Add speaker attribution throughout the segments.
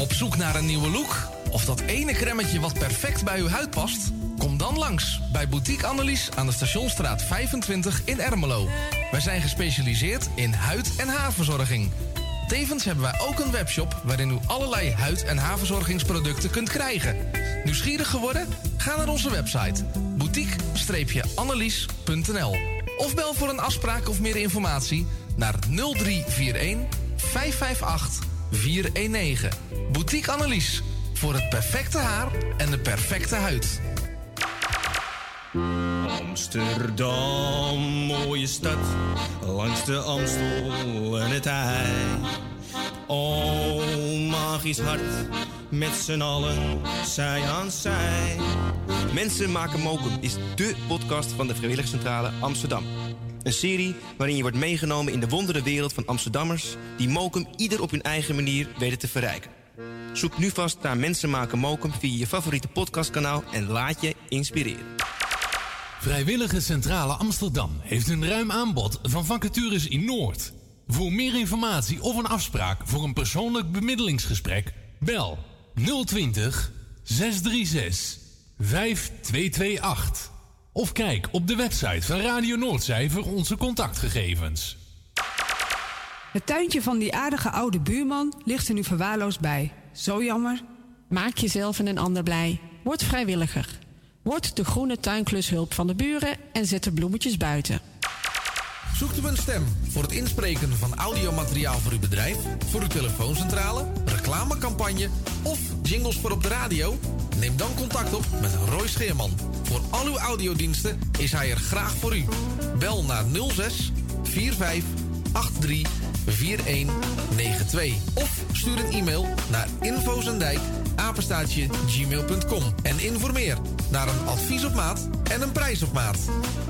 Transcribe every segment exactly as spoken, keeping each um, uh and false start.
Speaker 1: Op zoek naar een nieuwe look? Of dat ene cremmetje wat perfect bij uw huid past? Kom dan langs bij Boutique Annelies aan de Stationsstraat vijfentwintig in Ermelo. Wij zijn gespecialiseerd in huid- en haarverzorging. Tevens hebben wij ook een webshop waarin u allerlei huid- en haarverzorgingsproducten kunt krijgen. Nieuwsgierig geworden? Ga naar onze website boutique annelies punt n l of bel voor een afspraak of meer informatie naar nul drie vier een vijf vijf acht vier een negen. Boutique Annelies, voor het perfecte haar en de perfecte huid.
Speaker 2: Amsterdam, mooie stad, langs de Amstel en het IJ. Oh, magisch hart, met z'n allen, zij aan zij. Mensen maken mokum is dé podcast van de Vrijwilligcentrale Amsterdam. Een serie waarin je wordt meegenomen in de wondere wereld van Amsterdammers die mokum ieder op hun eigen manier weten te verrijken. Zoek nu vast naar Mensen maken mokum via je favoriete podcastkanaal en laat je inspireren.
Speaker 3: Vrijwillige Centrale Amsterdam heeft een ruim aanbod van vacatures in Noord. Voor meer informatie of een afspraak voor een persoonlijk bemiddelingsgesprek, bel nul twintig zes drie zes vijf twee twee acht. Of kijk op de website van Radio Noordzij voor onze contactgegevens.
Speaker 4: Het tuintje van die aardige oude buurman ligt er nu verwaarloosd bij. Zo jammer.
Speaker 5: Maak jezelf en een ander blij. Word vrijwilliger. Word de groene tuinklushulp van de buren en zet de bloemetjes buiten.
Speaker 1: Zoekt u een stem voor het inspreken van audiomateriaal voor uw bedrijf, voor uw telefooncentrale, reclamecampagne of jingles voor op de radio? Neem dan contact op met Roy Scheerman. Voor al uw audiodiensten is hij er graag voor u. Bel naar nul zes vier vijf acht drie vier een negen twee of stuur een e-mail naar infozendijk apenstaartje gmail punt com en informeer naar een advies op maat en een prijs op maat.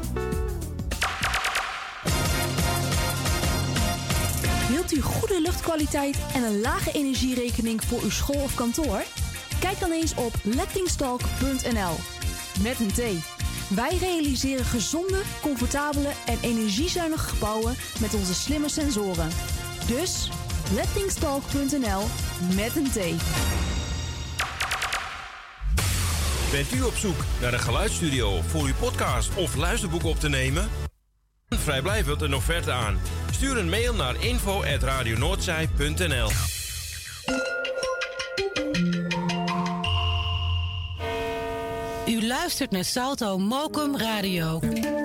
Speaker 6: Wilt u goede luchtkwaliteit en een lage energierekening voor uw school of kantoor? Kijk dan eens op lettingstalk punt n l. Met een T. Wij realiseren gezonde, comfortabele en energiezuinige gebouwen met onze slimme sensoren. Dus lettingstalk punt n l met een T.
Speaker 2: Bent u op zoek naar een geluidsstudio voor uw podcast of luisterboek op te nemen? Vrijblijvend een offerte aan. Stuur een mail naar info at radionoordzij punt n l.
Speaker 7: U luistert naar Salto Mokum Radio.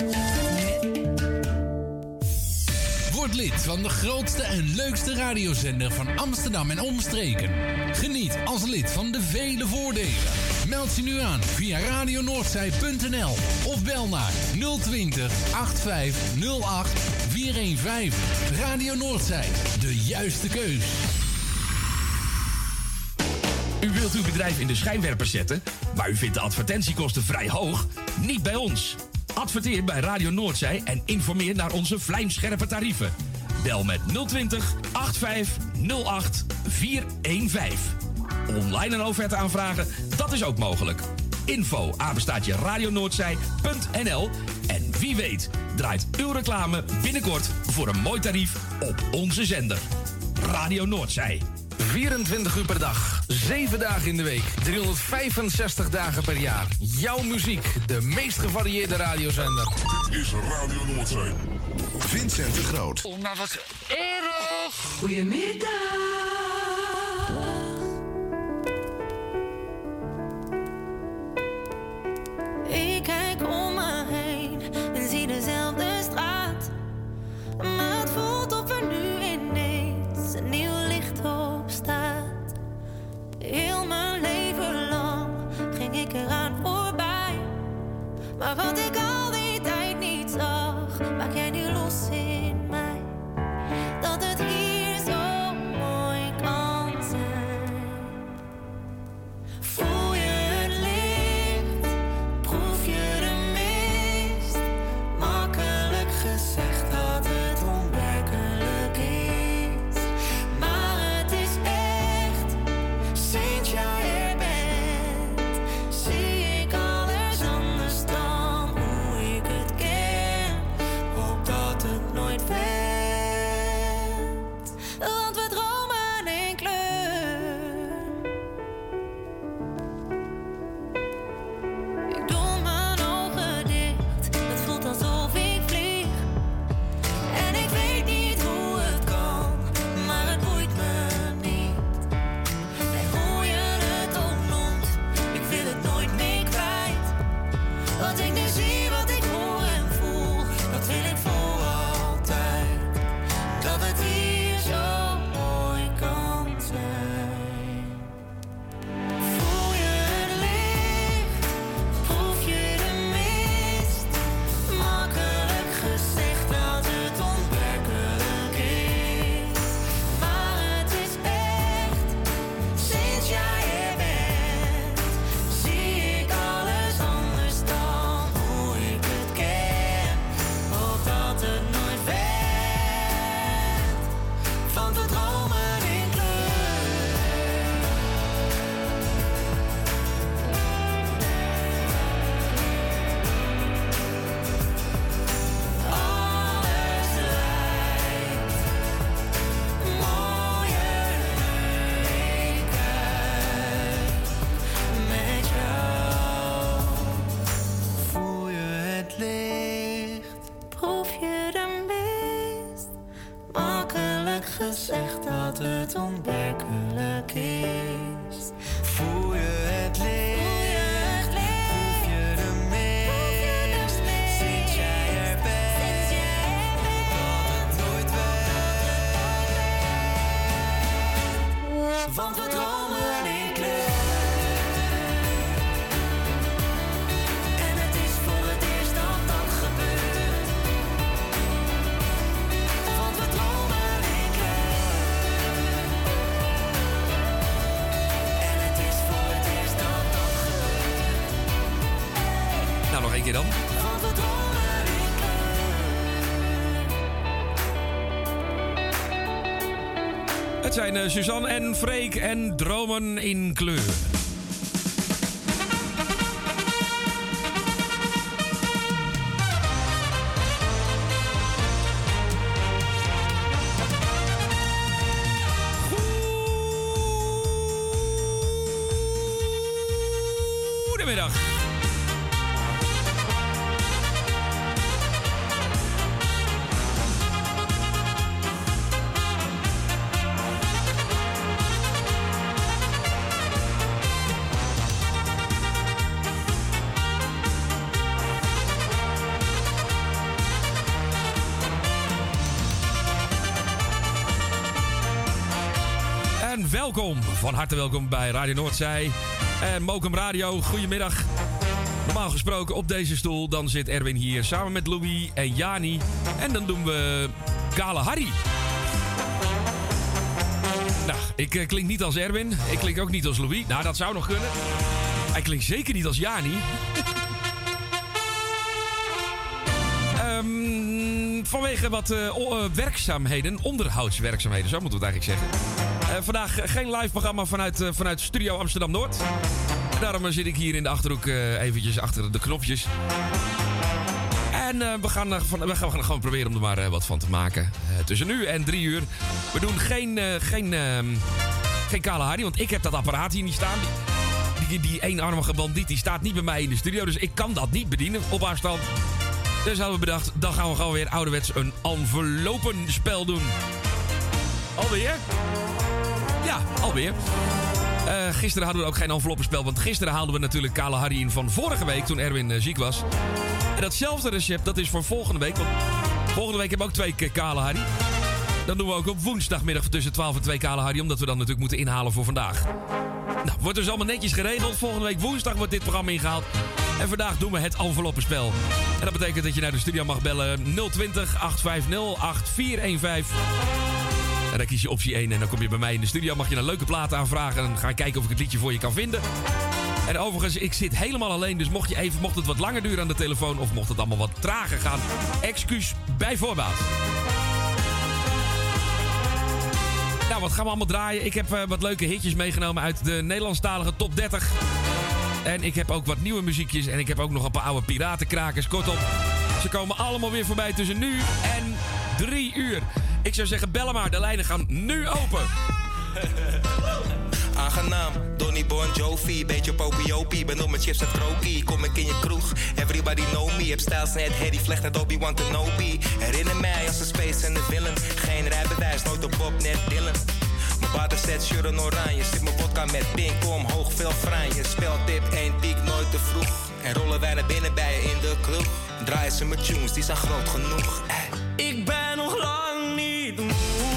Speaker 3: Word lid van de grootste en leukste radiozender van Amsterdam en omstreken. Geniet als lid van de vele voordelen. Meld je nu aan via radionoordzij punt n l of bel naar nul twintig acht vijf nul acht vier een vijf. Radio Noordzij, de juiste keus.
Speaker 8: U wilt uw bedrijf in de schijnwerpers zetten, maar u vindt de advertentiekosten vrij hoog? Niet bij ons. Adverteer bij Radio Noordzij en informeer naar onze vlijmscherpe tarieven. Bel met nul twintig acht vijf nul acht vier een vijf. Online een offerte aanvragen, dat is ook mogelijk. Info apenstaartje radionoordzij punt n l. En wie weet draait uw reclame binnenkort voor een mooi tarief op onze zender. Radio Noordzij.
Speaker 1: vierentwintig uur per dag, zeven dagen in de week, driehonderdvijfenzestig dagen per jaar. Jouw muziek, de meest gevarieerde radiozender.
Speaker 9: Dit is Radio Noordzee. Vincent de Groot.
Speaker 7: Oh, maar wat erg!
Speaker 4: Goedemiddag.
Speaker 10: Ik kijk om me heen en zie dezelfde straat. Maar het voelt of er nu ineens een nieuw licht op staat. Heel mijn leven lang ging ik eraan voorbij. Maar wat ik al die tijd niet zag, maak jij nu los in mij. Dat het hier zo mooi vaak gezegd dat het onwerkelijk is. Voel je het licht, proef je de mist, sinds jij er bent, dat het nooit weg. Want we dromen in kleur.
Speaker 8: Nou, nog één keer dan. Het zijn uh, Suzanne en Freek en Dromen in kleur. Goedemiddag. Welkom, van harte welkom bij Radio Noordzij en Mokum Radio. Goedemiddag. Normaal gesproken op deze stoel, dan zit Erwin hier samen met Louis en Jani. En dan doen we Kale Harry. Nou, ik uh, klink niet als Erwin. Ik klink ook niet als Louis. Nou, dat zou nog kunnen. Hij klinkt zeker niet als Jani. um, vanwege wat uh, o- uh, werkzaamheden, onderhoudswerkzaamheden, zo moeten we het eigenlijk zeggen. Uh, vandaag geen live programma vanuit, uh, vanuit Studio Amsterdam-Noord. Daarom zit ik hier in de Achterhoek uh, eventjes achter de knopjes. En uh, we, gaan, uh, van, we gaan gewoon proberen om er maar uh, wat van te maken. Uh, tussen nu en drie uur. We doen geen, uh, geen, uh, geen Kale Harry, want ik heb dat apparaat hier niet staan. Die, die, die eenarmige bandiet die staat niet bij mij in de studio. Dus ik kan dat niet bedienen op afstand. Dus hadden we bedacht, dan gaan we gewoon weer ouderwets een envelopenspel doen. Alweer? Ja, alweer. Uh, gisteren hadden we ook geen enveloppenspel, want gisteren haalden we natuurlijk Kale Harry in van vorige week toen Erwin uh, ziek was. En datzelfde recept, dat is voor volgende week. Want volgende week hebben we ook twee keer Kale Harry. Dan doen we ook op woensdagmiddag tussen twaalf en twee Kale Harry, omdat we dan natuurlijk moeten inhalen voor vandaag. Nou, wordt dus allemaal netjes geregeld. Volgende week woensdag wordt dit programma ingehaald. En vandaag doen we het enveloppenspel. En dat betekent dat je naar de studio mag bellen nul twintig, acht vijf nul, acht vier een vijf. En dan kies je optie één en dan kom je bij mij in de studio. Mag je een leuke plaat aanvragen en dan ga ik kijken of ik het liedje voor je kan vinden. En overigens, ik zit helemaal alleen. Dus mocht, je even, mocht het wat langer duren aan de telefoon of mocht het allemaal wat trager gaan, excuus bij voorbaat. Nou, wat gaan we allemaal draaien? Ik heb uh, wat leuke hitjes meegenomen uit de Nederlandstalige top dertig. En ik heb ook wat nieuwe muziekjes. En ik heb ook nog een paar oude piratenkrakers. Kortom, ze komen allemaal weer voorbij tussen nu en drie uur. Ik zou zeggen, bellen maar. De lijnen gaan nu open.
Speaker 11: Aangenaam, Donny Bon Jovi, beetje popiopie. Ben op mijn chips en krokie, kom ik in je kroeg. Everybody know me, heb stijls net Harry Vlecht net Obi-Wan Kenobi. Herinner mij als een space en de villain. Geen rijbewijs, nooit op Bob, net Dylan. Mijn waterset, shirt en oranje. Zit mijn vodka met pink omhoog, veel franje. Speltip, één piek, nooit te vroeg. En rollen wij naar binnen bij je in de kroeg. Draaien ze mijn tunes, die zijn groot genoeg. Ey.
Speaker 10: Ik ben nog lang niet moe.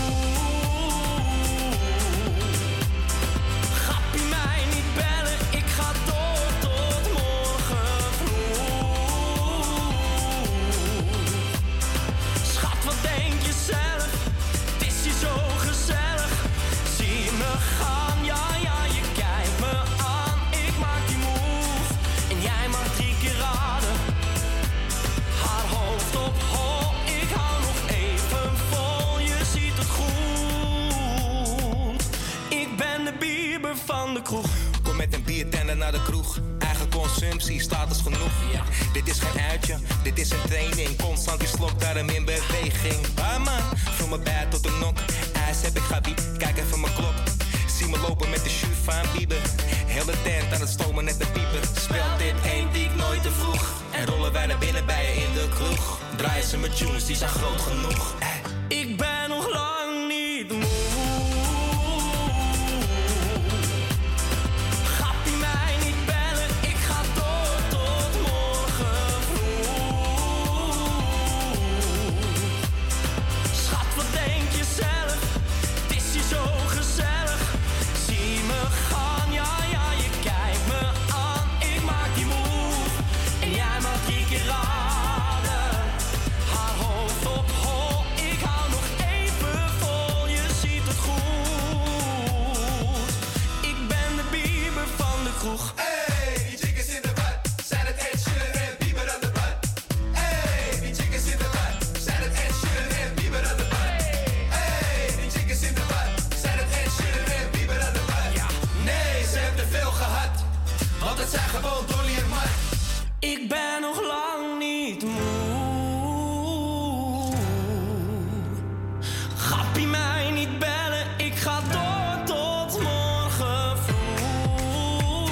Speaker 10: Gappie mij niet bellen, ik ga door tot morgen vroeg. Schat, wat denk je zelf? Het is hier zo gezellig. Zie me gaan, ja ja, je kijkt me aan. Ik maak die move en jij mag drie keer raden. Haar hoofd op hol, ik hou nog even vol. Je ziet het goed. Ik ben de bieber van de kroeg.
Speaker 11: Kom met een biertender naar de kroeg. Eigen consumptie, status genoeg. Ja. Dit is geen uitje, dit is een training. Constant die slok, daarom in beweging. Ah man, van mijn bed tot de nok. IJs heb ik gabi, kijk even mijn klok. Zie me lopen met de shoe van Bieber. Heel de tent aan het stomen net de pieper. Speelt dit één piek nooit te vroeg. En rollen wij naar binnen bij je in de kroeg. Draaien ze mijn tunes, die zijn groot genoeg.
Speaker 10: Ik ben nog lang niet
Speaker 12: zijn gewoon Dolly en Mike. Ik ben nog lang niet moe. Gappie mij niet bellen, ik ga door tot morgen vroeg.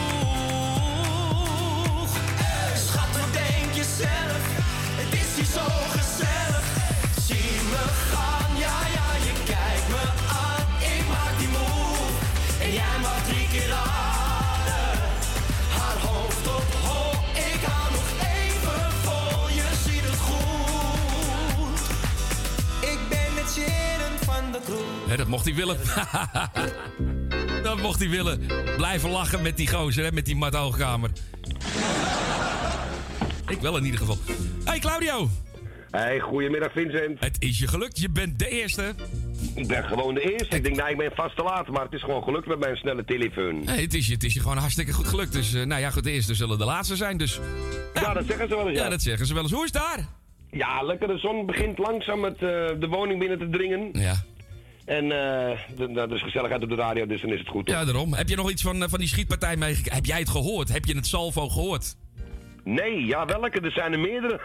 Speaker 12: Schat, wat denk je zelf? Het is hier zo gezellig. Zie me gaan, ja ja, je kijkt me aan. Ik maak die move en jij mag drie keer raden. Haar hoofd op hol, ik hou nog even vol. Je ziet het goed. Ik ben het Sharon van de crew.
Speaker 8: Hè, dat mocht hij willen. Dat mocht hij willen. Blijven lachen met die gozer, hè, met die Mart Hoogkamer. Ik wel in ieder geval. Hey Claudio.
Speaker 13: Hey, goedemiddag Vincent.
Speaker 8: Het is je gelukt, je bent de eerste.
Speaker 13: Ik ben gewoon de eerste. Ik denk, nou, ik ben vast te laat, maar het is gewoon gelukt met mijn snelle telefoon.
Speaker 8: Nee, het is je, het is je gewoon hartstikke goed gelukt. Dus, uh, nou ja, goed, de eerste zullen de laatste zijn, dus...
Speaker 13: Ja, ja, dat zeggen ze wel eens, ja.
Speaker 8: Ja, dat zeggen ze wel eens. Hoe is het daar?
Speaker 13: Ja, lekker. De zon begint langzaam met uh, de woning binnen te dringen.
Speaker 8: Ja.
Speaker 13: En uh, er is gezelligheid op de radio, dus dan is het goed. Toch?
Speaker 8: Ja, daarom. Heb je nog iets van, uh, van die schietpartij meegekregen? Heb jij het gehoord? Heb je het salvo gehoord?
Speaker 13: Nee, ja, welke? Er zijn er meerdere.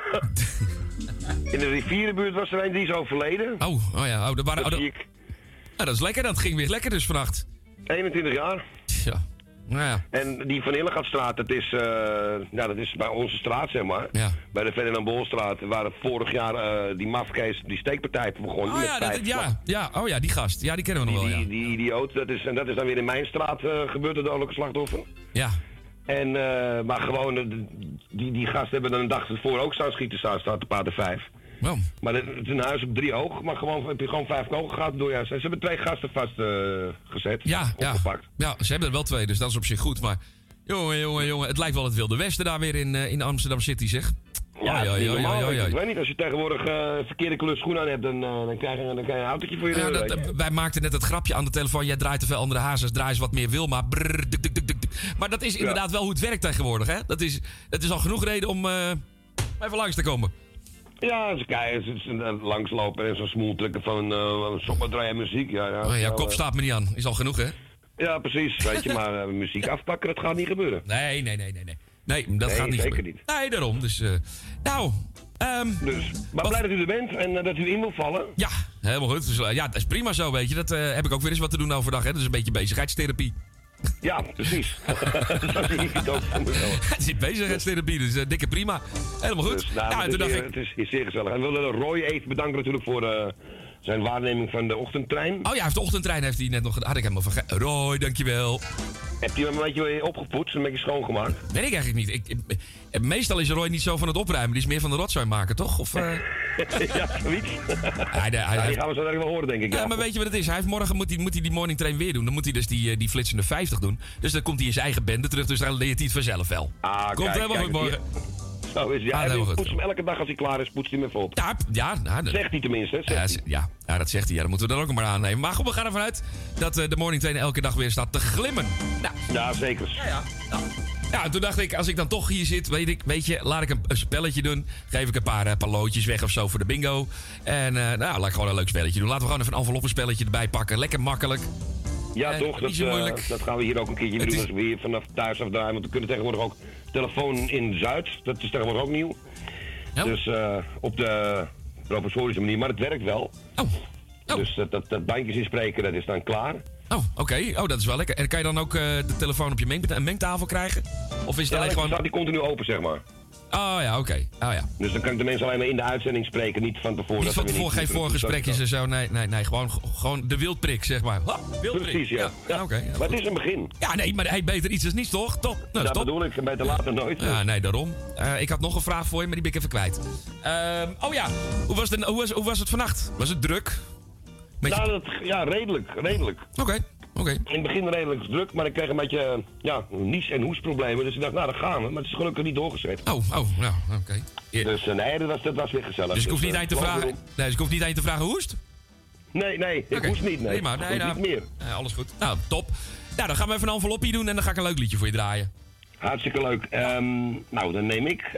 Speaker 13: In de rivierenbuurt was er een die is overleden.
Speaker 8: Oh, oh ja. Oh, dat, waren,
Speaker 13: dat,
Speaker 8: oh, dat, ja, dat is lekker. Dat ging weer lekker dus vannacht.
Speaker 13: eenentwintig jaar.
Speaker 8: Ja. Nou ja.
Speaker 13: En die Van Illegatstraat, dat is, uh, ja, dat is bij onze straat, zeg maar.
Speaker 8: Ja.
Speaker 13: Bij de Ferdinand Bolstraat waren vorig jaar uh, die mafkees, die steekpartij begonnen.
Speaker 8: Oh ja, dat, ja, ja, oh ja, die gast. Ja, die kennen we nog
Speaker 13: die,
Speaker 8: wel, ja.
Speaker 13: Die, die idioot, dat is, en dat is dan weer in mijn straat uh, gebeurd, de dodelijke slachtoffer.
Speaker 8: Ja.
Speaker 13: En, uh, maar gewoon, uh, die, die gasten hebben dan een dag ervoor ook staan schieten, staan, staat de paarden vijf.
Speaker 8: Wow.
Speaker 13: Maar het is een huis op drie hoog, maar gewoon heb je gewoon vijf kogels gehad door jou. Ze hebben twee gasten vast uh, gezet.
Speaker 8: Ja, ja.
Speaker 13: Opgepakt.
Speaker 8: Ja, ze hebben er wel twee, dus dat is op zich goed. Maar jongen, jongen, jongen, het lijkt wel het Wilde Westen daar weer in, uh, in Amsterdam City, zeg.
Speaker 13: Ja, ja, ja, ja, ja, ja. Ik
Speaker 8: ja.
Speaker 13: weet niet, als je tegenwoordig uh, verkeerde kleur schoen aan hebt, dan, uh, dan, krijg je, dan krijg je een autootje voor je.
Speaker 8: Ja, dat, uh, wij maakten net het grapje aan de telefoon. Jij draait te veel andere hazes, draai eens wat meer Wilma. Brrr, duk, duk, duk, duk. Maar dat is inderdaad ja. wel hoe het werkt tegenwoordig, hè? Dat is, dat is al genoeg reden om uh, even langs te komen.
Speaker 13: Ja, ze kijken, ze, ze langslopen en zo'n smoeltrekken van uh, zomerdraaien muziek. Ja, ja,
Speaker 8: oh, ja, kop staat me niet aan. Is al genoeg, hè?
Speaker 13: Ja, precies. Weet je, maar uh, muziek afpakken, dat gaat niet gebeuren.
Speaker 8: Nee, nee, nee, nee. Nee, nee dat
Speaker 13: nee,
Speaker 8: gaat niet
Speaker 13: zeker
Speaker 8: gebeuren.
Speaker 13: niet.
Speaker 8: Nee, daarom. Dus, uh, nou... Um,
Speaker 13: dus, maar blij dat u er bent en uh, dat u in wil vallen.
Speaker 8: Ja, helemaal goed. Dus, uh, ja, dat is prima zo, weet je. Dat uh, heb ik ook weer eens wat te doen overdag, hè. Dat is een beetje bezigheidstherapie.
Speaker 13: Ja, precies. Dat zie ik ook van mezelf.
Speaker 8: Het is bezigheidstherapie, dus uh, dikke prima. Helemaal goed.
Speaker 13: Dus, nou,
Speaker 8: ja,
Speaker 13: het,
Speaker 8: toen
Speaker 13: is,
Speaker 8: dacht
Speaker 13: ik...
Speaker 8: ik...
Speaker 13: het is zeer gezellig. En we willen Roy even bedanken natuurlijk voor uh, zijn waarneming van de ochtendtrein.
Speaker 8: Oh ja, hij heeft de ochtendtrein heeft hij net nog gedaan. Had ik helemaal vergeten. Roy, dankjewel.
Speaker 13: Heb je hem een beetje opgepoetst, een beetje schoongemaakt?
Speaker 8: Weet ik eigenlijk niet. Ik, ik, meestal is Roy niet zo van het opruimen. Die is meer van de rotzooi maken, toch? Of, uh...
Speaker 13: ja, zoiets.
Speaker 8: hij, hij, hij,
Speaker 13: ja, die gaan we zo direct wel horen, denk ik.
Speaker 8: Ja,
Speaker 13: Ja,
Speaker 8: maar weet je wat het is? Hij heeft morgen moet hij, moet hij die morning train weer doen. Dan moet hij dus die, die flitsende vijftig doen. Dus dan komt hij in zijn eigen bende terug. Dus dan leert hij het vanzelf wel.
Speaker 13: Ah,
Speaker 8: komt
Speaker 13: kijk,
Speaker 8: helemaal
Speaker 13: kijk,
Speaker 8: goed morgen.
Speaker 13: Zo is hij. Ja,
Speaker 8: ah,
Speaker 13: hij poetst hem elke dag als hij klaar is, poetst hij hem even op.
Speaker 8: Ja, ja nou, dat...
Speaker 13: Zegt hij tenminste, hè?
Speaker 8: Ja, ja, ja, dat zegt hij. Ja, dat moeten we dan ook maar aannemen. Maar goed, we gaan ervan uit dat uh, de morning train elke dag weer staat te glimmen. Nou.
Speaker 13: Ja, zeker.
Speaker 8: Ja, ja. Nou. Ja, toen dacht ik, als ik dan toch hier zit, weet ik, weet je, laat ik een, een spelletje doen. Geef ik een paar, uh, paar loodjes weg of zo voor de bingo. En uh, nou, laat ik gewoon een leuk spelletje doen. Laten we gewoon even een enveloppenspelletje erbij pakken. Lekker makkelijk.
Speaker 13: Ja,
Speaker 8: uh,
Speaker 13: toch? Dat, uh, dat gaan we hier ook een keertje doen is... als we hier vanaf thuis afdraaien. Want we kunnen tegenwoordig ook telefoon in Zuid. Dat is tegenwoordig ook nieuw. Ja. Dus uh, op de professorische manier. Maar het werkt wel.
Speaker 8: Oh. Oh.
Speaker 13: Dus dat, dat, dat bandjes inspreken, dat is dan klaar.
Speaker 8: Oh, oké. Okay. Oh, dat is wel lekker. En kan je dan ook uh, de telefoon op je meng- mengtafel krijgen? Of is het
Speaker 13: ja,
Speaker 8: alleen gewoon...
Speaker 13: staat die continu open, zeg maar.
Speaker 8: Oh ja, oké. Okay. Oh, ja.
Speaker 13: Dus dan kan ik de mensen alleen maar in de uitzending spreken, niet van tevoren.
Speaker 8: Niet van tevoren, geen voorgesprekjes en zo. Nee, nee, nee. Gewoon, gewoon de wildprik, zeg maar. Ha, wildprik.
Speaker 13: Precies, ja.
Speaker 8: ja. ja, ja okay, ja
Speaker 13: maar het is een begin.
Speaker 8: Ja, nee, maar hij beter iets als niets, toch? Top. Nou,
Speaker 13: dat bedoel ik. Beter later nooit.
Speaker 8: Ja, nee, daarom. Uh, ik had nog een vraag voor je, maar die ben ik even kwijt. Uh, oh ja, hoe was, de, hoe, was, hoe was het vannacht? Was het druk?
Speaker 13: Beetje... Nou, dat, ja, redelijk. Redelijk.
Speaker 8: Oké. Okay. Okay.
Speaker 13: In het begin redelijk druk, maar ik kreeg een beetje ja, nies- en hoesproblemen. Dus ik dacht, nou, dan gaan we. Maar het is gelukkig niet doorgezet.
Speaker 8: Oh, oh, nou, oké. Okay.
Speaker 13: Yeah. Dus uh, nee, dat was, dat was weer gezellig.
Speaker 8: Dus ik hoef niet aan je te vragen... Nee, dus ik hoef niet aan je te vragen, hoest?
Speaker 13: Nee, nee, ik okay. hoest niet, nee.
Speaker 8: Nee, maar, nee, nou,
Speaker 13: niet meer.
Speaker 8: Uh, alles goed. Nou, top. Nou, dan gaan we even een envelopje doen en dan ga ik een leuk liedje voor je draaien.
Speaker 13: Hartstikke leuk. Um, nou, dan neem ik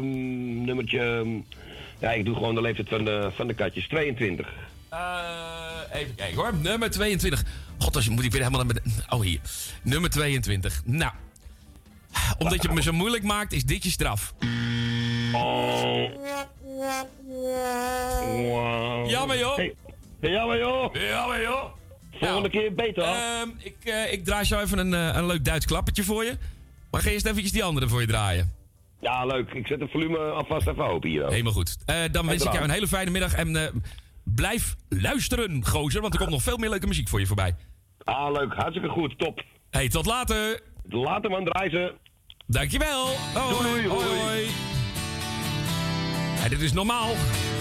Speaker 13: um, nummertje... Um, ja, ik doe gewoon de leeftijd van de, van de katjes. tweeëntwintig.
Speaker 8: Uh, even kijken hoor. Nummer tweeëntwintig. God, als je moet ik weer helemaal naar beneden. Oh, hier. Nummer tweeëntwintig. Nou. omdat je het me zo moeilijk maakt, is dit je straf.
Speaker 13: Oh. Wow.
Speaker 8: Jammer, joh.
Speaker 13: Hey. Jammer, joh.
Speaker 8: Jammer, joh.
Speaker 13: Volgende
Speaker 8: nou,
Speaker 13: keer beter, hoor.
Speaker 8: Uh, ik, uh, ik draai zo even een, uh, een leuk Duits klappertje voor je. Maar ga eerst eventjes die andere voor je draaien.
Speaker 13: Ja, leuk. Ik zet het volume alvast even open hier. Ook.
Speaker 8: Helemaal goed. Uh, dan wens ik jou een hele fijne middag. En uh, blijf luisteren, gozer. Want er komt nog veel meer leuke muziek voor je voorbij.
Speaker 13: Ah, leuk. Hartstikke goed. Top.
Speaker 8: Hey, tot later.
Speaker 13: Later, man. Draai ze.
Speaker 8: Dankjewel. Hoi.
Speaker 13: Doei, hoi.
Speaker 8: hoi. Hey, dit is normaal.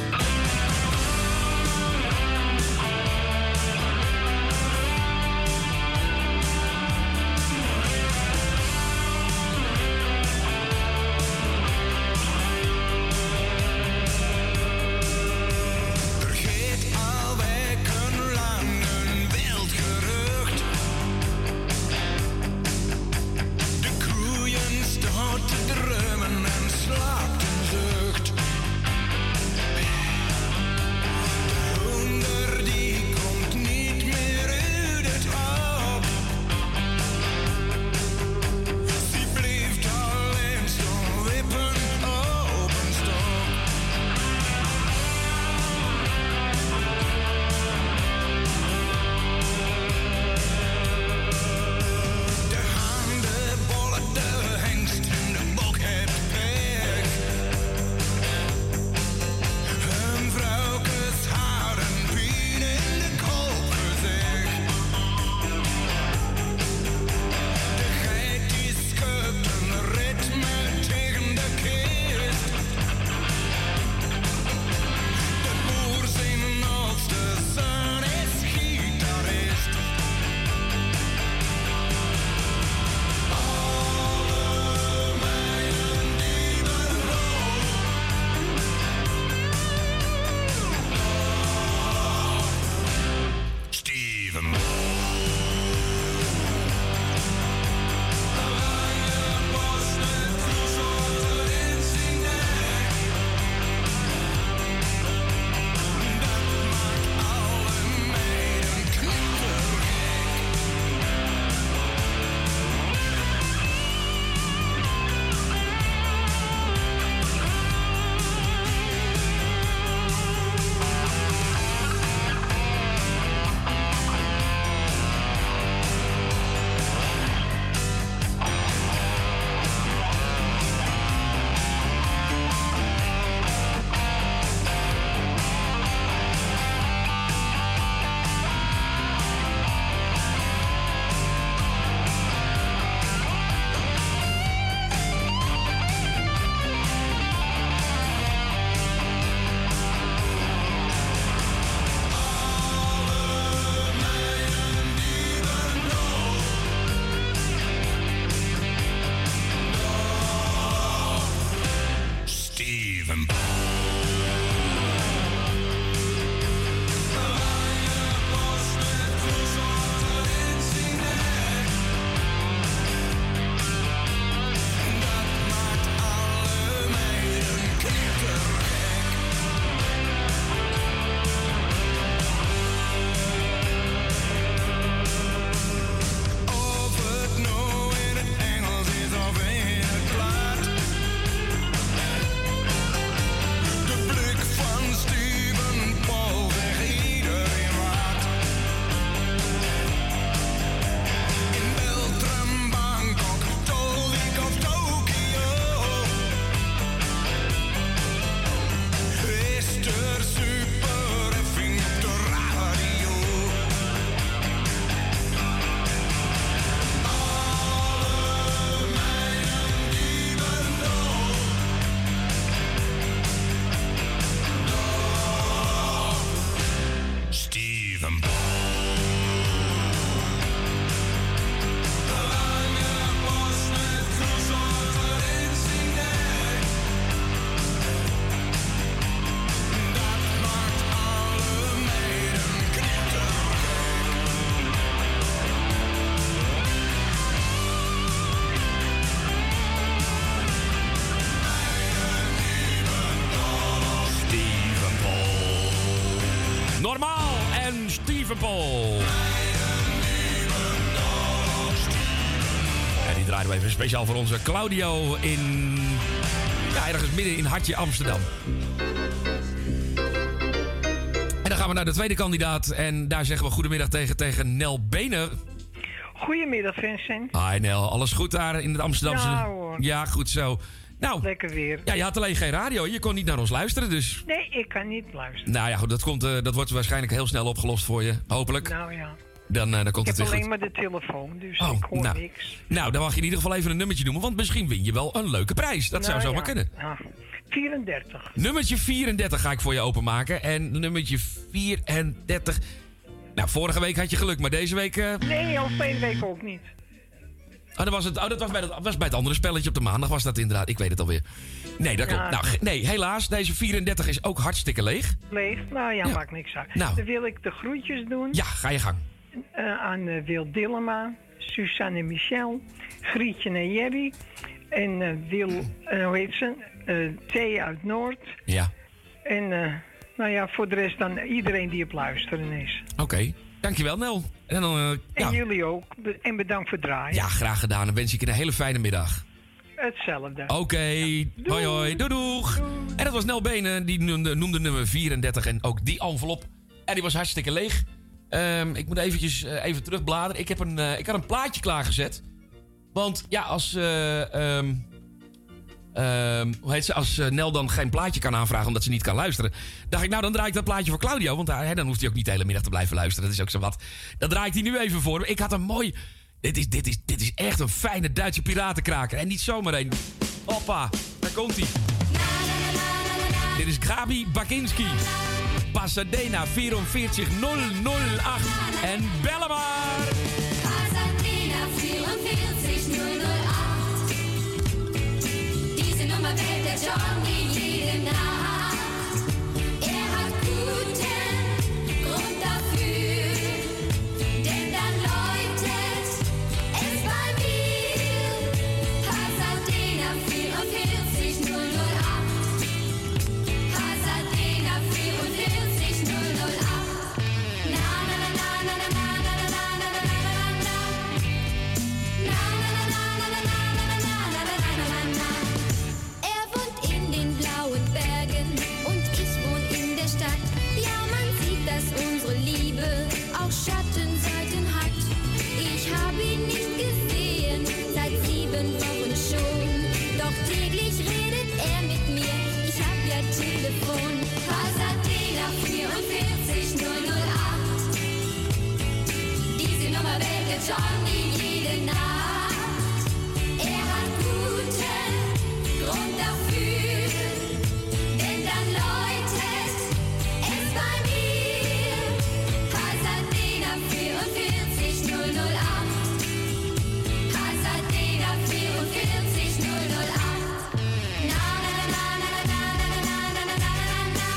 Speaker 8: Normaal en Steven Paul. En die draaien we even speciaal voor onze Claudio in... Ja, ergens midden in Hartje Amsterdam. En dan gaan we naar de tweede kandidaat. En daar zeggen we goedemiddag tegen, tegen Nel Benen.
Speaker 14: Goedemiddag, Vincent.
Speaker 8: Hi Nel, alles goed daar in het Amsterdamse?
Speaker 14: Ja hoor.
Speaker 8: Ja, goed zo. Nou,
Speaker 14: lekker weer.
Speaker 8: Ja, je had alleen geen radio. Je kon niet naar ons luisteren, dus...
Speaker 14: Nee, ik kan niet luisteren.
Speaker 8: Nou ja, goed, dat, komt, uh, dat wordt waarschijnlijk heel snel opgelost voor je. Hopelijk.
Speaker 14: Nou ja.
Speaker 8: Dan, uh, dan komt
Speaker 14: ik
Speaker 8: het
Speaker 14: heb
Speaker 8: weer
Speaker 14: alleen
Speaker 8: goed.
Speaker 14: maar de telefoon, dus
Speaker 8: oh,
Speaker 14: ik hoor
Speaker 8: nou.
Speaker 14: niks.
Speaker 8: Nou, dan mag je in ieder geval even een nummertje noemen, want misschien win je wel een leuke prijs. Dat
Speaker 14: nou,
Speaker 8: zou zomaar
Speaker 14: ja.
Speaker 8: kunnen.
Speaker 14: Ja. vierendertig.
Speaker 8: Nummertje vierendertig ga ik voor je openmaken. En nummertje vierendertig... Nou, vorige week had je geluk, maar deze week... Uh...
Speaker 14: Nee, al twee weken ook niet.
Speaker 8: Oh, dat was, het, oh, dat was, bij het, was bij het andere spelletje op de maandag, was dat inderdaad. Ik weet het alweer. Nee, dat
Speaker 14: ja.
Speaker 8: klopt. Nou, nee, helaas. Deze vierendertig is ook hartstikke leeg.
Speaker 14: Leeg? Nou ja,
Speaker 8: ja.
Speaker 14: maakt niks uit.
Speaker 8: Nou.
Speaker 14: Dan wil ik de groetjes doen.
Speaker 8: Ja, ga je gang.
Speaker 14: Uh, aan uh, Wil Dillema, Suzanne Michel, Grietje en Jerry. En uh, Wil, uh, hoe heet ze? Uh, Thee uit Noord.
Speaker 8: Ja.
Speaker 14: En uh, nou ja, voor de rest dan iedereen die op luisteren is.
Speaker 8: Oké. Okay. Dankjewel, Nel. En, dan, uh,
Speaker 14: en
Speaker 8: ja.
Speaker 14: jullie ook. En bedankt voor het draaien.
Speaker 8: Ja, graag gedaan. Dan wens ik je een hele fijne middag.
Speaker 14: Hetzelfde.
Speaker 8: Oké. Okay. Ja. Hoi, hoi. Doei, doeg. Doei. En dat was Nel Benen. Die noemde, noemde nummer vierendertig. En ook die envelop. En die was hartstikke leeg. Um, ik moet eventjes uh, even terugbladeren. Ik, heb een, uh, ik had een plaatje klaargezet. Want ja, als... Uh, um, Um, hoe heet ze? Als uh, Nel dan geen plaatje kan aanvragen omdat ze niet kan luisteren, dacht ik, nou dan draai ik dat plaatje voor Claudio. Want uh, dan hoeft hij ook niet de hele middag te blijven luisteren. Dat is ook zo wat. Dan draai ik die nu even voor. Ik had een mooi... Dit is, dit is, dit is echt een fijne Duitse piratenkraker. En niet zomaar een. Hoppa, daar komt hij. Dit is Gabi Bakinski. Pasadena vierenveertig nul nul acht. En bellen maar!
Speaker 10: Pasadena vierenveertig nul nul acht. Diese Nummer wählt der Johnny jede Nacht. Er hat guten Grund dafür, denn dann läutet es bei mir. Pasadena vierenveertig nul nul acht. Pasadena vierenveertig nul nul acht. Na na na na na na na na na na na na na. Na na na na na na na na na na na na na. Er wohnt in den blauen Bergen und ich wohne in der Stadt. Ja, man sieht, dass unsere Liebe auch Schattenseiten hat. Ich habe ihn nicht gesehen, seit sieben Wochen schon. Doch täglich redet er mit mir, ich hab ja Telefon. Pasadena vierenveertig nul nul acht. Diese Nummer wählt der Johnny jede Nacht. Er hat guten Grund dafür, denn dann läutet es bei mir. Pasadena vierenveertig nul nul acht. Pasadena vierenveertig nul nul acht. Na na na na na na na na na na na na.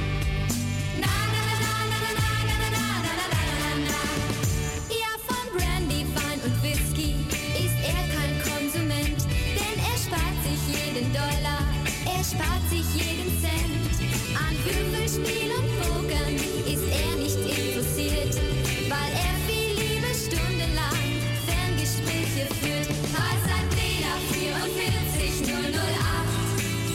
Speaker 10: Na na na na na na na na na na na na. Ja, von Brandy, Wein und Whisky ist er kein Konsument, denn er spart sich jeden Dollar, er spart sich jeden Cent. An Würfelspiel und Pokern ist er nicht interessiert, weil er viel Liebe stundenlang Ferngespräche führt. Pasadena vierenveertig nul nul acht.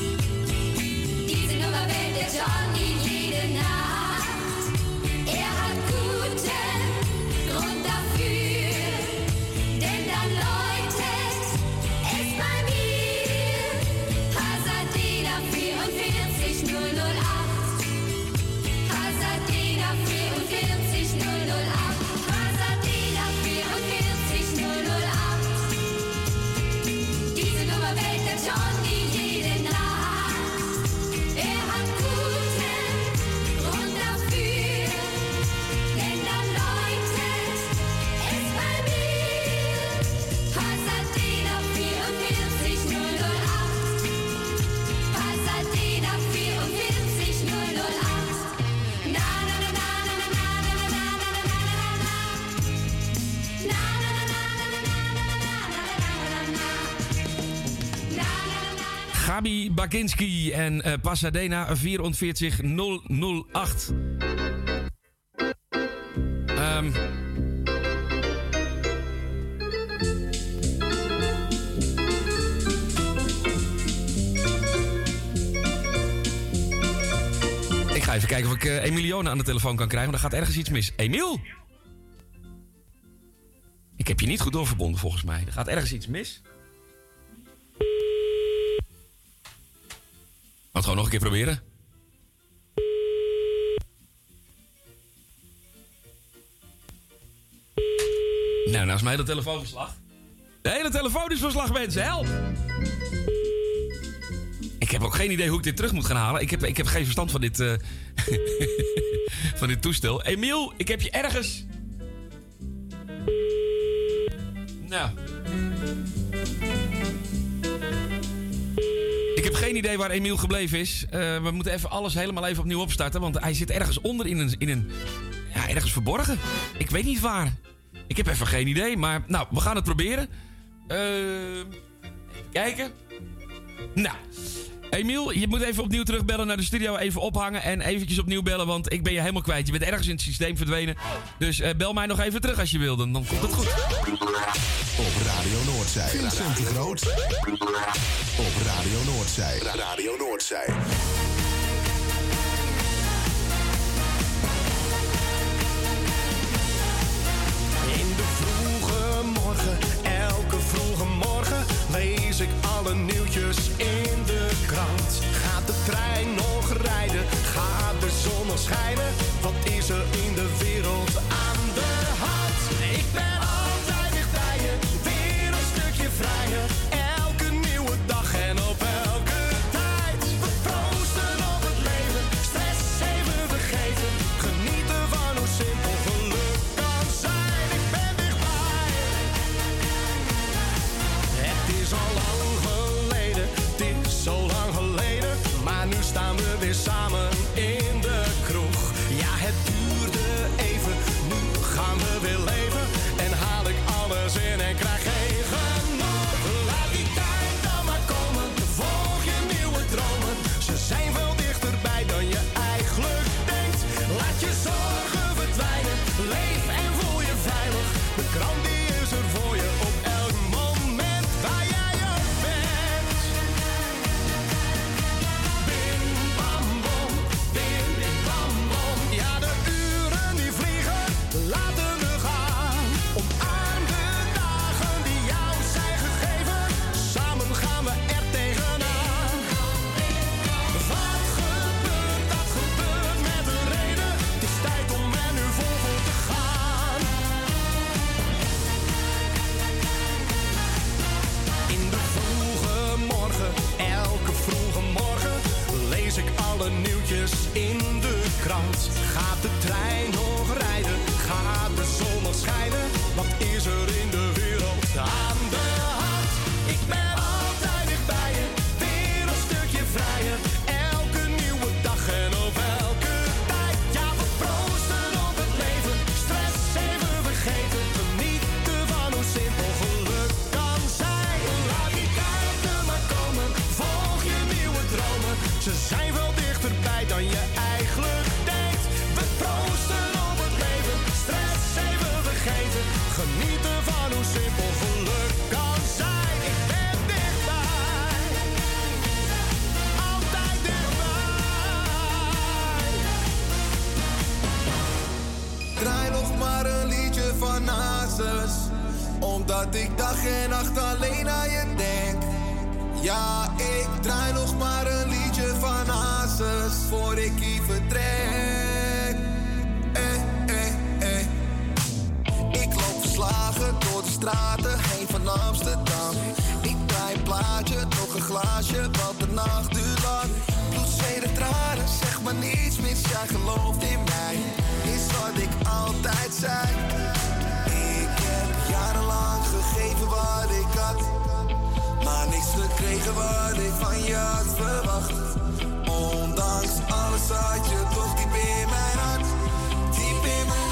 Speaker 10: Diese Nummer wählt der Johnny jede Nacht. Er hat guten Grund dafür, denn dann läutet es bei mir. Pasadena vierenveertig nul nul acht. Pasadena vierenveertig nul nul acht. Pasadena vierenveertig nul nul acht. Diese Nummer wählt der Johnny jede Nacht. Er hat guten Grund dafür, denn dann läutet es bei mir. Pasadena vierenveertig nul nul acht. Pasadena vierenveertig nul nul acht. Na na na na na na na na na na na na na. Na na na na na na na na na na na.
Speaker 8: Gabi Bakinski en uh, Pasadena vierenveertig nul nul acht. Um, even kijken of ik uh, Emilione aan de telefoon kan krijgen. Want er gaat ergens iets mis. Emiel? Ik heb je niet goed doorverbonden volgens mij. Er gaat ergens iets mis. Laten we het gewoon nog een keer proberen. Nou, nou is mijn hele telefoon verslag. De hele telefoon is verslag, mensen. Help! Ik heb ook geen idee hoe ik dit terug moet gaan halen. Ik heb, ik heb geen verstand van dit, uh, van dit toestel. Emiel, ik heb je ergens... Nou... Ik heb geen idee waar Emiel gebleven is. Uh, we moeten even alles helemaal even opnieuw opstarten. Want hij zit ergens onder in een... In een ja, ergens verborgen. Ik weet niet waar. Ik heb even geen idee. Maar nou, we gaan het proberen. Uh, even kijken. Nou... Emiel, je moet even opnieuw terugbellen naar de studio. Even ophangen en eventjes opnieuw bellen. Want ik ben je helemaal kwijt. Je bent ergens in het systeem verdwenen. Dus uh, bel mij nog even terug als je wil. Dan, dan komt het goed.
Speaker 9: Op Radio Noordzij. Vincent de Groot. Op Radio Noordzij. Radio Noordzij.
Speaker 12: In de vroege morgen, elke vroege morgen, lees ik alle nieuwtjes in de krant. Gaat de trein nog rijden? Gaat de zon nog schijnen? Wat is er in de wereld aan de hand? Ik ben altijd dichtbij je, weer een stukje vrijer. Elke nieuwe dag en op elke tijd. We proosten op het leven, stress even vergeten. Genieten van hoe simpel geluk kan zijn. Ik ben dichtbij. Het is al lang geleden, het is zo lang geleden. Maar nu staan we weer samen in de kroeg. Ja, het duurde even, nu gaan we weer leven. En haal ik alles in en krijg geen genoeg. Laat die tijd dan maar komen, volg je nieuwe dromen. Ze zijn veel dichterbij dan je eigenlijk denkt. Laat je zorgen verdwijnen, leef en voel je veilig. De krant die is er voor je op elk moment waar jij ook bent. Bim bam bom, bim bam bom. Ja, de uren die vliegen, laten we gaan. Omarm de dagen die jou zijn gegeven. Samen gaan we er tegenaan. Wat gebeurt, dat gebeurt met een reden. Het is tijd om er nu vol voor te gaan. In de vroege morgen, elke vroege morgen, lees ik alle nieuwtjes in de krant. Gaat de trein nog rijden? Gaat de zon nog schijnen? Wat is er in de wereld aan de hand? Ik ben altijd dichtbij je, weer een stukje vrijer. Elke nieuwe dag en op elke tijd. Ja, we proosten op het leven, stress even vergeten. Genieten van hoe simpel geluk kan zijn. Laat die tijd er maar komen, volg je nieuwe dromen. Ze zijn veel dichterbij dan je eigenlijk denkt. We proosten op het leven, stress even vergeten. Genieten van hoe simpel geluk kan zijn. Ik ben dichtbij, altijd dichtbij.
Speaker 15: Draai nog maar een liedje van Hazes, omdat ik dag en nacht alleen aan je denk. Ja, ik draai nog maar een liedje van Hazes, voor ik hier vertrek. Eh, eh, eh. Ik loop verslagen door de straten heen van Amsterdam. Ik draai een plaatje, nog een glaasje, want de nacht duurt lang. Bloed, zweet en tranen, zeg maar niets mis, jij gelooft in mij. Is wat ik altijd zei. Ik heb jarenlang gegeven wat ik had, maar niks gekregen wat ik van je had verwacht. Ondanks alles had je toch diep in mijn hart, diep in mijn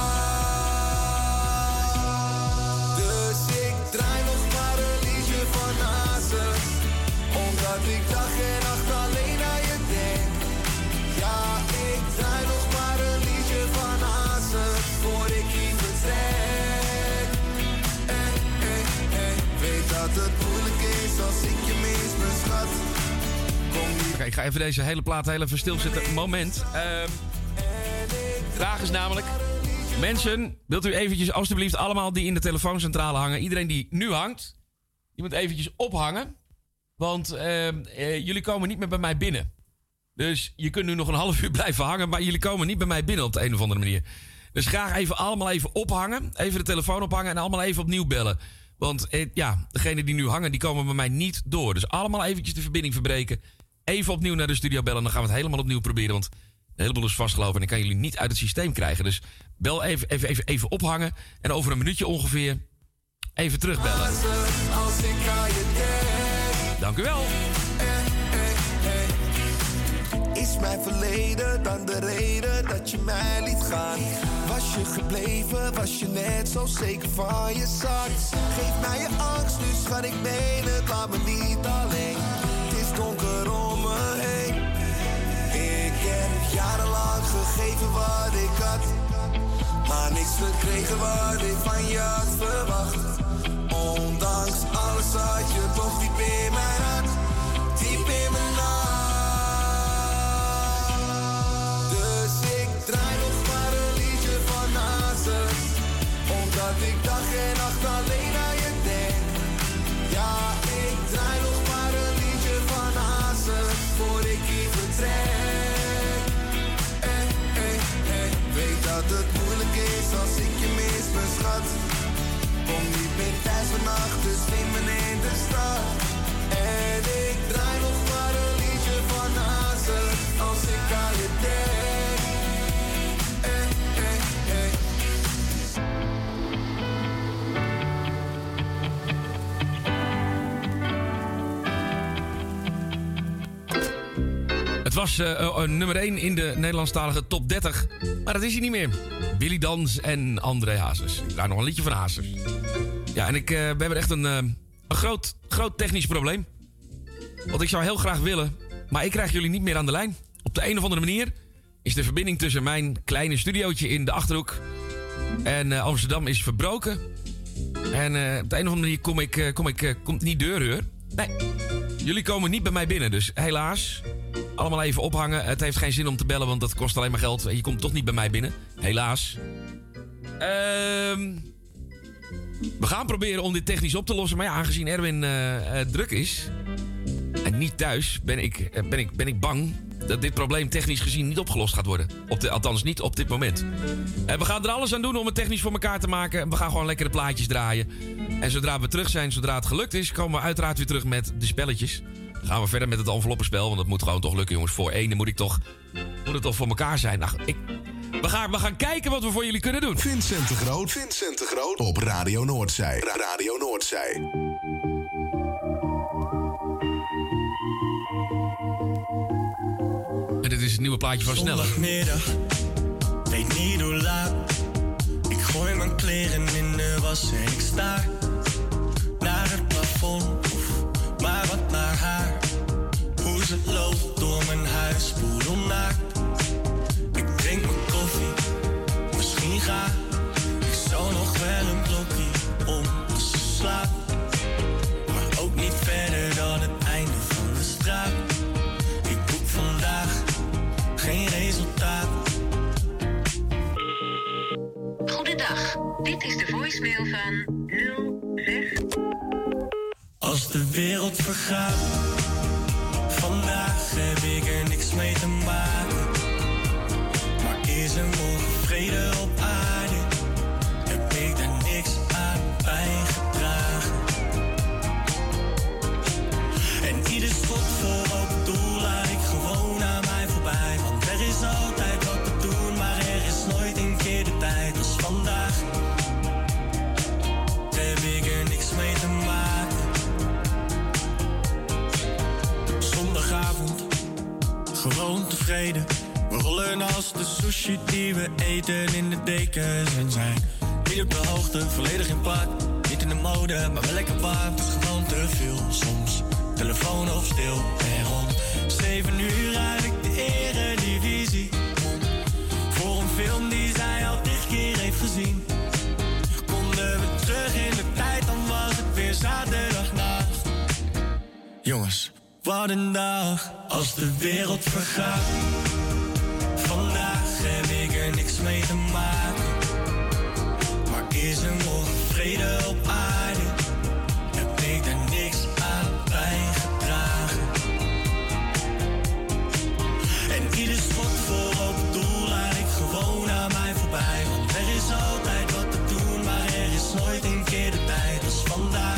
Speaker 15: hart. Dus ik draai nog maar een liedje van Hazes, omdat ik dag en nacht alleen aan je denk. Ja, ik draai nog maar een liedje van Hazes, voor ik hier vertrek. Eh, eh, eh. Weet dat het moeilijk is als ik je mis, mijn schat. Kom niet.
Speaker 8: Oké, ik ga even deze hele plaat heel even stilzetten. Moment. Uh, de vraag is namelijk... Mensen, wilt u eventjes alstublieft allemaal die in de telefooncentrale hangen... iedereen die nu hangt, die moet eventjes ophangen. Want uh, uh, jullie komen niet meer bij mij binnen. Dus je kunt nu nog een half uur blijven hangen... maar jullie komen niet bij mij binnen op de een of andere manier. Dus graag even allemaal even ophangen. Even de telefoon ophangen en allemaal even opnieuw bellen. Want uh, ja, degenen die nu hangen, die komen bij mij niet door. Dus allemaal eventjes de verbinding verbreken. Even opnieuw naar de studio bellen. Dan gaan we het helemaal opnieuw proberen. Want een heleboel is vastgelopen en ik kan jullie niet uit het systeem krijgen. Dus bel even, even, even, even ophangen. En over een minuutje ongeveer even terugbellen. Dank u wel.
Speaker 15: Is mijn verleden dan de reden dat je mij liet gaan? Was je gebleven, was je net zo zeker van je zak? Geef mij je angst, nu schat ik meen het, laat me niet alleen. Het is donker om me heen. Ik heb jarenlang gegeven wat ik had, maar niks gekregen wat ik van je had verwacht. Ondanks alles had je toch diep in mijn hart, diep in mijn hart. Dat ik dag en nacht alleen aan je denk. Ja, ik draai nog maar een liedje van Hazen voor ik hier vertrek. Eh, eh, eh. Weet dat het moeilijk is als ik je mis, mijn schat. Kom niet meer thuis vannacht, dus neem me in de stad. En ik draai nog maar een liedje van Hazen als ik aan je denk.
Speaker 8: Het was uh, uh, nummer één in de Nederlandstalige top dertig. Maar dat is hij niet meer. Willy Dans en André Hazes. Daar nog een liedje van Hazes. Ja, en ik, uh, we hebben echt een, uh, een groot, groot technisch probleem. Want ik zou heel graag willen, maar ik krijg jullie niet meer aan de lijn. Op de een of andere manier is de verbinding tussen mijn kleine studiootje in de Achterhoek en uh, Amsterdam is verbroken. En uh, op de een of andere manier kom ik, uh, kom ik uh, kom niet deurheur. Nee, jullie komen niet bij mij binnen, dus helaas... Allemaal even ophangen. Het heeft geen zin om te bellen, want dat kost alleen maar geld. En je komt toch niet bij mij binnen. Helaas. Ehm... We gaan proberen om dit technisch op te lossen. Maar ja, aangezien Erwin uh, uh, druk is... en niet thuis, ben ik, uh, ben, ik, ben ik bang... dat dit probleem technisch gezien niet opgelost gaat worden. Op de, althans niet op dit moment. Uh, we gaan er alles aan doen om het technisch voor elkaar te maken. We gaan gewoon lekkere plaatjes draaien. En zodra we terug zijn, zodra het gelukt is... komen we uiteraard weer terug met de spelletjes. Dan gaan we verder met het enveloppenspel. Want dat moet gewoon toch lukken, jongens. Voor één, dan moet ik toch... moet het toch voor elkaar zijn. Ach, ik... We gaan, we gaan kijken wat we voor jullie kunnen doen.
Speaker 9: Vincent de Groot. Vincent de Groot. Op Radio Noordzij. Ra- Radio Noordzij.
Speaker 8: En dit is het nieuwe plaatje van Sneller.
Speaker 16: Zondagmiddag, weet niet hoe laat. Ik gooi mijn kleren in de was en ik sta naar het plafond. Maar wat naar haar. Hoe ze loopt door mijn huis, poedelnaakt. Ik drink mijn koffie, misschien ga ik zo nog wel een blokje om als ze slaapt. Maar ook niet verder dan het einde van de straat. Ik boek vandaag geen resultaat.
Speaker 17: Goedendag, dit is de voicemail van nul zes.
Speaker 16: Als de wereld vergaat, vandaag heb ik er niks mee te maken. Maar is er morgen vrede op aarde, heb ik daar niks aan bijgedragen. En ieder schot voor open doel laat ik gewoon aan mij voorbij. Want er is altijd wat te doen, maar er is nooit een keer de tijd als vandaag. Heb ik er niks mee te maken. Zondagavond, gewoon tevreden. We rollen als de sushi die we eten in de dekens en zijn. Niet op de hoogte, volledig in pak. Niet in de mode, maar wel lekker warm. Het is gewoon te veel soms. Telefoon op stil en rond zeven uur rijd ik de eredivisie. Voor een film die zij al tig keer heeft gezien. Konden we terug in de tijd, dan was het weer zaterdagnacht. Jongens, Wat een dag als de wereld vergaat. Vandaag heb ik er niks mee te maken. Maar is er morgen vrede op aarde? Heb ik er niks aan bijgedragen? En ieder schot voor open doel laat ik gewoon aan mij voorbij. Want er is altijd wat te doen, maar er is nooit een keer de tijd als vandaag.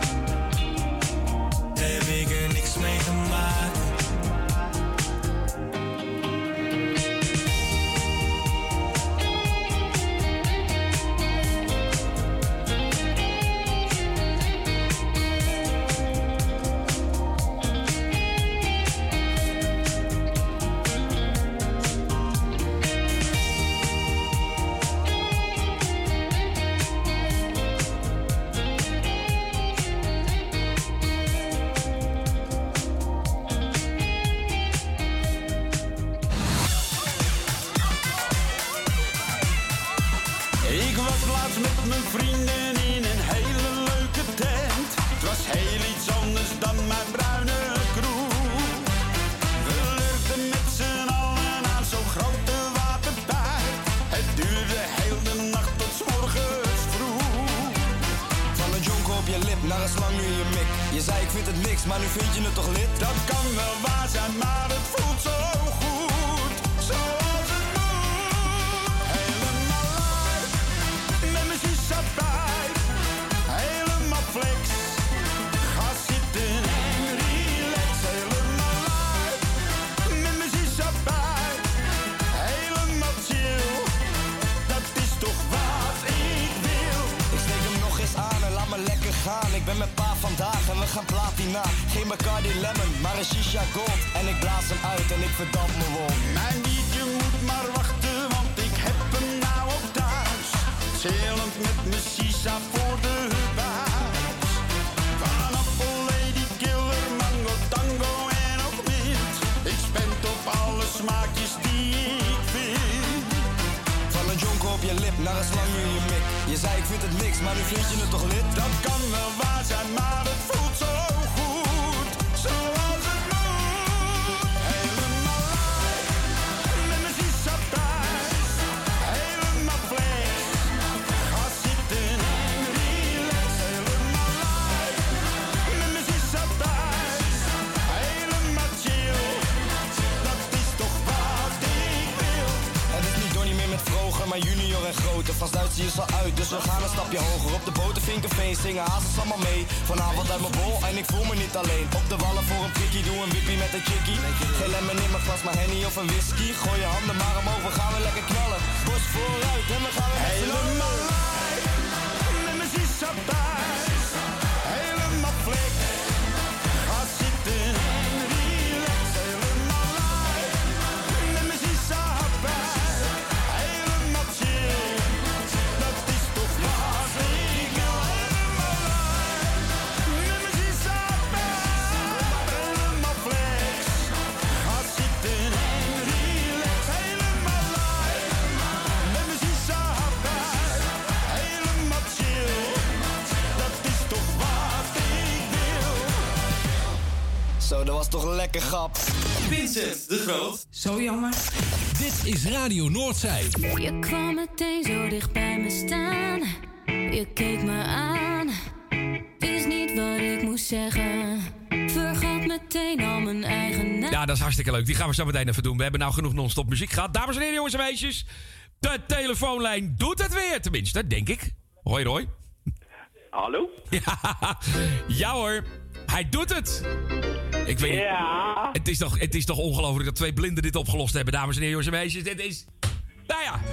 Speaker 16: Heb ik er niks mee te maken.
Speaker 12: Ik was laatst met mijn vrienden in een hele leuke tent. Het was heel iets anders dan mijn bruine crew. We lurkten met z'n allen aan zo'n grote waterpijp. Het duurde heel de nacht tot 's morgens vroeg.
Speaker 18: Van een jonko op je lip naar een slang nu in je mik. Je zei ik vind het niks, maar nu vind je het toch lid?
Speaker 12: Dat kan wel waar zijn, maar het voelt zo goed. Zoals het moet. Helemaal uit. Met mijn shisha bij. Helemaal flex. Ga zitten en relax. Helemaal uit. Met mijn shisha bij. Helemaal chill. Dat is toch wat ik wil.
Speaker 18: Ik steek hem nog eens aan en laat me lekker gaan. Ik ben met pa vandaag en we gaan platina. Geen Bacardi Lemon, maar een shisha gold. En ik blaas hem uit en ik verdamp me wol.
Speaker 12: Mijn liedje moet maar wachten, want ik heb hem nou ook thuis. Chillend met mijn shisha voor de buis. Van Apple, Lady Killer, Mango, Tango en ook Mint. Ik spend op alle smaakjes die ik vind.
Speaker 18: Van een jonko op je lip naar een slang nu in je mik. Je zei ik vind het niks, maar nu vind je het toch lid?
Speaker 12: Dat kan wel waar zijn, maar het voelt zo goed. Zoals het moet. Helemaal uit. Met mijn shisha thuis. Helemaal flex. Ga zitten en relax. Helemaal uit. Met mijn shisha thuis. Helemaal chill. Dat is toch wat ik wil.
Speaker 18: Het is niet Donnie meer met vroger, maar junior en groter. Van Duits zie je al uit, dus we gaan een stapje hoger. Op de boten Vinkerveen zingen hazes allemaal mee. Vanavond uit mijn bol en ik voel me niet alleen. Op de wallen voor een prikkie, doe een wippie met een chickie. Geen lemon in mijn glas, maar Henny of een whisky. Gooi je handen maar omhoog, we gaan weer lekker knallen. Bos vooruit en we gaan weer
Speaker 12: helemaal uit. Met mijn shisha thuis. Helemaal flex. Ga zitten en relax. Helemaal uit. Met mijn shisha thuis. Helemaal chill. Dat is toch wat ik wil. Helemaal uit. Met mijn shisha thuis. Helemaal flex. Ga zitten en relax. Helemaal uit. Met mijn shisha thuis. Helemaal chill. Dat is toch wat ik wil.
Speaker 18: Zo, dat was toch een lekker grap.
Speaker 3: Vincent de Groot.
Speaker 4: Zo jammer.
Speaker 3: Dit is Radio Noordzij.
Speaker 10: Je kwam meteen zo dicht bij me staan. Je keek me aan. Wist niet wat ik moest zeggen. Vergat meteen al mijn eigen naam.
Speaker 8: Ja, dat is hartstikke leuk. Die gaan we zo meteen even doen. We hebben nou genoeg non-stop muziek gehad. Dames en heren, jongens en meisjes. De telefoonlijn doet het weer. Tenminste, denk ik. Hoi, Roy.
Speaker 19: Hallo?
Speaker 8: Ja, ja hoor. Hij doet het. Ik weet
Speaker 19: ja.
Speaker 8: niet. Het is toch, het is toch ongelooflijk dat twee blinden dit opgelost hebben, dames en heren, jongens en meisjes. Dit is... Nou ja.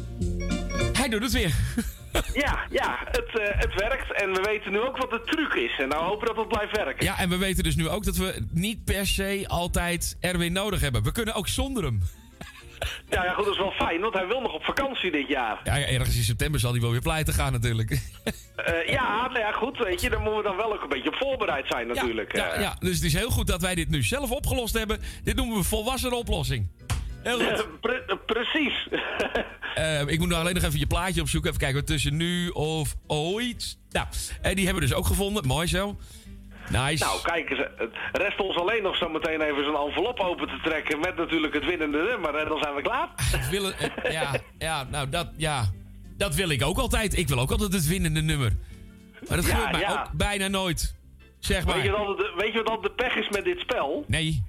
Speaker 8: Hij doet het weer.
Speaker 19: Ja, ja, het, uh, het werkt. En we weten nu ook wat de truc is. En nou hopen dat het blijft werken.
Speaker 8: Ja, en we weten dus nu ook dat we niet per se altijd Erwin nodig hebben. We kunnen ook zonder hem.
Speaker 19: Ja, ja, goed, dat is wel fijn, want hij wil nog op vakantie dit jaar.
Speaker 8: Ja, ergens in september zal hij wel weer pleiten gaan natuurlijk.
Speaker 19: Uh, ja, nou ja, goed, weet je, daar moeten we dan wel ook een beetje op voorbereid zijn natuurlijk.
Speaker 8: Ja, ja, ja, dus het is heel goed dat wij dit nu zelf opgelost hebben. Dit noemen we volwassen oplossing. Heel goed.
Speaker 19: Uh, pre- precies.
Speaker 8: uh, ik moet nou alleen nog even je plaatje opzoeken. Even kijken, tussen nu of ooit. Nou, uh, die hebben we dus ook gevonden. Mooi zo. Nice.
Speaker 19: Nou, kijk eens. Het rest ons alleen nog zo meteen even zo'n envelop open te trekken met natuurlijk het winnende nummer. En dan zijn we klaar.
Speaker 8: Willen, ja, ja, nou dat, ja, dat wil ik ook altijd. Ik wil ook altijd het winnende nummer. Maar dat
Speaker 19: Ja,
Speaker 8: gebeurt mij
Speaker 19: ja.
Speaker 8: ook bijna nooit. Zeg maar.
Speaker 19: Weet je, wat de, weet je wat de pech is met dit spel?
Speaker 8: Nee.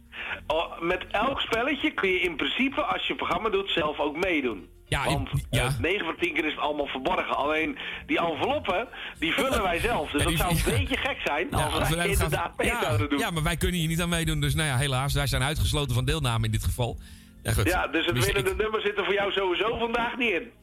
Speaker 19: Oh, met elk spelletje kun je in principe, als je een programma doet, zelf ook meedoen.
Speaker 8: Ja,
Speaker 19: Want
Speaker 8: ja.
Speaker 19: uh, negen van tien keer is het allemaal verborgen. Alleen die enveloppen, die vullen wij zelf. Dus
Speaker 8: Ja, die-
Speaker 19: dat zou een beetje gek zijn
Speaker 8: Ja,
Speaker 19: als
Speaker 8: als we
Speaker 19: wij
Speaker 8: gaan-
Speaker 19: inderdaad mee
Speaker 8: ja,
Speaker 19: zouden doen.
Speaker 8: ja, maar wij kunnen hier niet aan meedoen. Dus nou ja, helaas. Wij zijn uitgesloten van deelname in dit geval. Ja, goed.
Speaker 19: Ja, dus het
Speaker 8: Dus
Speaker 19: winnende
Speaker 8: ik-
Speaker 19: nummer zit er voor jou sowieso vandaag niet in.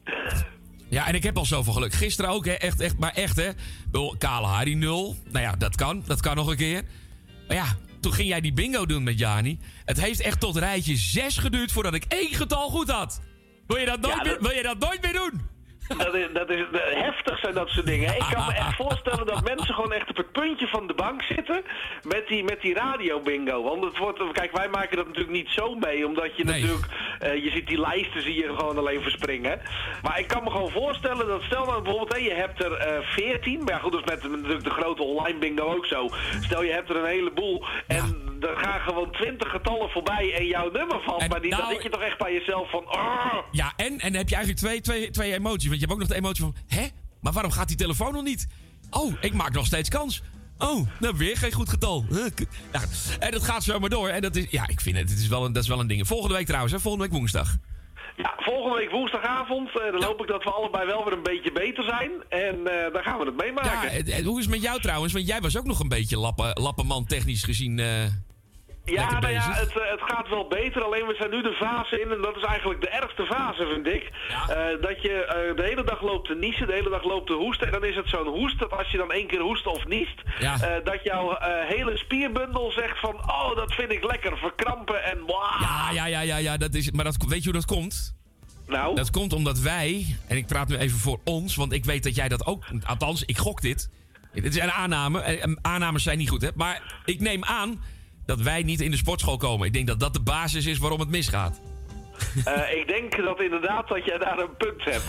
Speaker 8: Ja, en ik heb al zoveel geluk. Gisteren ook, hè. Echt, echt, maar echt, hè. Ik bedoel, Kale Harry nul. Nou ja, dat kan. Dat kan nog een keer. Maar ja, toen ging jij die bingo doen met Jani. Het heeft echt tot rijtje zes geduurd voordat ik één getal goed had. Wil je dat nooit,
Speaker 19: Ja,
Speaker 8: meer,
Speaker 19: dat-
Speaker 8: wil je dat nooit meer doen?
Speaker 19: Dat is, dat is heftig zijn dat soort dingen. Ik kan me echt voorstellen dat mensen gewoon echt op het puntje van de bank zitten met die, met die radio bingo. Want het wordt, kijk, wij maken dat natuurlijk niet zo mee, omdat je
Speaker 8: Nee.
Speaker 19: natuurlijk, eh, je ziet die lijsten zie je gewoon alleen verspringen. Maar ik kan me gewoon voorstellen dat stel nou bijvoorbeeld, hè, je hebt er eh, veertien, maar ja goed, dat is met, met natuurlijk de grote online bingo ook zo. Stel je hebt er een heleboel en er gaan gewoon twintig getallen voorbij en jouw nummer valt,
Speaker 8: En
Speaker 19: maar niet,
Speaker 8: nou-
Speaker 19: dan denk je toch echt bij jezelf van, oh.
Speaker 8: Ja, en, en dan heb je eigenlijk twee, twee, twee emoties. Want je hebt ook nog de emotie van... Hè? Maar waarom gaat die telefoon nog niet? Oh, ik maak nog steeds kans. Oh, nou weer geen goed getal. Huh, k- Nou, en dat gaat zo maar door. En dat is... Ja, ik vind het. Het is wel een, dat is wel een ding. Volgende week trouwens, hè? Volgende week woensdag.
Speaker 19: Ja, volgende week woensdagavond, eh, dan hoop ik dat we allebei wel weer een beetje beter zijn. En eh dan gaan we het meemaken.
Speaker 8: Ja, het- het- hoe is het met jou trouwens? Want jij was ook nog een beetje lappen, lappenman technisch gezien... eh,
Speaker 19: Ja,
Speaker 8: lekker
Speaker 19: nou ja,
Speaker 8: bezig.
Speaker 19: het, eh, het gaat wel beter, alleen we zijn nu de fase in, en dat is eigenlijk de ergste fase, vind ik. Eh, dat je eh, de hele dag loopt te niezen, de hele dag loopt te hoesten, en dan is het zo'n hoest, dat als je dan één keer hoest of niest,
Speaker 8: Ja.
Speaker 19: eh, dat jouw eh, hele spierbundel zegt van, oh, dat vind ik lekker, verkrampen en wauw.
Speaker 8: Ja, ja, ja, ja, ja, dat is... Maar dat, weet je hoe dat komt?
Speaker 19: Nou?
Speaker 8: Dat komt omdat wij... En ik praat nu even voor ons, want ik weet dat jij dat ook... Althans, ik gok dit. Dit is een aanname. En aannames zijn niet goed, hè? Maar ik neem aan dat wij niet in de sportschool komen. Ik denk dat dat de basis is waarom het misgaat.
Speaker 19: Eh, ik denk dat inderdaad dat jij daar een punt hebt.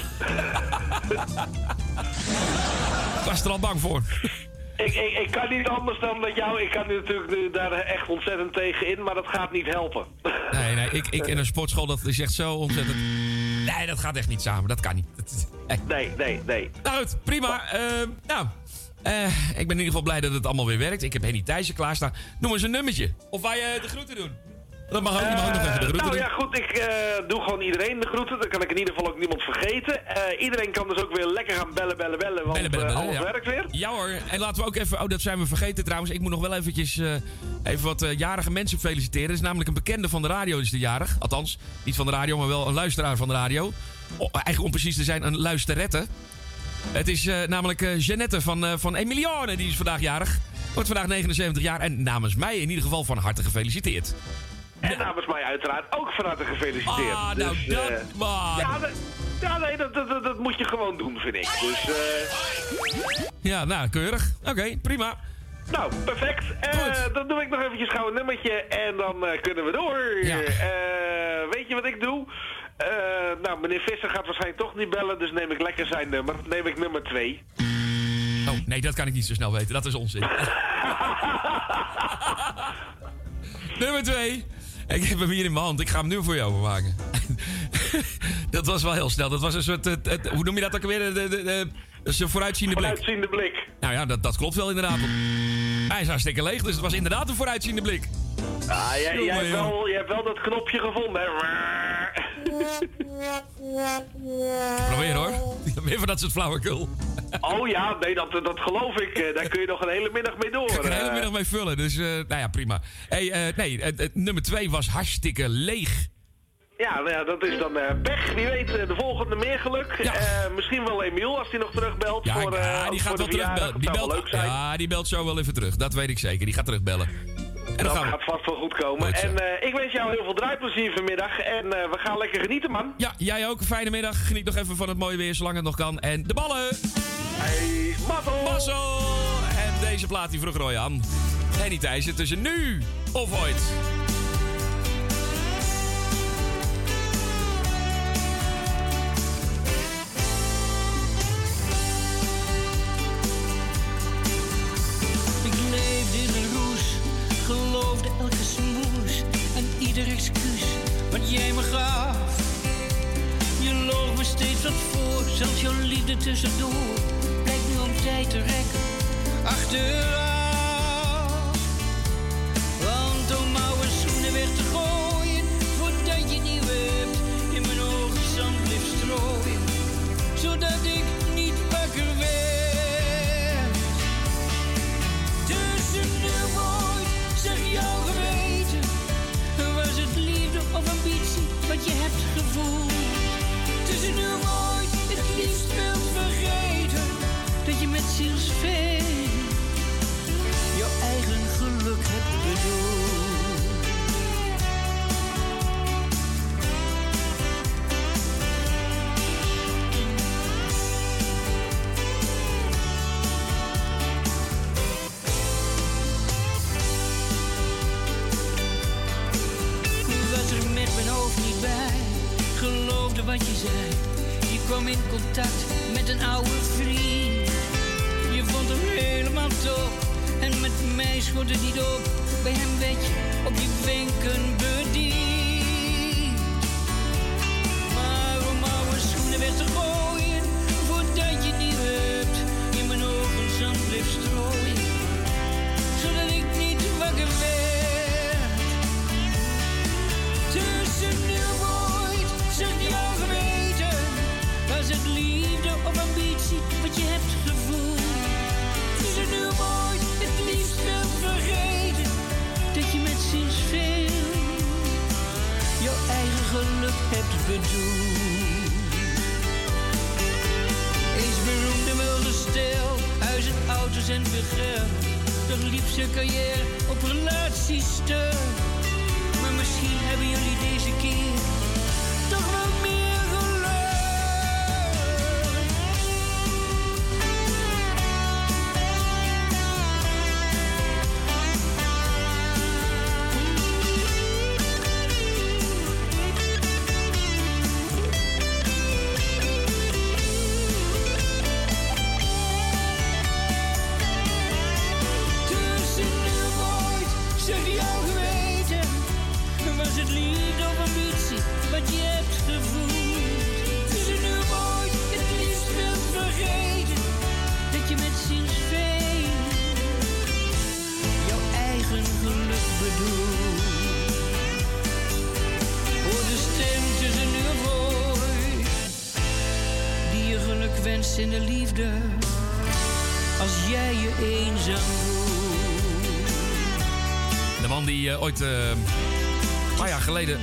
Speaker 8: Ik was er al bang voor.
Speaker 19: Ik, ik, ik kan niet anders dan dat jou, ik kan nu natuurlijk nu daar echt ontzettend tegen in, maar dat gaat niet helpen.
Speaker 8: Nee, nee, ik, ik in een sportschool, dat is echt zo ontzettend... Nee, dat gaat echt niet samen. Dat kan niet. Dat is- nee.
Speaker 19: Nee, nee, nee.
Speaker 8: Nou goed, prima. Ehm, nou, eh, ik ben in ieder geval blij dat het allemaal weer werkt. Ik heb Henny Thijssen klaarstaan. Noem eens een nummertje. Of wij eh, de groeten doen. Dat mag ook, je mag ook nog even de groeten
Speaker 19: nou
Speaker 8: doen.
Speaker 19: ja, goed, ik eh, doe gewoon iedereen de groeten. Dan kan ik in ieder geval ook niemand vergeten. Eh, iedereen kan dus ook weer lekker gaan bellen, bellen, bellen. Want
Speaker 8: Bellen, bellen,
Speaker 19: eh,
Speaker 8: bellen,
Speaker 19: alles
Speaker 8: ja.
Speaker 19: werkt weer.
Speaker 8: Ja hoor, en laten we ook even... Oh, dat zijn we vergeten trouwens. Ik moet nog wel eventjes eh, even wat eh, jarige mensen feliciteren. Er is namelijk een bekende van de radio, is de jarig. Althans, niet van de radio, maar wel een luisteraar van de radio. O, eigenlijk om precies te zijn, een luisterette. Het is eh, namelijk eh, Jeannette van, eh, van Emilione, die is vandaag jarig. Wordt vandaag negenenzeventig jaar en namens mij in ieder geval van harte gefeliciteerd.
Speaker 19: En namens mij uiteraard ook van harte gefeliciteerd.
Speaker 8: Ah, nou
Speaker 19: Dus,
Speaker 8: dat
Speaker 19: eh,
Speaker 8: maar.
Speaker 19: Ja, dat, ja, nee, dat, dat, dat, dat moet je gewoon doen, vind ik. Dus, eh
Speaker 8: Ja, nou, keurig. Oké, prima.
Speaker 19: nou, perfect. Eh, dan doe ik nog eventjes gauw een nummertje en dan eh, kunnen we door.
Speaker 8: Ja.
Speaker 19: Eh, weet je wat ik doe? Eh, nou, meneer Visser gaat waarschijnlijk toch niet bellen, dus neem ik lekker zijn nummer. Neem ik nummer twee.
Speaker 8: Oh, nee, dat kan ik niet zo snel weten. Dat is onzin. Nummer twee. Ik heb hem hier in mijn hand. Ik ga hem nu voor je openmaken. Dat was wel heel snel. Dat was een soort... Het, het- hoe noem je dat ook alweer? De, de, de, de- dat is een vooruitziende blik.
Speaker 19: Vooruitziende blik.
Speaker 8: Nou ja, dat, dat klopt wel inderdaad. Hij is hartstikke leeg, dus het was inderdaad een vooruitziende blik.
Speaker 19: Ah, jij, jij,
Speaker 8: Jongen,
Speaker 19: hebt
Speaker 8: jongen.
Speaker 19: wel, jij hebt wel dat knopje gevonden, hè?
Speaker 8: Probeer hoor. Weer van dat soort flauwekul.
Speaker 19: Oh ja, nee, dat, dat geloof ik. Eh, Daar kun je nog een hele middag mee door.
Speaker 8: Ik kan er de hele
Speaker 19: eh.
Speaker 8: middag mee vullen, dus eh, nou ja, prima. Hey, eh, nee, het, het nummer twee was hartstikke leeg.
Speaker 19: Ja, nou ja, dat is dan eh pech. Wie weet, eh, de volgende meer geluk. Eh, misschien wel Emiel, als hij nog terugbelt.
Speaker 8: Ja,
Speaker 19: voor, eh,
Speaker 8: ja, die
Speaker 19: voor
Speaker 8: gaat
Speaker 19: de
Speaker 8: wel
Speaker 19: verjaardag.
Speaker 8: terugbellen. Die
Speaker 19: Dat zou wel
Speaker 8: belt,
Speaker 19: leuk zijn.
Speaker 8: ja, die belt zo wel even terug. Dat weet ik zeker. Die gaat terugbellen. En dan
Speaker 19: dat
Speaker 8: gaan we...
Speaker 19: gaat vast wel goed komen.
Speaker 8: Goed zo.
Speaker 19: En eh, ik wens jou heel veel draaiplezier vanmiddag. En eh, we gaan lekker genieten, man.
Speaker 8: Ja, jij ook. Een fijne middag. Geniet nog even van het mooie weer, zolang het nog kan. En de ballen!
Speaker 19: Hey, mazzel!
Speaker 8: Mazzel! En deze plaat die vroeg Roy aan. Henny Thijssen tussen nu of ooit.
Speaker 12: Ik leef
Speaker 20: er tussendoor. Blijkt nu om tijd te rekken. Achteraf. Want om oude schoenen weg te gooien. Voordat je nieuwe hebt. In mijn ogen zand bleef strooien. Zodat ik niet wakker werd. Tussen nu nooit, zeg jouw geweten. Was het liefde of ambitie wat je hebt gevoeld? Tussen nu nooit, het liefst wilt vergeten. Dat je met zielsveel jouw eigen geluk hebt bedoeld. Geloofde wat je zei. Je kwam in contact met een oude vriend. Je vond hem helemaal top. En met mij schoot het niet op. Bij hem werd je op je wenken bediend. Maar om oude schoenen weg te gooien. Voordat je die hebt. In mijn ogen zand bleef strooien. Zodat ik niet wakker werd. Tussen nu zeg jouw geweten, was het liefde of ambitie wat je hebt gevoeld? Is er nu ooit het liefst wilt vergeten, dat je met zielsveel jouw eigen geluk hebt bedoeld? Eens beroemde wilde stel, huizen, auto's en veel geld. Toch liep zijn carrière op relaties stuk. Maar misschien hebben jullie deze keer toch wel meer geluk. Tussen nu nooit, zeg jouw geweten, was het liefde of ambitie wat je hebt gevoeld? Tussen nu nooit het liefst wilt vergeten, dat je met zielsveel jouw eigen geluk bedoelt. Hoor de stem tussen nu of ooit, die je geluk wenst in de liefde, als jij je eenzaam voelt.
Speaker 8: De man die uh, ooit... Uh... Een paar jaar geleden.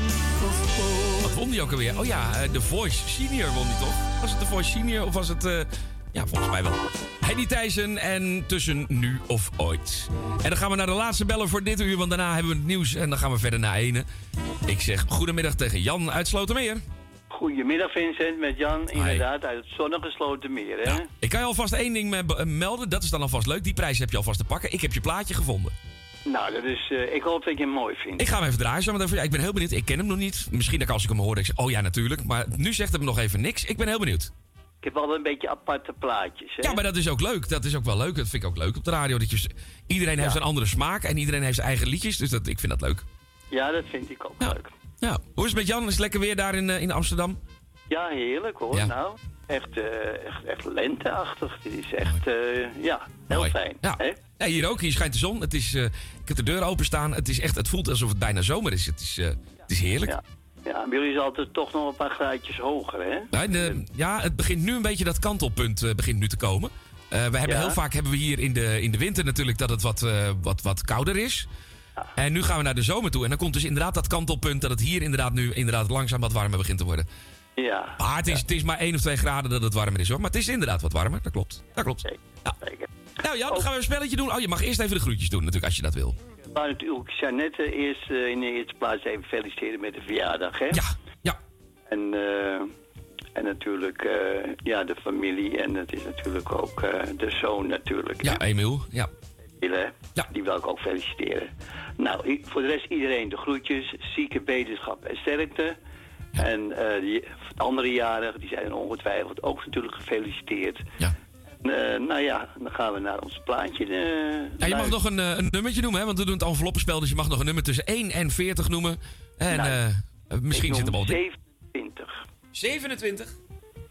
Speaker 8: Wat won die ook alweer? Oh ja, uh, The Voice Senior won die toch? Was het The Voice Senior of was het... Uh... Ja, volgens mij wel. Heidi Thijssen en Tussen Nu of Ooit. En dan gaan we naar de laatste beller voor dit uur, want daarna hebben we het nieuws en dan gaan we verder naar ene. Ik zeg goedemiddag tegen Jan uit Slotermeer.
Speaker 21: Goedemiddag Vincent, met Jan, inderdaad, uit het zonnige Slotermeer, hè?
Speaker 8: Ja, ik kan je alvast één ding me- melden, dat is dan alvast leuk. Die prijs heb je alvast te pakken. Ik heb je plaatje gevonden.
Speaker 21: Nou, dat is, uh, ik hoop dat je hem mooi vindt.
Speaker 8: Ik ga hem even draaien zo meteen. Ja, ik ben heel benieuwd. Ik ken hem nog niet. Misschien dat ik als ik hem hoor, ik zeg, oh ja, natuurlijk. Maar nu zegt hem nog even niks. Ik ben heel benieuwd.
Speaker 21: Ik heb wel een beetje aparte plaatjes, hè?
Speaker 8: Ja, maar dat is ook leuk. Dat is ook wel leuk. Dat vind ik ook leuk op de radio. Dat je, iedereen heeft ja. een andere smaak en iedereen heeft zijn eigen liedjes. Dus dat, ik vind dat leuk.
Speaker 21: Ja, dat vind ik ook
Speaker 8: ja.
Speaker 21: leuk.
Speaker 8: Ja. Hoe is het met Jan? Is het lekker weer daar in, uh, in Amsterdam?
Speaker 21: Ja, heerlijk hoor. Ja. Nou, echt, uh, echt, echt lenteachtig. Dit is echt, uh, ja, heel Mooi. fijn.
Speaker 8: Ja.
Speaker 21: Hè?
Speaker 8: Ja, hier ook. Hier schijnt de zon. Het is, uh, ik heb de deur openstaan. Het, is echt, het voelt alsof het bijna zomer is. Het is, uh, het is heerlijk.
Speaker 21: Ja. Ja, bij jullie is altijd toch nog een paar graadjes hoger, hè?
Speaker 8: Ja, de, ja, het begint nu een beetje, dat kantelpunt uh, begint nu te komen. Uh, we hebben ja. heel vaak hebben we hier in de, in de winter natuurlijk dat het wat, uh, wat, wat kouder is. Ja. En nu gaan we naar de zomer toe. En dan komt dus inderdaad dat kantelpunt dat het hier inderdaad nu inderdaad langzaam wat warmer begint te worden.
Speaker 21: Ja.
Speaker 8: Maar het is,
Speaker 21: ja.
Speaker 8: het is maar één of twee graden dat het warmer is, hoor. Maar het is inderdaad wat warmer, dat klopt. Dat klopt.
Speaker 21: Zeker.
Speaker 8: Ja.
Speaker 21: Zeker.
Speaker 8: Nou Jan, dan gaan we een spelletje doen. Oh, je mag eerst even de groetjes doen natuurlijk, als je dat wil.
Speaker 21: Maar natuurlijk Jeannette eerst uh, in de eerste plaats even feliciteren met de verjaardag, hè?
Speaker 8: Ja, ja.
Speaker 21: En, uh, en natuurlijk uh, ja, de familie en het is natuurlijk ook uh, de zoon natuurlijk.
Speaker 8: Ja,
Speaker 21: hè?
Speaker 8: Emiel, ja.
Speaker 21: Emiel, ja. Die wil ik ook feliciteren. Nou, voor de rest iedereen de groetjes, zieke, beterschap en sterkte. Ja. En uh, die andere jarigen, die zijn ongetwijfeld ook natuurlijk gefeliciteerd.
Speaker 8: Ja.
Speaker 21: Uh, nou ja, dan gaan we naar ons plaatje. Uh,
Speaker 8: ja, je mag nog een, uh, een nummertje noemen, hè? Want we doen het enveloppenspel, dus je mag nog een nummer tussen één en veertig noemen. En nou, uh, misschien zit hem al...
Speaker 21: zevenentwintig.
Speaker 8: zevenentwintig?
Speaker 21: Ja.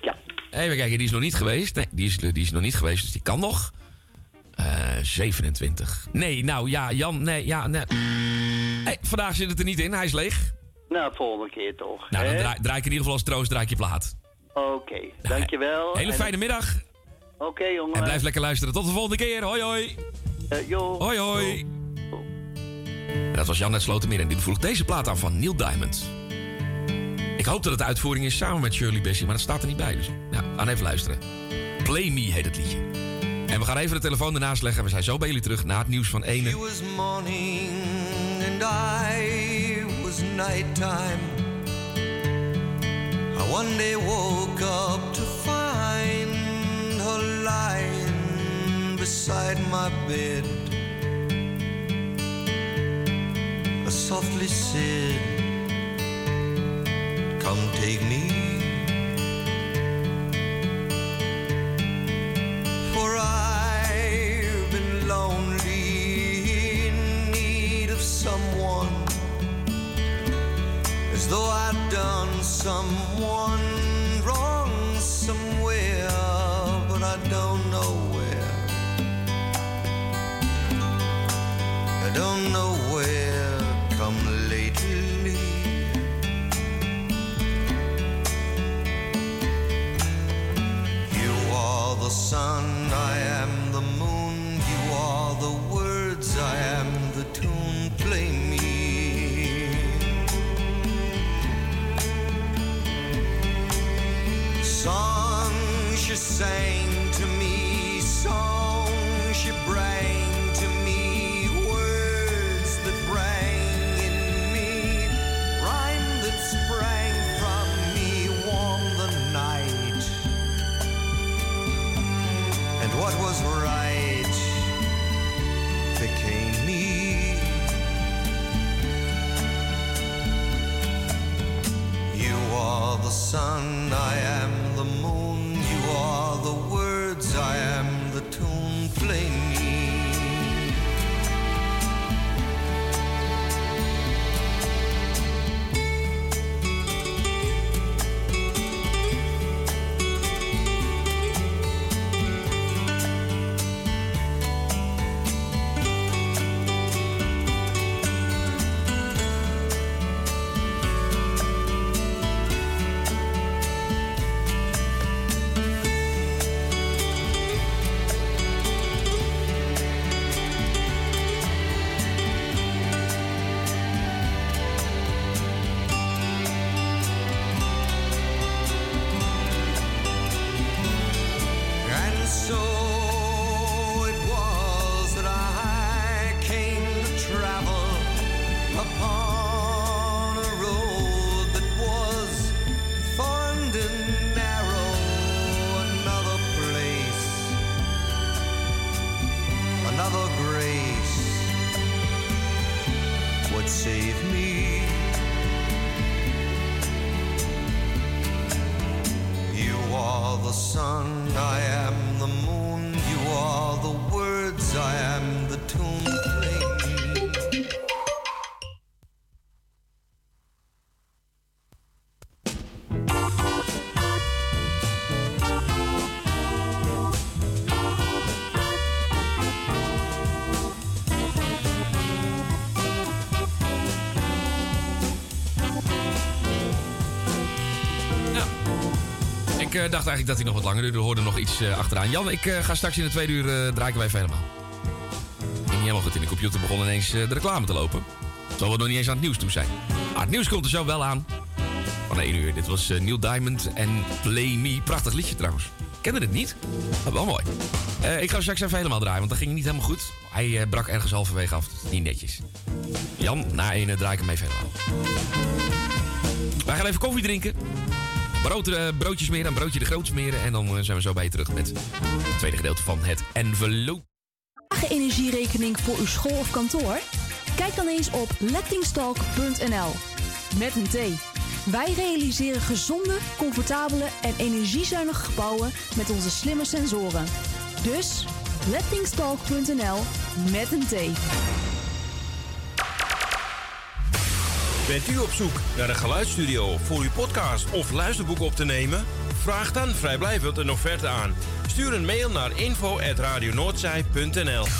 Speaker 8: Even kijken, die is nog niet geweest. Nee, die is, die is nog niet geweest, dus die kan nog. Uh, zevenentwintig. Nee, nou ja, Jan, nee, ja, nee. Hey, vandaag zit het er niet in, hij is leeg.
Speaker 21: Nou, volgende keer toch.
Speaker 8: Nou, dan draai, draai ik in ieder geval als troost, draai ik je plaat.
Speaker 21: Oké, okay, dankjewel.
Speaker 8: Hele fijne
Speaker 21: en...
Speaker 8: middag.
Speaker 21: Oké, okay, jongen.
Speaker 8: En blijf lekker luisteren. Tot de volgende keer. Hoi, hoi.
Speaker 21: Uh, yo.
Speaker 8: Hoi, hoi.
Speaker 21: Yo.
Speaker 8: En dat was Jan uit Slotermeer en die vroeg deze plaat aan van Neil Diamond. Ik hoop dat het de uitvoering is samen met Shirley Bassey, maar dat staat er niet bij. Dus ja, aan even luisteren. Play Me heet het liedje. En we gaan even de telefoon ernaast leggen. We zijn zo bij jullie terug na het nieuws van ene.
Speaker 12: It was morning and I was nighttime. I one day woke up to find her lying beside my bed. I softly said, come take me, for I've been lonely, in need of someone, as though I'd done someone wrong somewhere, but I don't know where. I don't know where, come lately. You are the sun, I am the moon. You are the words, I am the tune. Play me. Songs she sang to me, songs she bring to me, words that bring in me, rhyme that sprang from me, warm the night. And what was right became me. You are the sun, I am the moon. You are the words, I am the tune. Play me. And so it was that I came to travel upon a road that was thorned and narrow. Another place, another grace would save me. You are the sun, I am the moon. You are the words, I am the tune. Play me.
Speaker 8: Ik uh, dacht eigenlijk dat hij nog wat langer duurde. Er hoorde nog iets uh, achteraan. Jan, ik uh, ga straks in de tweede uur uh, draaien wij even helemaal. Ging niet helemaal goed in de computer. Begon ineens uh, de reclame te lopen. Terwijl we nog niet eens aan het nieuws toe zijn. Maar het nieuws komt er zo wel aan. Van één uur. Dit was uh, Neil Diamond en Play Me. Prachtig liedje trouwens. Kende dit niet? Oh, wel mooi. Uh, ik ga straks even helemaal draaien, want dat ging niet helemaal goed. Hij uh, brak ergens halverwege af. Niet netjes. Jan, na één uh, draai ik hem even helemaal. Wij gaan even koffie drinken. Brood, uh, broodjes smeren, een broodje de groot smeren. En dan uh, zijn we zo bij je terug met het tweede gedeelte van het envelop.
Speaker 6: Lage energierekening voor uw school of kantoor? Kijk dan eens op lettingstalk punt n l. Met een T. Wij realiseren gezonde, comfortabele en energiezuinige gebouwen met onze slimme sensoren. Dus lettingstalk punt n l met een T.
Speaker 5: Bent u op zoek naar een geluidsstudio voor uw podcast of luisterboek op te nemen?
Speaker 2: vraag dan vrijblijvend een offerte aan. Stuur een mail naar info at radionoordzij punt n l.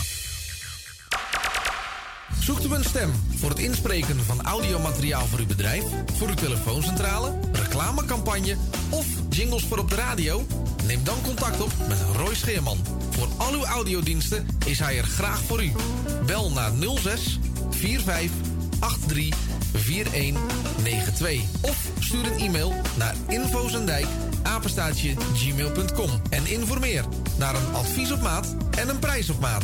Speaker 1: Zoekt u een stem voor het inspreken van audiomateriaal voor uw bedrijf, voor uw telefooncentrale, reclamecampagne of jingles voor op de radio? Neem dan contact op met Roy Scheerman. Voor al uw audiodiensten is hij er graag voor u. Bel naar nul zes vier vijf acht drie vier een negen twee of stuur een e-mail naar infozendijk apenstaartje gmail punt com en informeer naar een advies op maat en een prijs op maat.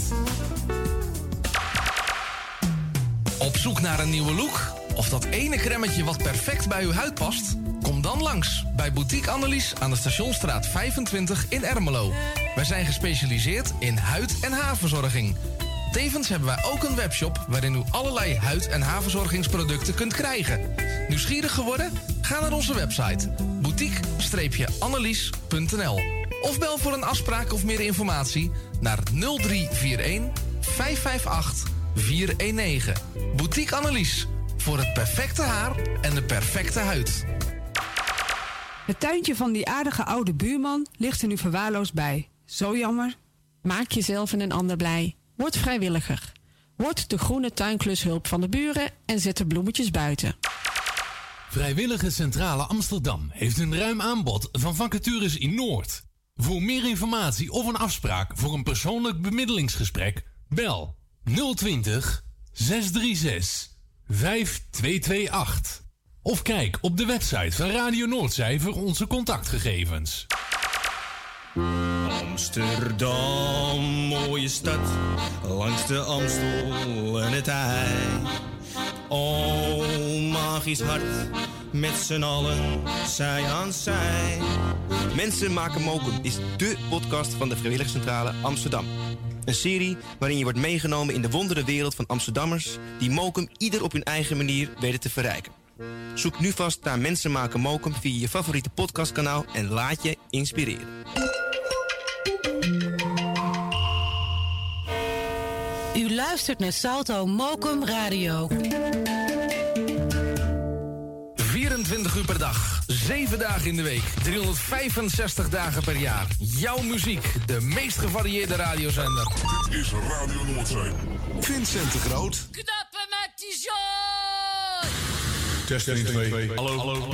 Speaker 1: Op zoek naar een nieuwe look? Of dat ene cremmetje wat perfect bij uw huid past? Kom dan langs bij Boutique Annelies aan de Stationsstraat vijfentwintig in Ermelo. Wij zijn gespecialiseerd in huid- en haarverzorging. Tevens hebben wij ook een webshop waarin u allerlei huid- en haarverzorgingsproducten kunt krijgen. Nieuwsgierig geworden? Ga naar onze website boutique annelies punt n l of bel voor een afspraak of meer informatie naar nul drie vier een vijf vijf acht vier een negen. Boutique Annelies, voor het perfecte haar en de perfecte huid.
Speaker 4: Het tuintje van die aardige oude buurman ligt er nu verwaarloosd bij. Zo jammer.
Speaker 5: Maak jezelf en een ander blij. Word vrijwilliger. Word de groene tuinklushulp van de buren en zet de bloemetjes buiten.
Speaker 3: Vrijwillige Centrale Amsterdam heeft een ruim aanbod van vacatures in Noord. Voor meer informatie of een afspraak voor een persoonlijk bemiddelingsgesprek, bel nul twintig zes drie zes vijf twee twee acht. Of kijk op de website van Radio Noordzij voor onze contactgegevens.
Speaker 16: Amsterdam, mooie stad, langs de Amstel en het IJ. O, magisch hart, met z'n allen, zij aan zij.
Speaker 2: Mensen maken mokum is dé podcast van de Vrijwilligerscentrale Amsterdam. Een serie waarin je wordt meegenomen in de wondere wereld van Amsterdammers die mokum ieder op hun eigen manier weten te verrijken. Zoek nu vast naar Mensen maken mokum via je favoriete podcastkanaal en laat je inspireren.
Speaker 7: U luistert naar Salto Mokum Radio.
Speaker 1: vierentwintig uur per dag, zeven dagen in de week, driehonderdvijfenzestig dagen per jaar. Jouw muziek, de meest gevarieerde radiozender.
Speaker 9: Dit is Radio Noordzee. Vincent de Groot.
Speaker 12: Knappen met die zooi!
Speaker 9: Test één, twee. Hallo. Hallo.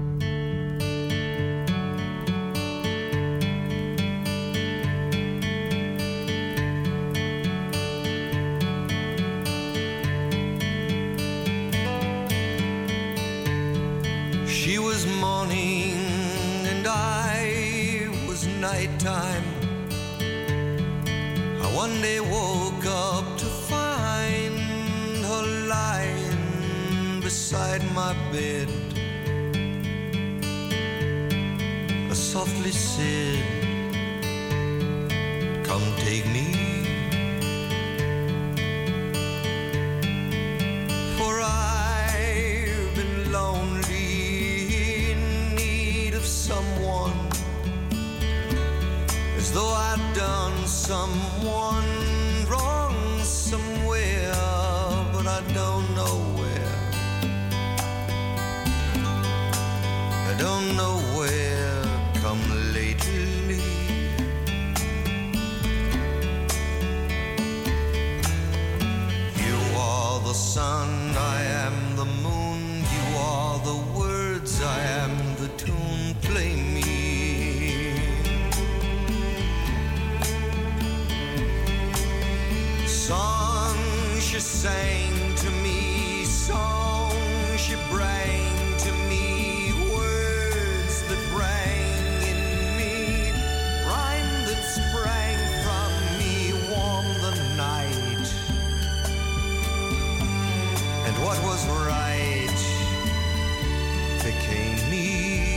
Speaker 12: She was morning and I was nighttime. I one day woke up to find her lying beside my bed. I softly said, come take me, for I've been lonely, in need of someone, as though I'd done someone wrong somewhere, but I don't know where. I don't know where. Come lately, you are the sun, I am the moon. You are the words, I am the tune. Play me. Songs she sang to me, songs she brought to me, words that rang in me, rhyme that sprang from me, warm the night. And what was right became me.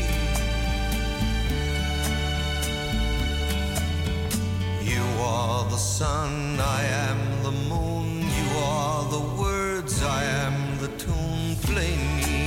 Speaker 12: You are the sun, I am the moon. You are the words, I am the tune. Play me.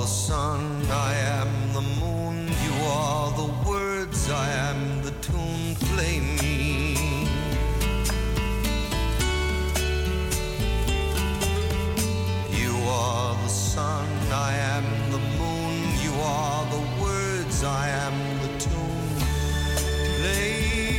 Speaker 11: the sun, I am the moon. You are the words, I am the tune. Play me. You are the sun, I am the moon. You are the words, I am the tune. Play.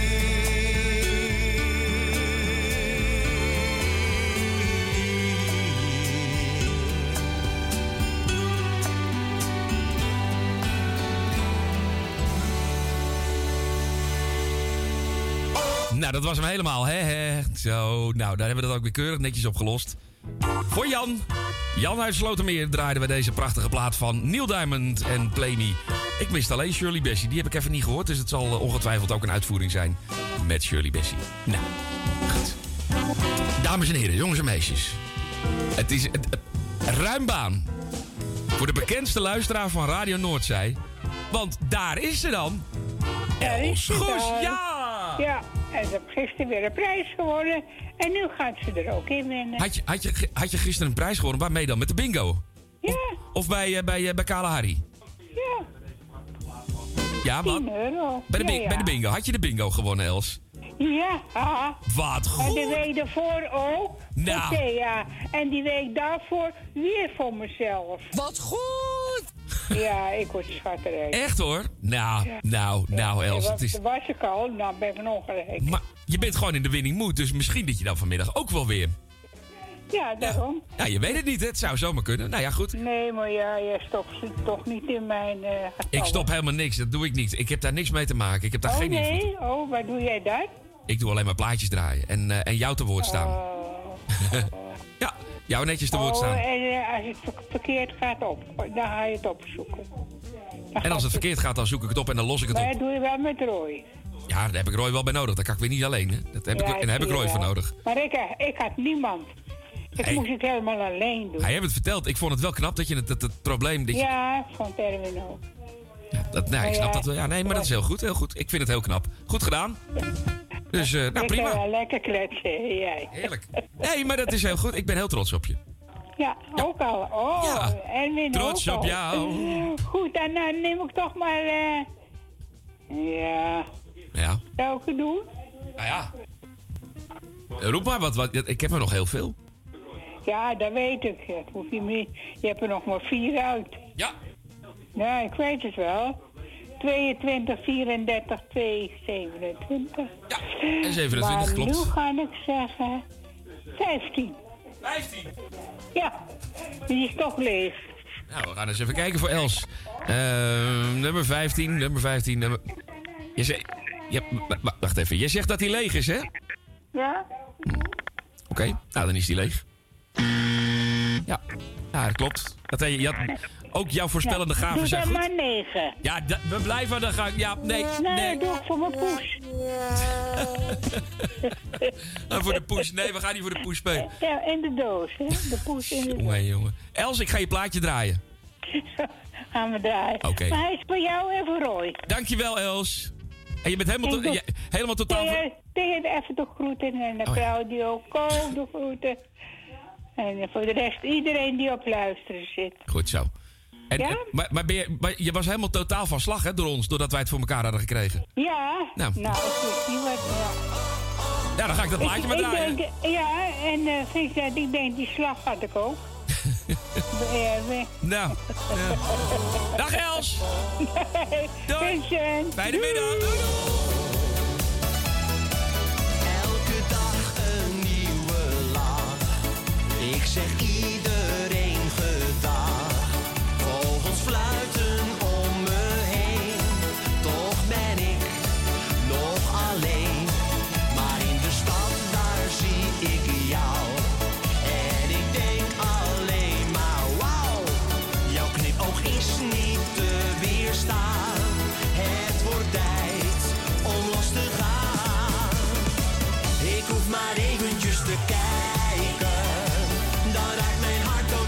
Speaker 8: Nou, dat was hem helemaal, hè, hè. Zo, nou, daar hebben we dat ook weer keurig netjes opgelost. Voor Jan. Jan uit Slotermeer draaiden we deze prachtige plaat van Neil Diamond en Play Me. Ik miste alleen Shirley Bassey. Die heb ik even niet gehoord, dus het zal uh, ongetwijfeld ook een uitvoering zijn met Shirley Bassey. Nou, goed. Dames en heren, jongens en meisjes. Het is het, het, ruim baan voor de bekendste luisteraar van Radio Noordzij. Want daar is ze dan. Els Goes, ja!
Speaker 22: Ja, en ze heeft gisteren weer een prijs gewonnen. En nu gaat ze er ook in winnen.
Speaker 8: Had je, had je, had je gisteren een prijs gewonnen? Waarmee dan? Met de bingo?
Speaker 22: Ja.
Speaker 8: Of, of bij, uh, bij, uh, bij Kalahari?
Speaker 22: Ja.
Speaker 8: Ja, wat?
Speaker 22: tien euro.
Speaker 8: Bij de,
Speaker 22: ja, ja.
Speaker 8: bij de bingo. Had je de bingo gewonnen, Els?
Speaker 22: Ja.
Speaker 8: Wat goed.
Speaker 22: En de week daarvoor ook.
Speaker 8: Nou.
Speaker 22: Oké, ja. En die week daarvoor weer voor mezelf.
Speaker 8: Wat goed.
Speaker 22: Ja, ik word schatterij.
Speaker 8: Echt hoor? Nou,
Speaker 22: ja.
Speaker 8: nou, nou, Els.
Speaker 22: Ja,
Speaker 8: Het is...
Speaker 22: dat was ik al. Nou, ben ik van ongelijk.
Speaker 8: Maar je bent gewoon in de winning mood, dus misschien dat je dan vanmiddag ook wel weer...
Speaker 22: Ja, daarom.
Speaker 8: Ja, je weet het niet, hè? Het zou zomaar kunnen. Nou ja, goed.
Speaker 22: Nee, maar ja, jij stopt toch niet in mijn uh,
Speaker 8: Ik stop helemaal niks, dat doe ik niet. Ik heb daar niks mee te maken. Ik heb daar
Speaker 22: oh,
Speaker 8: geen
Speaker 22: nee?
Speaker 8: invloed op.
Speaker 22: Oh, waar doe jij dat?
Speaker 8: Ik doe alleen maar plaatjes draaien en, uh, en jou te woord staan.
Speaker 22: Oh.
Speaker 8: Ja, jou netjes te woord staan.
Speaker 22: Oh, en uh, als het verkeerd gaat op, dan ga je het opzoeken. Dan
Speaker 8: en als het verkeerd gaat, dan zoek ik het op en dan los ik het
Speaker 22: maar
Speaker 8: op.
Speaker 22: Maar dat doe je wel met Roy.
Speaker 8: Ja, daar heb ik Roy wel bij nodig. Dat kan ik weer niet alleen, hè. Dat heb
Speaker 22: ja,
Speaker 8: ik, en daar heb ik Roy voor nodig.
Speaker 22: Maar ik, ik had niemand. Ik
Speaker 8: hey.
Speaker 22: moest het helemaal alleen doen.
Speaker 8: Hij heeft het verteld. Ik vond het wel knap dat je het, het, het probleem... Dat je...
Speaker 22: Ja, van Erwin ook.
Speaker 8: Ja, dat, nee, ik snap dat wel. Ja, nee, maar dat is heel goed, heel goed. Ik vind het heel knap. Goed gedaan. Dus, uh, nou, prima.
Speaker 22: Ik kan wel lekker kletsen, jij.
Speaker 8: Heerlijk. Nee, maar dat is heel goed. Ik ben heel trots op je.
Speaker 22: Ja, ook al. Oh,
Speaker 8: ja.
Speaker 22: Erwin
Speaker 8: trots
Speaker 22: ook
Speaker 8: op
Speaker 22: al.
Speaker 8: jou.
Speaker 22: Goed, dan uh, neem ik toch maar... Uh... Ja.
Speaker 8: Ja.
Speaker 22: Zou ik het doen?
Speaker 8: Nou ja. Roep maar wat, wat. Ik heb er nog heel veel.
Speaker 22: Ja, dat weet ik. Dat hoef je, niet. Je hebt er nog maar vier uit.
Speaker 8: Ja.
Speaker 22: Ja, ik weet het wel. tweeëntwintig, vierendertig, twee, zevenentwintig.
Speaker 8: Ja, en zevenentwintig
Speaker 22: maar
Speaker 8: klopt.
Speaker 22: nu ga ik zeggen vijftien.
Speaker 8: vijftien?
Speaker 22: Ja, die is toch leeg.
Speaker 8: Nou, we gaan eens even kijken voor Els. Uh, nummer vijftien, nummer vijftien, nummer... Je zegt... Ja, wacht even, je zegt dat hij leeg is, hè?
Speaker 22: Ja.
Speaker 8: Hm. Oké, okay. Nou dan is die leeg. Ja, ja dat klopt. Dat, je, je had, ook jouw voorspellende gaven
Speaker 22: doe
Speaker 8: zijn goed.
Speaker 22: maar negen.
Speaker 8: Ja, d- we blijven aan de gang. Ja, nee,
Speaker 22: nee.
Speaker 8: Nee,
Speaker 22: doe ik voor mijn poes.
Speaker 8: nou, voor de poes. Nee, we gaan niet voor de poes spelen.
Speaker 22: Ja, in de doos, hè. De poes in de doos.
Speaker 8: Jongen, jongen. Els, ik ga je plaatje draaien.
Speaker 22: Gaan we draaien.
Speaker 8: Oké. Okay.
Speaker 22: Maar hij is voor jou en voor Roy.
Speaker 8: Dankjewel, Els. En je bent helemaal, to- je, helemaal totaal...
Speaker 22: Tegen, tegen even de groeten en de oh, Claudio, Ko de groeten. En voor de rest iedereen die op luisteren zit.
Speaker 8: Goed zo. En,
Speaker 22: ja?
Speaker 8: en, maar maar, ben je, maar je was helemaal totaal van slag, hè, door ons, doordat wij het voor elkaar hadden gekregen.
Speaker 22: Ja,
Speaker 8: nou,
Speaker 22: nou ik weet niet wat... Ja,
Speaker 8: ja dan ga ik dat plaatje ik, maar draaien.
Speaker 22: Ik denk, ja, en uh, Vincent, ik denk die slag had ik ook.
Speaker 8: Nou, ja. Dag Els! Doei!
Speaker 22: Vincent!
Speaker 8: Fijne middag! Doei, doei.
Speaker 12: Elke dag een nieuwe lach. Ik zeg iedereen gedag. Vogels fluiten om me heen. Toch ben ik nog alleen. Maar in de stad daar zie ik jou. En ik denk alleen maar wauw. Jouw knipoog is niet te weerstaan. Het wordt tijd om los te gaan. Ik hoef maar eventjes te kijken. Dan raakt mijn hart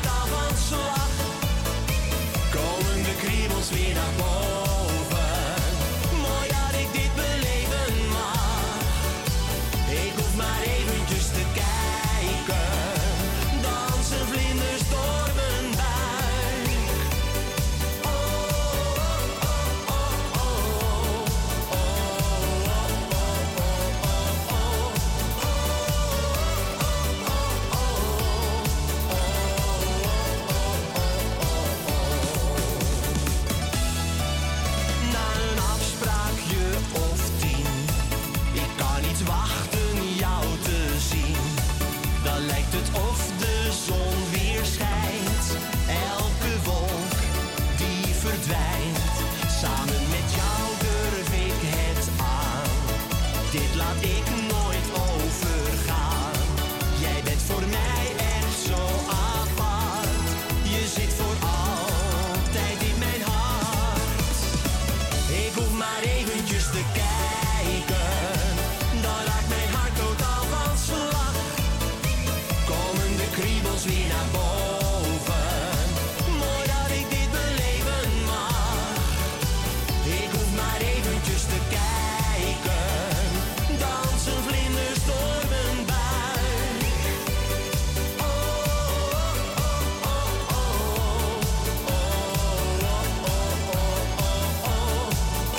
Speaker 12: weer naar boven. Mooi dat ik dit beleven mag. Ik hoef maar eventjes te kijken. Dansen vlinders door mijn buik. Oh, oh, oh, oh, oh, oh, oh, oh,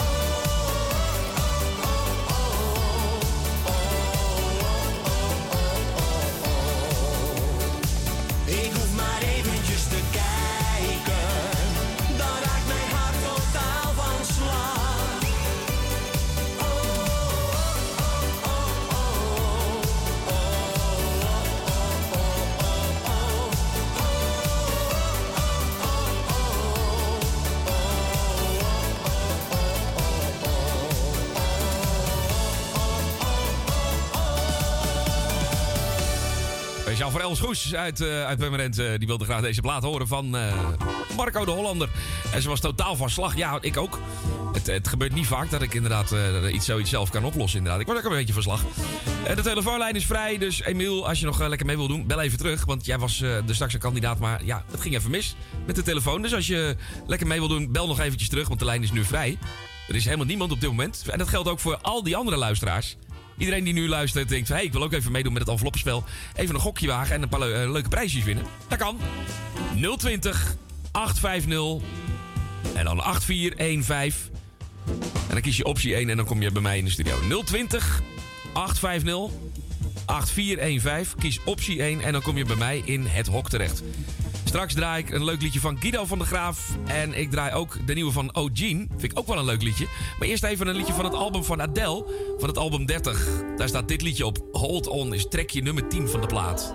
Speaker 12: Ik hoef maar eventjes te kijken, dan raakt mijn hart totaal van slag. Oh, oh, oh, oh, oh,
Speaker 8: Speciaal voor Els Goes uit, uh, uit Purmerend. Uh, die wilde graag deze plaat horen van uh, Marco de Hollander. En ze was totaal van slag. Ja, ik ook. Het, het gebeurt niet vaak dat ik inderdaad uh, iets, zoiets zelf kan oplossen. Inderdaad. Ik word ook een beetje van slag. Uh, de telefoonlijn is vrij. Dus Emiel, als je nog uh, lekker mee wil doen, bel even terug. Want jij was uh, er straks een kandidaat. Maar ja, het ging even mis met de telefoon. Dus als je lekker mee wil doen, bel nog eventjes terug. Want de lijn is nu vrij. Er is helemaal niemand op dit moment. En dat geldt ook voor al die andere luisteraars. Iedereen die nu luistert denkt, hey, ik wil ook even meedoen met het enveloppenspel. Even een gokje wagen en een paar le- uh, leuke prijsjes winnen. Dat kan. nul twintig, acht vijf nul en dan acht vier een vijf. En dan kies je optie één en dan kom je bij mij in de studio. nul twintig, acht vijf nul, acht vier een vijf. Kies optie één en dan kom je bij mij in het hok terecht. Straks draai ik een leuk liedje van Guido van der Graaf. En ik draai ook de nieuwe van O'Gene. Vind ik ook wel een leuk liedje. Maar eerst even een liedje van het album van Adele. Van het album dertig. Daar staat dit liedje op. Hold On is trekje nummer tien van de plaat.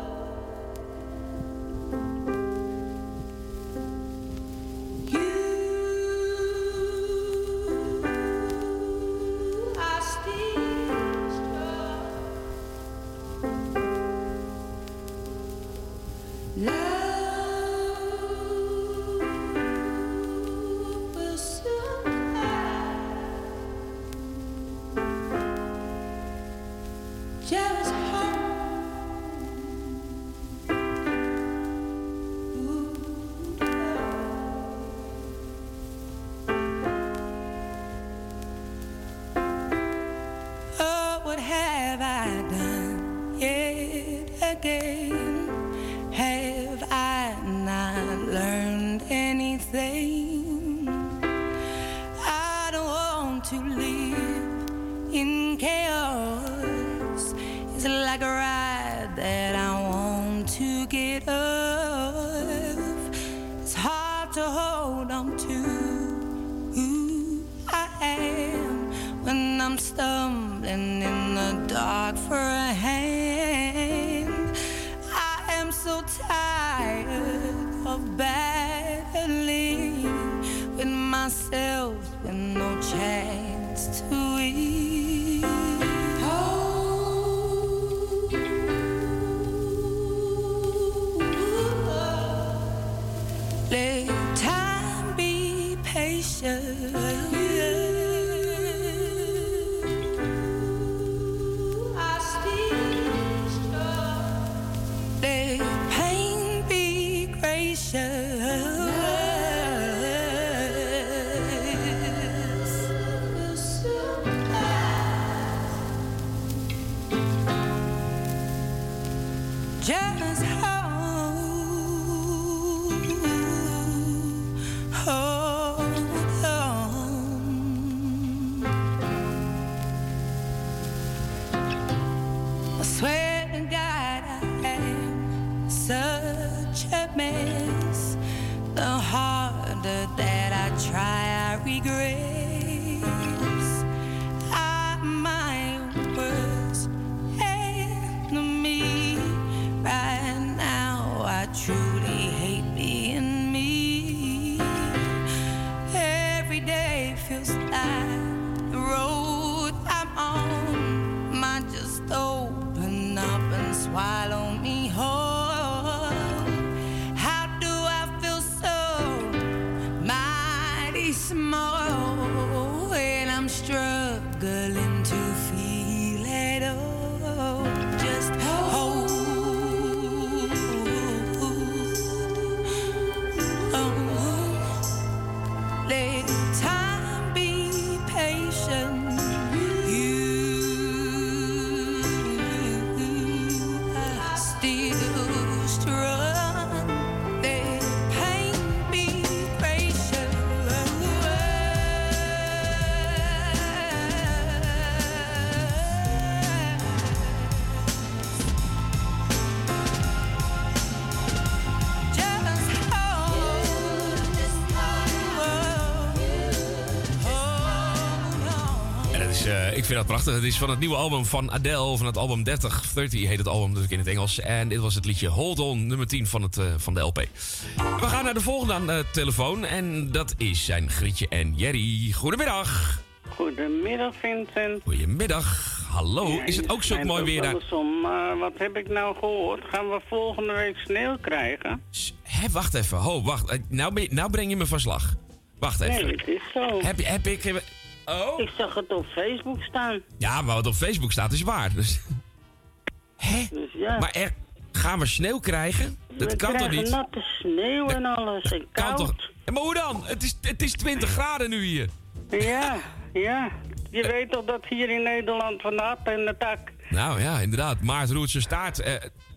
Speaker 12: Just hold
Speaker 8: is, uh, ik vind dat prachtig. Het is van het nieuwe album van Adele, van het album dertig. dertig heet het album natuurlijk in het Engels. En dit was het liedje Hold On, nummer tien van, het, uh, van de L P. We gaan naar de volgende aan de telefoon. En dat is zijn Grietje en Jerry. Goedemiddag.
Speaker 13: Goedemiddag, Vincent.
Speaker 8: Goedemiddag. Hallo.
Speaker 13: Ja,
Speaker 8: is het ook zo mooi weer daar?
Speaker 13: Maar wat heb ik nou gehoord? Gaan we volgende week sneeuw krijgen?
Speaker 8: Hé, wacht even. Ho, wacht. Nou, ben je, nou breng je me van slag. Wacht even.
Speaker 13: Nee, het is zo.
Speaker 8: Heb, heb ik... Oh?
Speaker 13: Ik zag het op Facebook staan.
Speaker 8: Ja, maar wat op Facebook staat is waar. Dus... Hè?
Speaker 13: Dus ja.
Speaker 8: Maar er, gaan we sneeuw krijgen? Dat
Speaker 13: we
Speaker 8: kan toch niet?
Speaker 13: We krijgen natte sneeuw en alles. En
Speaker 8: kan
Speaker 13: koud.
Speaker 8: toch? Maar hoe dan? Het is, het is twintig graden nu hier.
Speaker 13: Ja, ja. Je weet toch dat hier in Nederland van de hap en de tak...
Speaker 8: Nou ja, inderdaad. Maart roert zijn staart. Uh,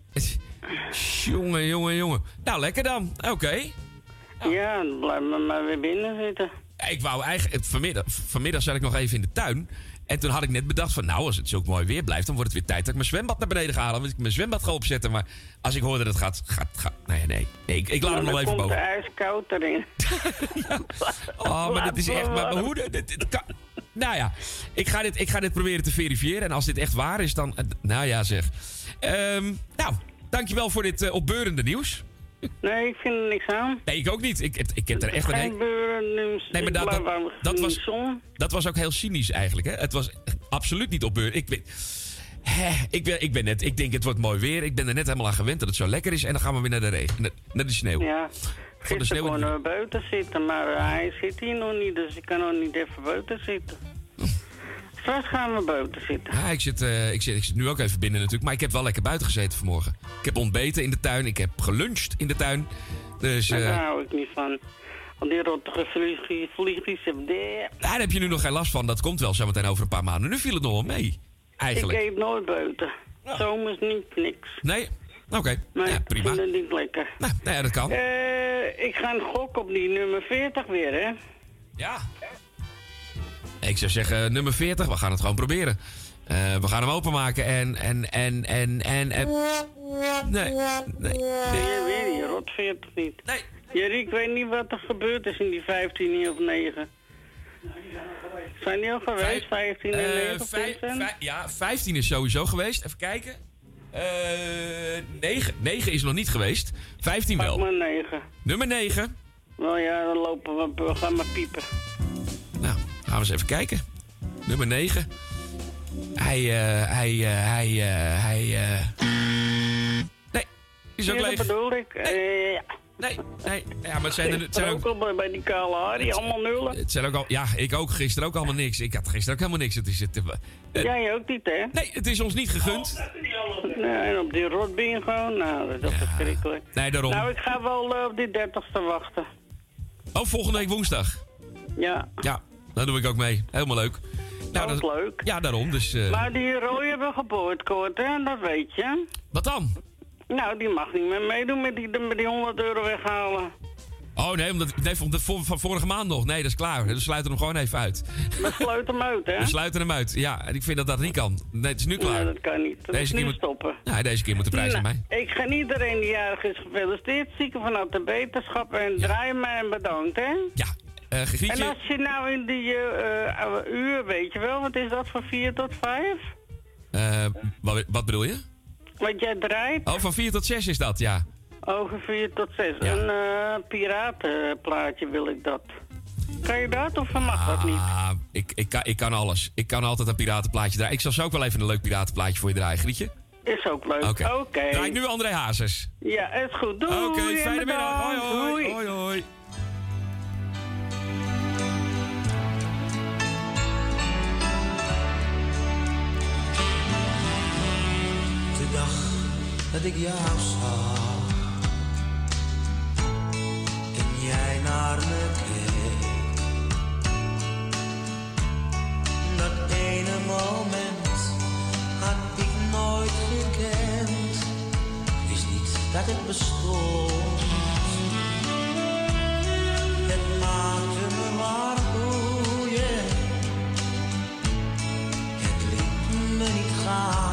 Speaker 8: jongen, jongen, jongen. Nou, lekker dan. Oké. Okay.
Speaker 13: Nou. Ja, dan blijven we maar weer binnen zitten.
Speaker 8: Ik wou eigenlijk... Vanmiddag, vanmiddag zat ik nog even in de tuin. En toen had ik net bedacht van... Nou, als het zo mooi weer blijft... dan wordt het weer tijd dat ik mijn zwembad naar beneden ga halen. Dan wil ik mijn zwembad ga opzetten. Maar als ik hoor dat het gaat... gaat, gaat nee, nee. nee ik, ik laat
Speaker 13: nou,
Speaker 8: hem nog even boven.
Speaker 13: Dan komt de ijskoud erin.
Speaker 8: Ja. Oh, maar dit is echt... Maar, maar hoe... Dit, dit kan, nou ja, ik ga, dit, ik ga dit proberen te verifiëren. En als dit echt waar is, dan... Nou ja, zeg. Um, nou, dankjewel voor dit uh, opbeurende nieuws.
Speaker 13: Nee, ik vind er niks aan.
Speaker 8: Nee, ik ook niet. Ik, ik, ik heb er echt een...
Speaker 13: Geen nieuws.
Speaker 8: Nee, maar dat, dat, dat, was, dat was ook heel cynisch eigenlijk. Hè? Het was absoluut niet opbeurend. Ik ben, ik, ben, ik ben net... Ik denk, het wordt mooi weer. Ik ben er net helemaal aan gewend dat het zo lekker is. En dan gaan we weer naar de regen. Naar, naar de sneeuw.
Speaker 13: Ja.
Speaker 8: Voor de sneeuw
Speaker 13: konden we buiten zitten, maar uh, hij zit hier nog niet. Dus ik kan nog niet even buiten zitten. Straks gaan we buiten zitten.
Speaker 8: Ja, ik zit, uh, ik, zit, ik zit nu ook even binnen natuurlijk. Maar ik heb wel lekker buiten gezeten vanmorgen. Ik heb ontbeten in de tuin. Ik heb geluncht in de tuin. Dus, uh,
Speaker 13: daar hou ik niet van. Al die rottige vliegjes. vliegjes
Speaker 8: daar heb je nu nog geen last van. Dat komt wel zometeen over een paar maanden. Nu viel het nog wel mee. Eigenlijk.
Speaker 13: Ik eet nooit buiten. Ja. Zomers niet, niks.
Speaker 8: Nee? Oké. Okay.
Speaker 13: Nee,
Speaker 8: ja, prima.
Speaker 13: Ik vind het niet lekker.
Speaker 8: Nou, nou ja, dat kan.
Speaker 13: Uh, ik ga een gok op die nummer veertig weer, hè?
Speaker 8: Ja. Ik zou zeggen, nummer veertig, we gaan het gewoon proberen. Uh, we gaan hem openmaken en, en, en, en, en... en nee, nee, nee.
Speaker 13: Nee, weer die rot veertig niet.
Speaker 8: Nee.
Speaker 13: Jerry, ik weet niet wat er gebeurd is in die vijftien of negen. Zijn die al geweest, vijftien en negen?
Speaker 8: Vijf, vijf, ja, vijftien is sowieso geweest. Even kijken. Uh, negen. negen is nog niet geweest. vijftien wel.
Speaker 13: Nummer negen.
Speaker 8: Nummer negen.
Speaker 13: Nou ja, dan lopen we, we gaan maar piepen.
Speaker 8: Nou, gaan we eens even kijken. Nummer negen. Hij, uh, hij, uh, hij, uh, hij, uh... Nee, is ook
Speaker 13: ja,
Speaker 8: leeg.
Speaker 13: Dat bedoel ik.
Speaker 8: Nee.
Speaker 13: Uh, ja.
Speaker 8: Nee, nee. Ja, maar het zijn er... Het zijn
Speaker 13: ook al bij, bij die kale Harry, allemaal nullen.
Speaker 8: Het zijn ook al... Ja, ik ook. Gisteren ook allemaal niks. Ik had gisteren ook helemaal niks. Het is het... Uh,
Speaker 13: Jij ook niet, hè?
Speaker 8: Nee, het is ons niet gegund.
Speaker 13: Nee, en op die rotbingo, nou, dat is ja. verschrikkelijk.
Speaker 8: Nee, daarom.
Speaker 13: Nou, ik ga wel uh, op die dertigste wachten.
Speaker 8: Oh, volgende week woensdag?
Speaker 13: Ja.
Speaker 8: Ja, daar doe ik ook mee. Helemaal leuk.
Speaker 13: Nou, dat is leuk.
Speaker 8: Ja, daarom. Dus, uh...
Speaker 13: Maar die rode hebben geboortekoord, hè? Dat weet je.
Speaker 8: Wat dan?
Speaker 13: Nou, die mag niet meer meedoen met die, met die honderd euro weghalen.
Speaker 8: Oh nee, omdat, nee van, de, van vorige maand nog. Nee, dat is klaar. We sluiten hem gewoon even uit.
Speaker 13: We sluiten hem uit, hè?
Speaker 8: We sluiten hem uit. Ja, en ik vind dat dat niet kan. Nee, het is nu klaar.
Speaker 13: Nee, dat kan niet. Dat
Speaker 8: deze
Speaker 13: moet
Speaker 8: keer
Speaker 13: nu stoppen.
Speaker 8: Ja, deze keer moet de prijs
Speaker 13: nou,
Speaker 8: aan mij.
Speaker 13: Ik ga iedereen die jarig is gefeliciteerd. Zieken vanuit de beterschap. En ja. draai mij en bedankt, hè?
Speaker 8: Ja. Uh, Grietje...
Speaker 13: En als je nou in die uh, uh, uur, weet je wel, wat is dat voor vier tot vijf?
Speaker 8: Uh, wat, wat bedoel je?
Speaker 13: Wat jij draait?
Speaker 8: Oh, van vier tot zes is dat, ja.
Speaker 13: Oh, van vier tot zes. Ja. Een uh, piratenplaatje wil ik dat. Kan je dat of mag ah, dat niet?
Speaker 8: Ik, ik, kan, ik kan alles. Ik kan altijd een piratenplaatje draaien. Ik zal zo ook wel even een leuk piratenplaatje voor je draaien, Grietje.
Speaker 13: Is ook leuk. Oké.
Speaker 8: Okay.
Speaker 13: Okay.
Speaker 8: Draai nu André Hazes.
Speaker 13: Ja, is goed. Doei.
Speaker 8: Oké, okay, fijne middag. Hoi, hoi.
Speaker 13: Doei.
Speaker 8: Hoi, hoi.
Speaker 11: De dag dat ik jou zag en jij naar me keek, dat ene moment had ik nooit gekend, wist niet dat het bestond. Het maakte me maar boeien, het liet me niet gaan.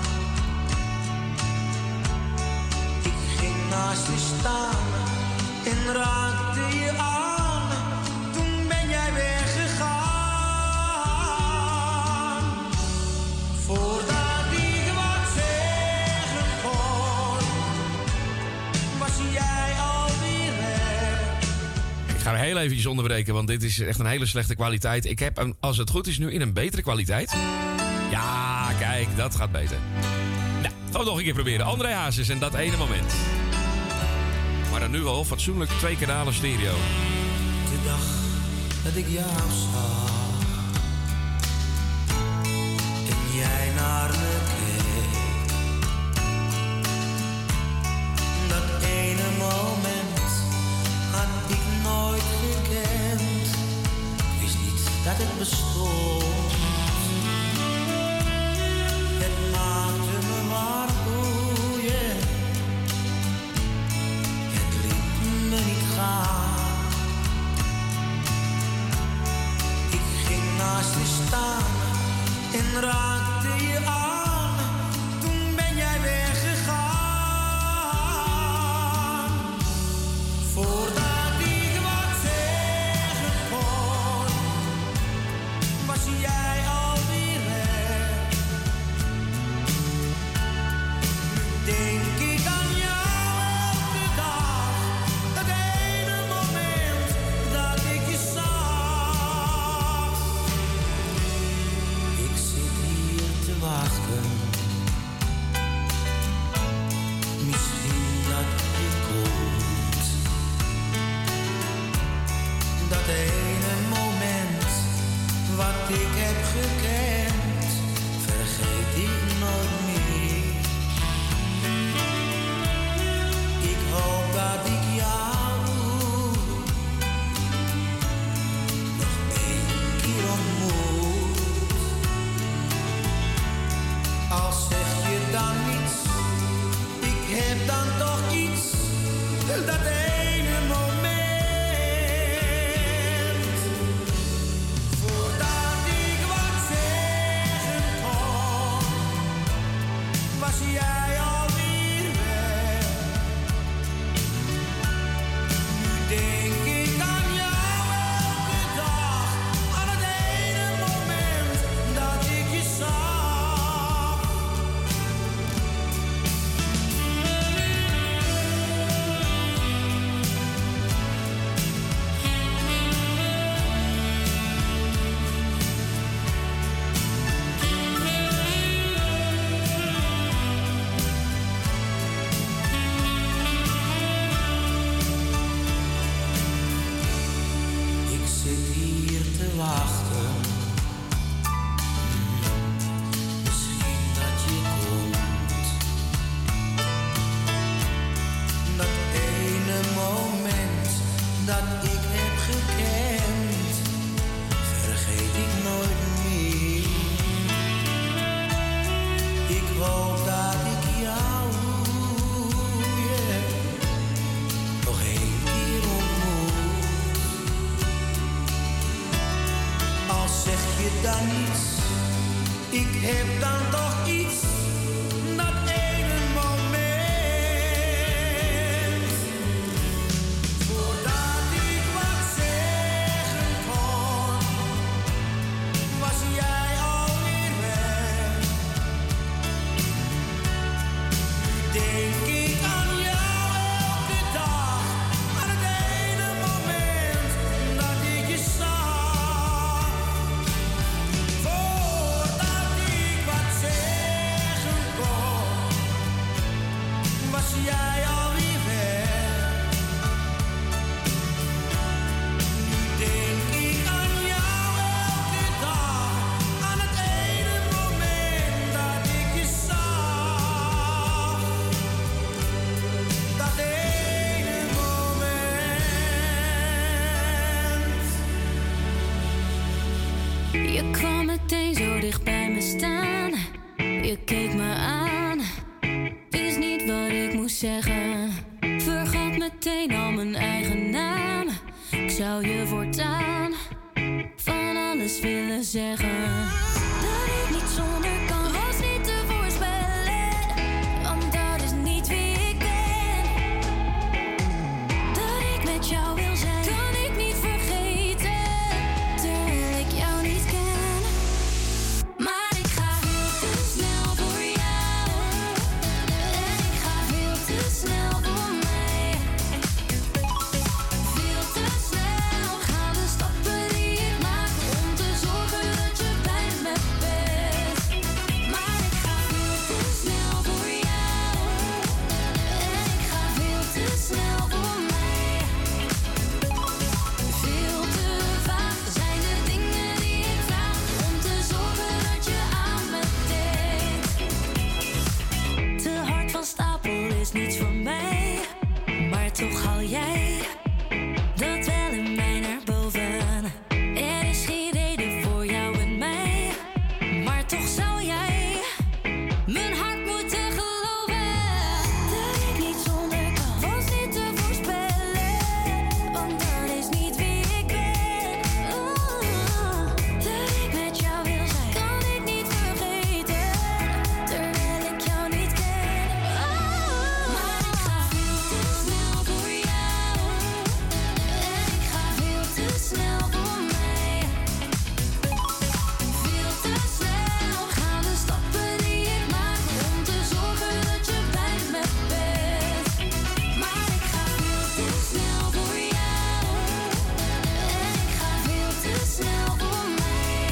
Speaker 11: Naast je staan en raakte je aan, toen ben jij weggegaan.
Speaker 12: jij alweer weg?
Speaker 8: Ik ga hem heel eventjes onderbreken, want dit is echt een hele slechte kwaliteit. Ik heb hem, als het goed is, nu in een betere kwaliteit. Ja, kijk, dat gaat beter. Nou, gaan we nog een keer proberen. André Hazes en dat ene moment. Maar dan nu wel fatsoenlijk twee kanalen stereo.
Speaker 12: De dag dat ik jou zag en jij naar me keek, dat ene moment had ik nooit gekend. Ik wist niet dat het bestond. Het maakte me maar boeien. Het liet me niet gaan. Ik ging naast je staan en raakte je aan. Toen ben jij weggegaan. Voordat ik wat zeggen kon, was jij alweer weg. Nu denk ik aan jou elke dag. Dat ene moment dat ik je zag. Ik zit hier te wachten. Misschien dat je komt. Dat ene moment wat ik heb gekend, vergeet ik nooit meer. Ik hoop dat ik jou nog één keer ontmoet. Al zeg je dan niets, ik heb dan toch iets. Dat ene moment. Voordat ik wat zeggen kon, was jij alweer weg. Nu denk ik aan jou elke dag. Aan het ene moment dat ik je zag. Ik zit hier te wachten. Misschien dat je komt. Dat ene moment dat ik heb gekend, vergeet ik nooit meer. Ik hoop dat ik jou yeah, nog één keer ontmoet. Al zeg je dan niets, ik heb dan toch iets. Dat ene moment. Voordat ik wat zeggen kon, was jij alweer weg. Nu denk ik aan jou elke dag. Aan het ene moment dat ik je zag. Voordat ik wat zeggen kon, was jij alweer weg. Nu denk ik aan jou elke dag. Aan het ene moment dat ik je zag. Dat ene moment.
Speaker 10: Je kwam meteen zo dicht bij me staan. Je keek me aan. Wist niet wat ik moest zeggen. Vergat meteen al mijn eigen naam. Ik zou je voortaan van alles willen zeggen. Dat ik niet zonder kan, was niet te voorspellen. Want dat is niet wie ik ben. Dat ik met jou wil zijn, kan ik niet vergeten. Terwijl ik jou niet ken. Maar ik ga veel te snel voor jou. En ik ga veel te snel voor mij. haal jij dat wel in mij naar boven. Er is geen reden voor jou en mij, maar toch zou jij mijn hart moeten geloven. Dat ik niet zonder kan, was niet te voorspellen, want dat is niet wie ik ben. Oh, dat ik met jou wil zijn, kan ik niet vergeten, terwijl ik jou niet ken. Oh, maar ik ga veel te snel voor jou, en ik ga veel te snel voor mij. Veel te snel gaan de stappen die ik maak om te zorgen dat je bij me bent. Maar ik ga veel te snel voor jou, en ik ga veel te snel voor mij.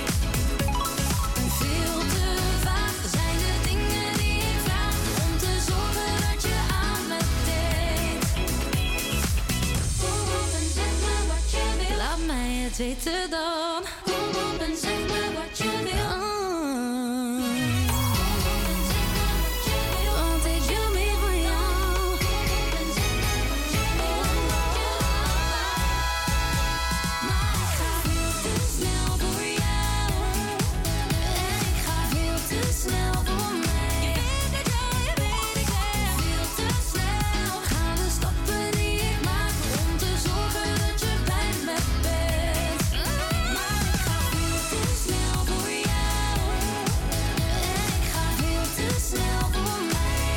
Speaker 10: Veel te vaak zijn de dingen die ik vraag om te zorgen dat je aan me denkt. Kom op en zeg me wat je wil, laat mij het weten dan. Kom op en zeg me wat je wil. Want ik wil meer van jou. Maar ik ga veel te snel voor jou, en ik ga veel te snel voor mij. Je weet het wel, je weet het wel. Veel te snel gaan de stappen die ik maak om te zorgen dat je bij me bent. Maar ik ga veel te snel voor jou, en ik ga veel te snel voor mij.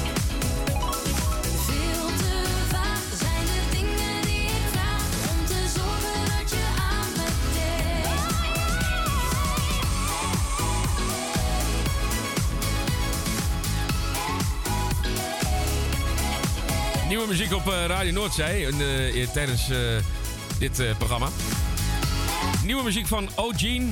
Speaker 10: Veel te vaak zijn de dingen die ik vraag om te zorgen dat je aan me denkt.
Speaker 8: Nieuwe muziek op eh, Radio Noordzee eh, eh, tijdens eh, dit eh, programma. Nieuwe muziek van O'Gene.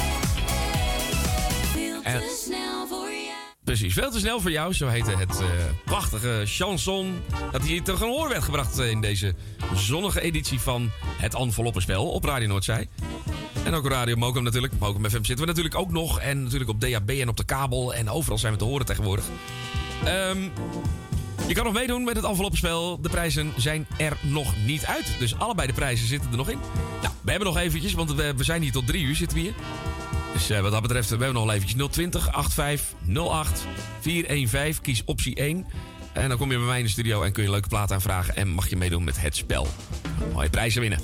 Speaker 10: Veel
Speaker 8: En-
Speaker 10: te snel voor jou.
Speaker 8: Precies, veel te snel voor jou. Zo heette het eh, prachtige chanson dat hier te gehoor werd gebracht eh, in deze zonnige editie van het Enveloppenspel op Radio Noordzee. En ook op Radio Mokum natuurlijk. Mokum F M zitten we natuurlijk ook nog. En natuurlijk op D A B en op de kabel. En overal zijn we te horen tegenwoordig. Ehm, je kan nog meedoen met het Enveloppenspel. De prijzen zijn er nog niet uit. Dus allebei de prijzen zitten er nog in. Nou, we hebben nog eventjes, want we, we zijn hier tot drie uur zitten we hier. Dus eh, wat dat betreft, we hebben nog wel eventjes nul twintig, achtenvijftig, nul acht, vierhonderdvijftien. Kies optie één. En dan kom je bij mij in de studio en kun je een leuke plaat aanvragen. En mag je meedoen met het spel. Mooie prijzen winnen.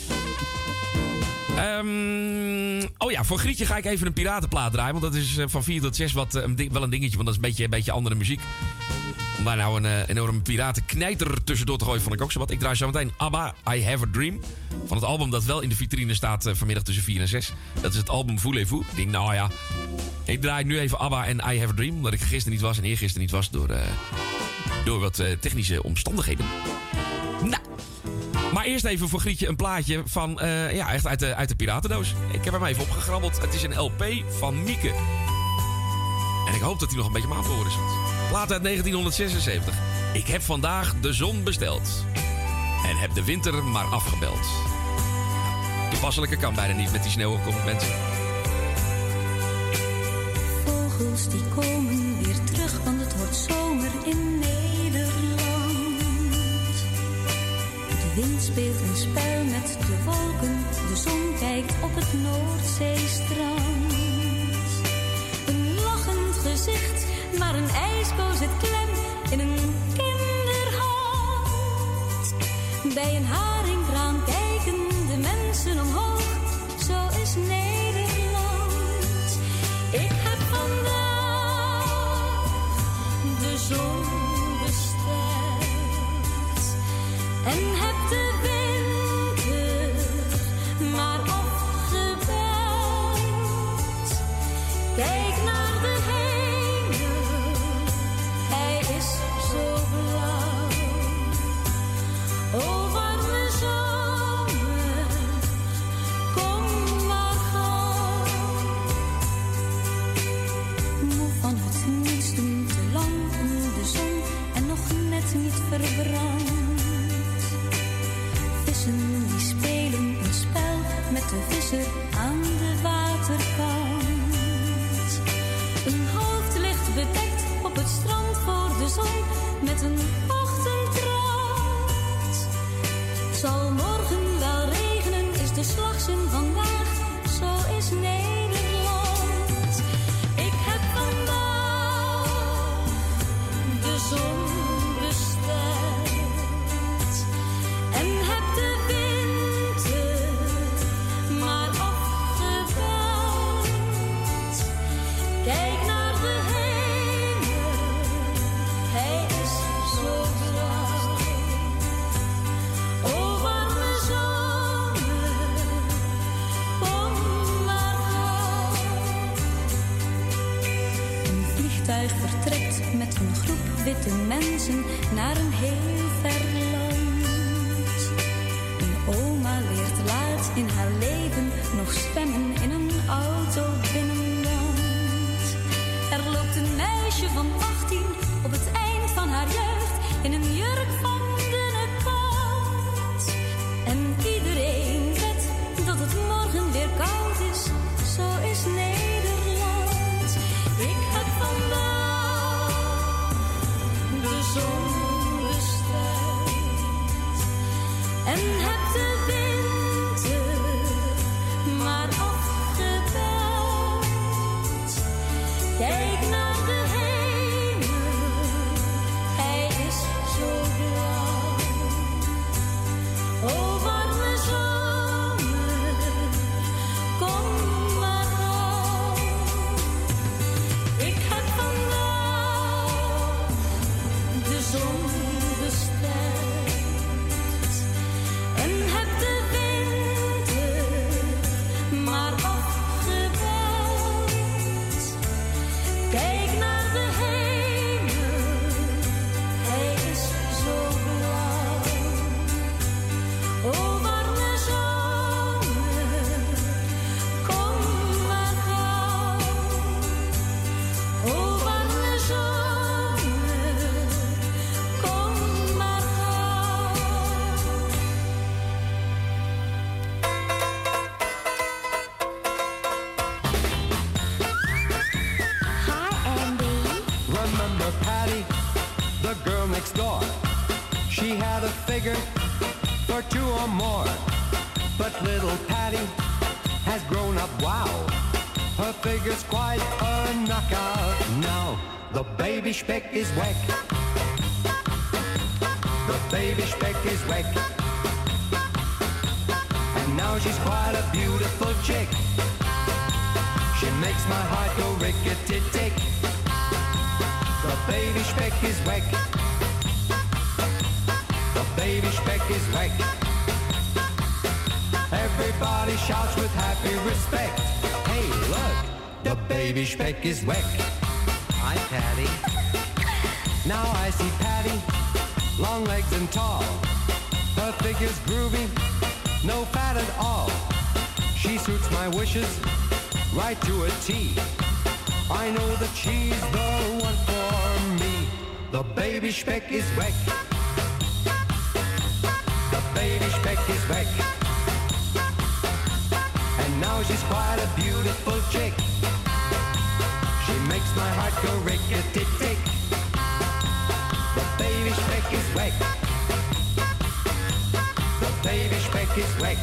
Speaker 8: Ehm, oh ja, voor Grietje ga ik even een piratenplaat draaien. Want dat is eh, van vier tot zes wat, eh, een ding- wel een dingetje. Want dat is een beetje, een beetje andere muziek. Om daar nou een eh, enorme piratenknijter tussendoor te gooien, vond ik ook zo wat. Ik draai zo meteen ABBA, I Have a Dream. Van het album dat wel in de vitrine staat uh, vanmiddag tussen vier en zes. Dat is het album Voulez-vous. Ik denk, nou ja, ik draai nu even ABBA en I Have a Dream. Omdat ik gisteren niet was en eergisteren niet was door, uh, door wat uh, technische omstandigheden. Nou, maar eerst even voor Grietje een plaatje van, uh, ja, echt uit de, uit de piratendoos. Ik heb hem even opgegrabbeld. Het is een L P van Mieke. En ik hoop dat hij nog een beetje maand voor is. Plaat uit negentienhonderdzesenzeventig. Ik heb vandaag de zon besteld. En heb de winter maar afgebeld. Toepasselijke kan bijna niet met die sneeuwopkomst, mensen.
Speaker 10: Vogels die komen weer terug, want het wordt zomer in Nederland. De wind speelt een spel met de wolken. De zon kijkt op het Noordzeestrand. Een lachend gezicht, maar een ijskool zit klem in een kinderhand. Bij een haringkraan kijken de mensen omhoog. Zo is Nederland. Ik heb vandaag de zon besteld en heb de winter maar afgebeld. Kijk naar de hemel, hij is zo blauw. O warme zomer, kom maar gauw. Moe van het niets doen, te lang in de zon en nog net niet verbrand. Vissen die spelen een spel met de visser aan de waterkant. Een hoofd ligt bedekt op het strand voor de zon met een ochtendtrant. zal morgen wel regenen, is de slagzin vandaag. Zo is Nederland. Ik heb vandaag de zon besteld en heb de winter maar afgebeld. Kijk naar de hemel, hij is zo blauw. O warme zomer, kom maar gauw. Een vliegtuig vertrekt met een groep witte mensen naar een heel ver land. Een oma leert laat in haar leven nog zwemmen in een auto binnenland. Er loopt een meisje van achttien op het eind van haar jeugd in een jurk van dunne kant. En iedereen weet dat het morgen weer koud is. Zo is Nederland. Ik heb vandaag de zon besteld en heb de winter maar afgebeld. Kijk naar de hemel, hij is zo blauw. O warme zomer, kom maar gauw. Ik heb vandaag de zon besteld en heb de winter maar afgebeld. Kijk naar de hemel, hij is zo blauw. O warme zomer, kom maar gauw. O warme zomer, kom maar gauw.
Speaker 11: Hi, Andy. Remember Patty, the girl next door? She had a figure for two or more. But little Patty has grown up, wow. Her figure's quite a knockout now. The baby speck is whack. The baby speck is whack. And now she's quite a beautiful chick. She makes my heart go rickety-tick. The baby speck is whack. The baby speck is whack. Everybody shouts with happy respect. Hey, look, the baby speck is whack. Hi, Patty. Now I see Patty, long legs and tall. Her figure's groovy, no fat at all. She suits my wishes right to a T. I know that she's the one for me. The baby speck is whack. The baby speck is whack. And now she's quite a beautiful chick. She makes my heart go rickety-tick. The baby speck is whack. The baby speck is whack.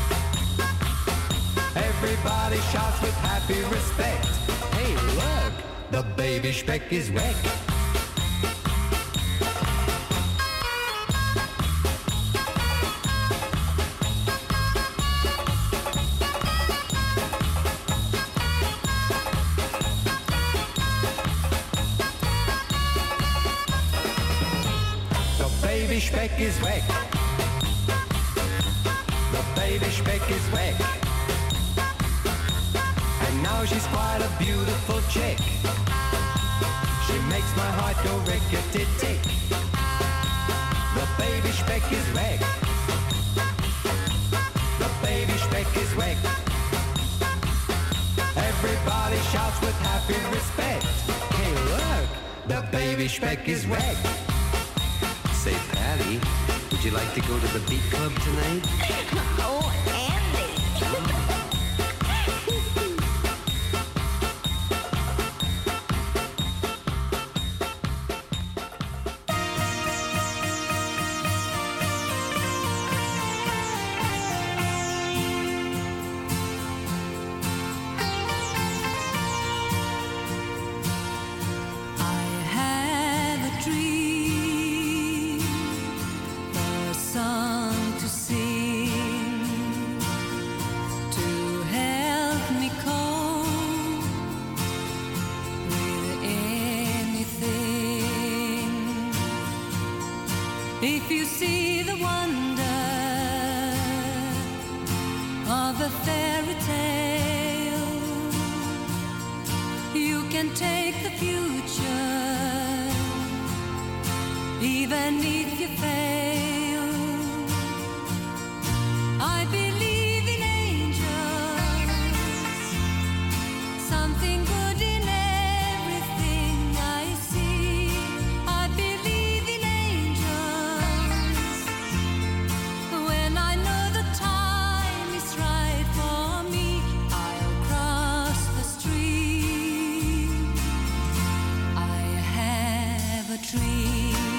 Speaker 11: Everybody shouts with happy respect. Hey, look, the baby speck is whack. The baby speck is whack. The baby speck is whack. And now she's quite a beautiful chick. She makes my heart go rickety-tick. The baby speck is whack. The baby speck is whack. Everybody shouts with happy respect. Hey, look, the baby speck is whack. Say, Patty, would you like to go to the beat club tonight?
Speaker 10: Oh, Andy. see the wonder of a fairy tale, you can take the future, even if you fail. I believe in angels, something good in everything I see. I believe in angels, when I know the time is right for me, I'll cross the street. I have a dream.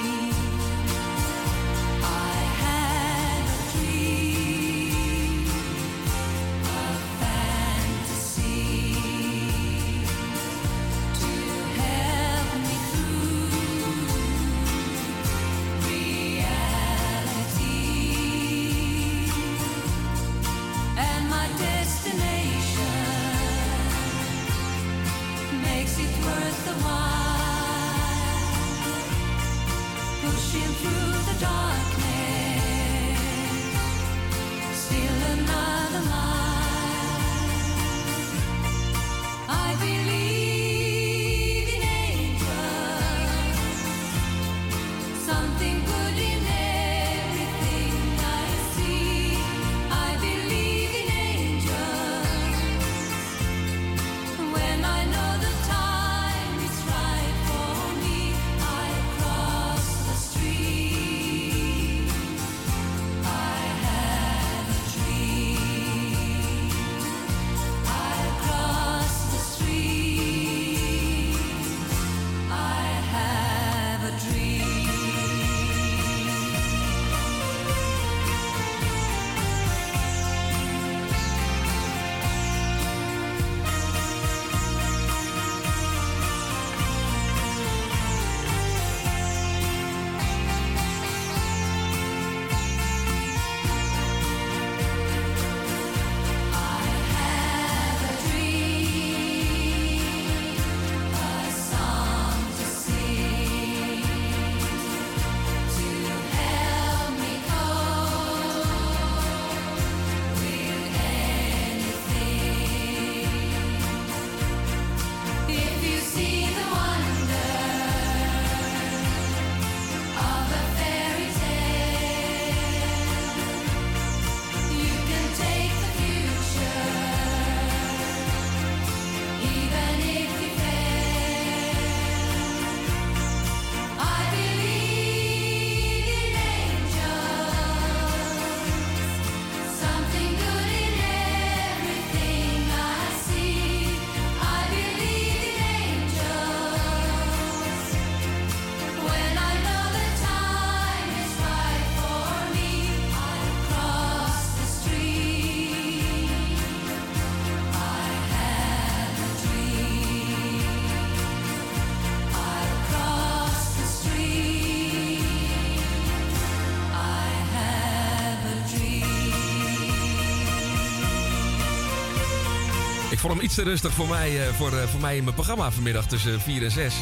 Speaker 14: Ik vond hem iets te rustig voor mij, uh, voor, uh, voor mij in mijn programma vanmiddag tussen vier en zes.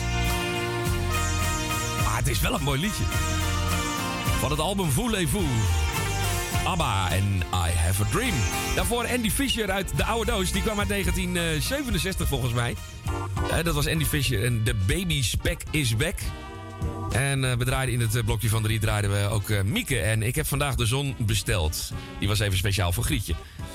Speaker 14: Maar het is wel een mooi liedje. Van het album Voulez-vous. ABBA en I Have a Dream. Daarvoor Andy Fisher uit de oude doos. Die kwam uit negentien zevenenzestig volgens mij. Uh, dat was Andy Fisher en The Baby Speck is Back. En uh, we draaiden in het uh, blokje van drie draaiden we ook uh, Mieke. En ik heb vandaag de zon besteld. Die was even speciaal voor Grietje.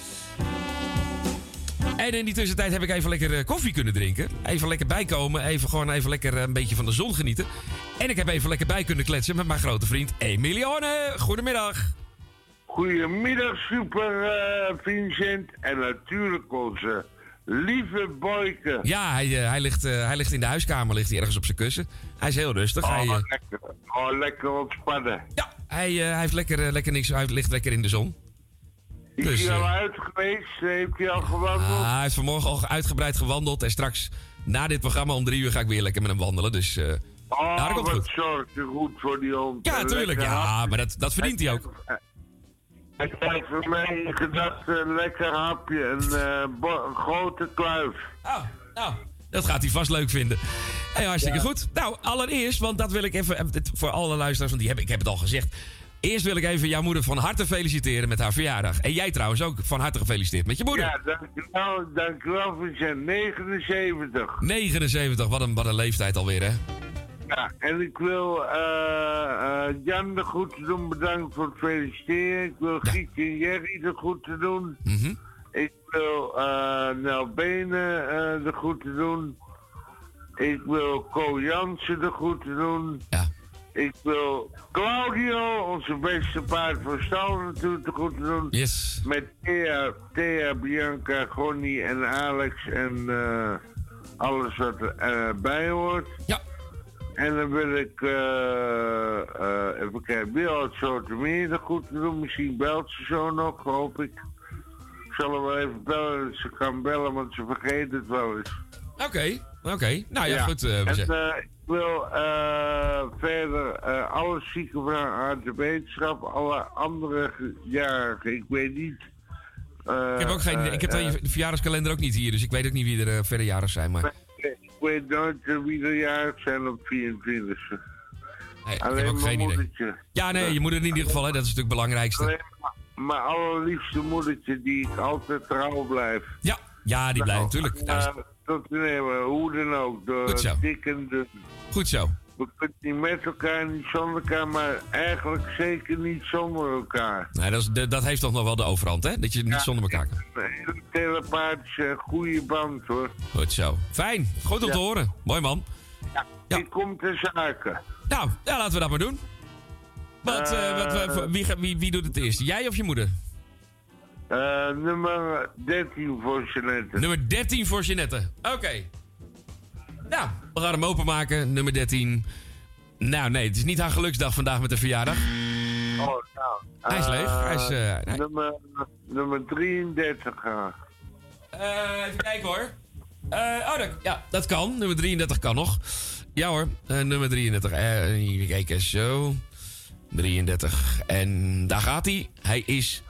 Speaker 14: En in die tussentijd heb ik even lekker uh, koffie kunnen drinken. Even lekker bijkomen. Even gewoon even lekker uh, een beetje van de zon genieten. En ik heb even lekker bij kunnen kletsen met mijn grote vriend Emilione. Goedemiddag.
Speaker 15: Goedemiddag, super uh, Vincent. En natuurlijk onze lieve Boyke.
Speaker 14: Ja, hij, uh, hij, ligt, uh, hij ligt in de huiskamer, ligt hij ergens op zijn kussen. Hij is heel rustig.
Speaker 15: Oh,
Speaker 14: hij, uh,
Speaker 15: lekker. Oh, lekker ontspannen.
Speaker 14: Ja, hij, uh, hij, heeft lekker, uh, lekker niks, hij ligt lekker in de zon.
Speaker 15: Is
Speaker 14: dus,
Speaker 15: hij al
Speaker 14: uh,
Speaker 15: uit geweest? Heeft hij al gewandeld?
Speaker 14: Ah, hij heeft vanmorgen al uitgebreid gewandeld. En straks, na dit programma om drie uur, ga ik weer lekker met hem wandelen. Dus uh,
Speaker 15: oh,
Speaker 14: daar komt
Speaker 15: wat
Speaker 14: goed.
Speaker 15: zorgt er goed voor die hond.
Speaker 14: Ja, tuurlijk. Ja, maar dat, dat verdient hij ook.
Speaker 15: Hij krijgt voor mij in gedachten een lekker hapje. Een, uh, bo- een grote kluif.
Speaker 14: Oh, nou, dat gaat hij vast leuk vinden. Hey, hartstikke
Speaker 15: Ja.
Speaker 14: goed. Nou, allereerst, want dat wil ik even... Voor alle luisteraars, want die heb, ik heb het al gezegd. Eerst wil ik even jouw moeder van harte feliciteren met haar verjaardag. En jij trouwens ook van harte gefeliciteerd met je moeder.
Speaker 15: Ja, dankjewel. Dankjewel voor zijn negenenzeventig.
Speaker 14: negenenzeventig, wat een, wat een leeftijd alweer, hè?
Speaker 15: Ja, en ik wil uh, uh, Jan de groeten doen. Bedankt voor het feliciteren. Ik wil ja. Gietje en Jerry de groeten doen.
Speaker 14: Mm-hmm.
Speaker 15: Ik wil uh, Nel Benen uh, de groeten doen. Ik wil Ko Jansen de groeten doen.
Speaker 14: Ja.
Speaker 15: Ik wil Claudio, onze beste paard voor stal, natuurlijk de groeten doen.
Speaker 14: Yes.
Speaker 15: Met Thea, Thea, Bianca, Gonnie en Alex en uh, alles wat erbij uh, hoort.
Speaker 14: Ja.
Speaker 15: En dan wil ik, uh, uh, even kijken, Wil het zo te meer de groeten doen. Misschien belt ze zo nog, hoop ik. Ik zal haar wel even bellen, ze kan bellen, want ze vergeet het wel eens.
Speaker 14: Oké, okay, oké. Okay. Nou ja, ja. goed. Uh,
Speaker 15: en uh, ik wil uh, verder uh, alle zieken van aan de wetenschap, alle andere jarigen, ik weet niet. Uh,
Speaker 14: ik heb ook geen idee. Uh, ik heb uh, de verjaardagskalender ook niet hier, dus ik weet ook niet wie er uh, verder jarig zijn. Maar...
Speaker 15: Ik weet nooit wie er jarig zijn op vierentwintigste.
Speaker 14: Nee, ik heb ook geen moedertje. idee. Ja, nee, je moeder in ieder geval, hè, dat is natuurlijk het belangrijkste.
Speaker 15: Alleen mijn allerliefste moedertje, die ik altijd trouw blijf.
Speaker 14: Ja, ja die blijft natuurlijk.
Speaker 15: Uh, tot te nemen, hoe dan ook. Door dik en dun.
Speaker 14: Goed zo.
Speaker 15: We kunnen niet met elkaar, niet zonder elkaar, maar eigenlijk zeker niet zonder elkaar.
Speaker 14: Nee, dat, is, dat heeft toch nog wel de overhand, hè? Dat je niet ja, zonder elkaar kan.
Speaker 15: Een hele telepathische, goede band, hoor.
Speaker 14: Goed zo. Fijn. Goed om ja. te horen. Mooi, man.
Speaker 15: Ja, ja. Ik kom ter zake.
Speaker 14: Nou, ja, laten we dat maar doen. Wat, uh, uh, wat, wat, wie, wie, wie doet het eerst? Jij of je moeder?
Speaker 15: Uh, nummer dertien voor Jeanette.
Speaker 14: Nummer dertien voor Jeanette. Oké. Okay. Nou, we gaan hem openmaken. Nummer dertien. Nou, nee, het is niet haar geluksdag vandaag met de verjaardag.
Speaker 15: Oh, nou.
Speaker 14: Hij is leeg. Uh, hij is, uh, nee.
Speaker 15: nummer, nummer drieëndertig graag.
Speaker 14: Uh, even kijken hoor. Uh, oh, dat, ja, dat kan. Nummer drieëndertig kan nog. Ja hoor, uh, nummer drieëndertig. Uh, even kijken, zo. drieëndertig. En daar gaat hij. Hij is...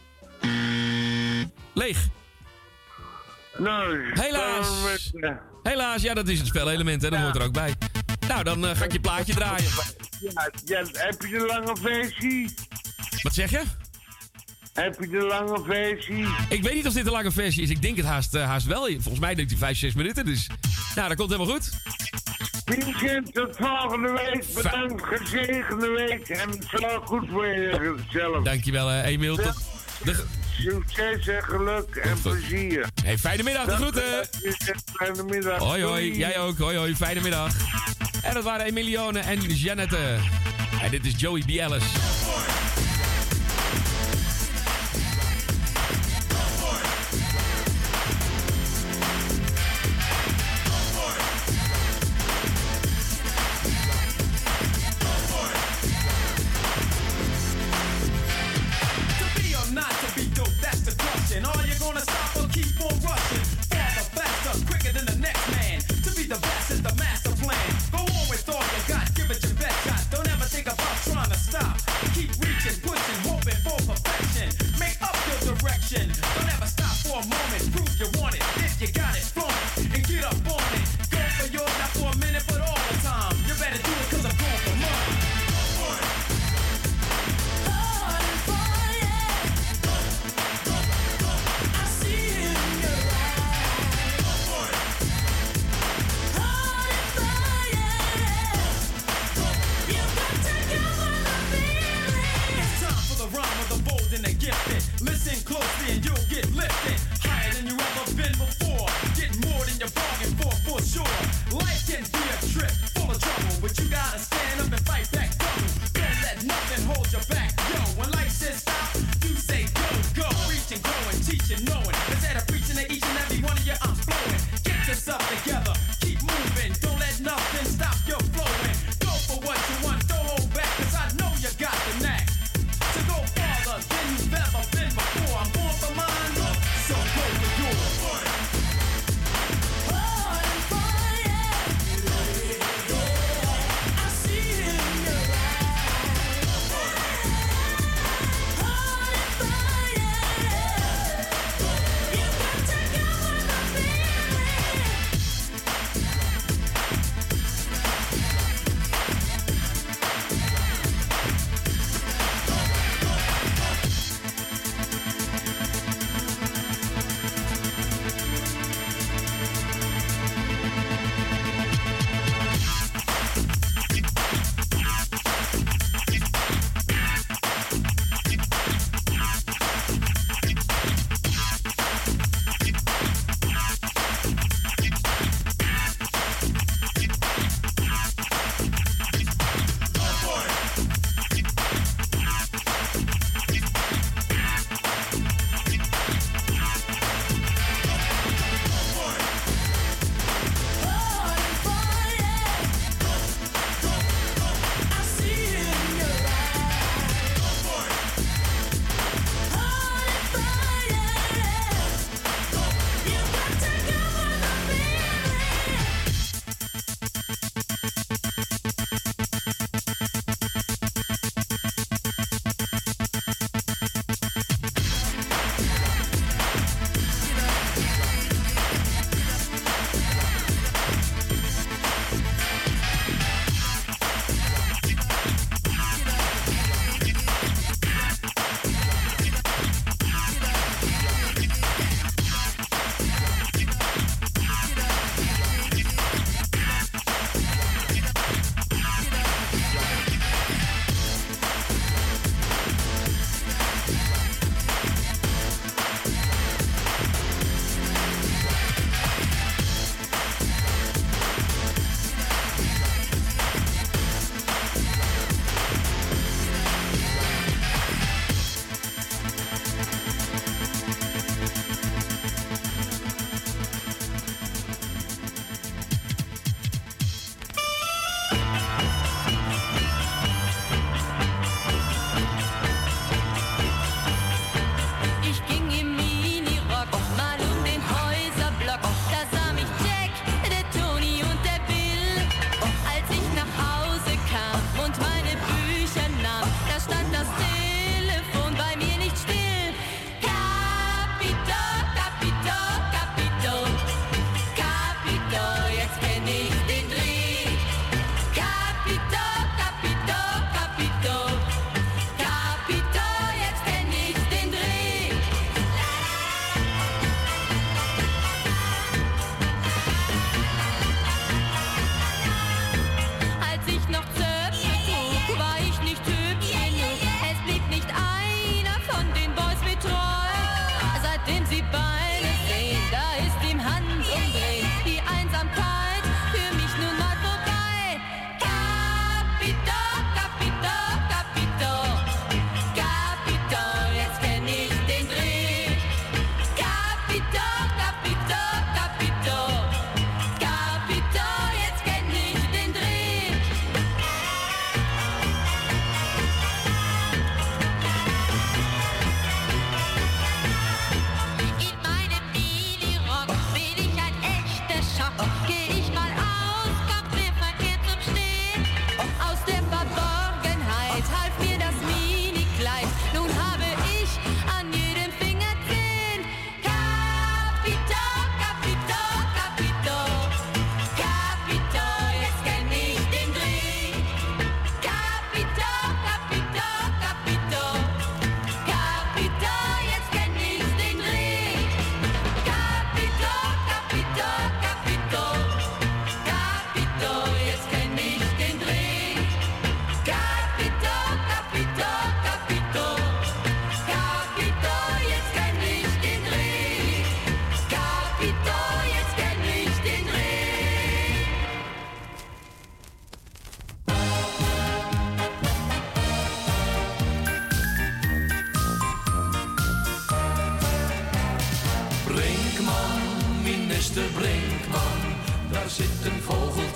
Speaker 14: leeg.
Speaker 15: Nou,
Speaker 14: helaas. Helaas, ja, dat is het spelelement, hè. Dat ja. hoort er ook bij. Nou, dan uh, ga ik je plaatje draaien.
Speaker 15: Ja, ja, heb je de lange versie?
Speaker 14: Wat zeg je?
Speaker 15: Heb je de lange versie?
Speaker 14: Ik weet niet of dit de lange versie is. Ik denk het haast, uh, haast wel. Volgens mij denkt hij vijf, zes minuten. Dus, nou, dat komt helemaal goed.
Speaker 15: Vincent, tot volgende week. Bedankt, gezegende week. En zo goed voor jezelf.
Speaker 14: Dankjewel, uh, Emiel. Tot de...
Speaker 15: Succes en geluk en plezier.
Speaker 14: Hey, fijne middag, de groeten.
Speaker 15: Fijne middag.
Speaker 14: Hoi, hoi. Jij ook. Hoi, hoi. Fijne middag. En dat waren Emilione en Jeannette. En dit is Joey B. Ellis.
Speaker 12: And are you gonna stop or keep on rushing? Farther, faster, quicker than the next man. To be the best is the master plan. Go on with all you got, give it your best shot. Don't ever think about trying to stop. Keep reaching.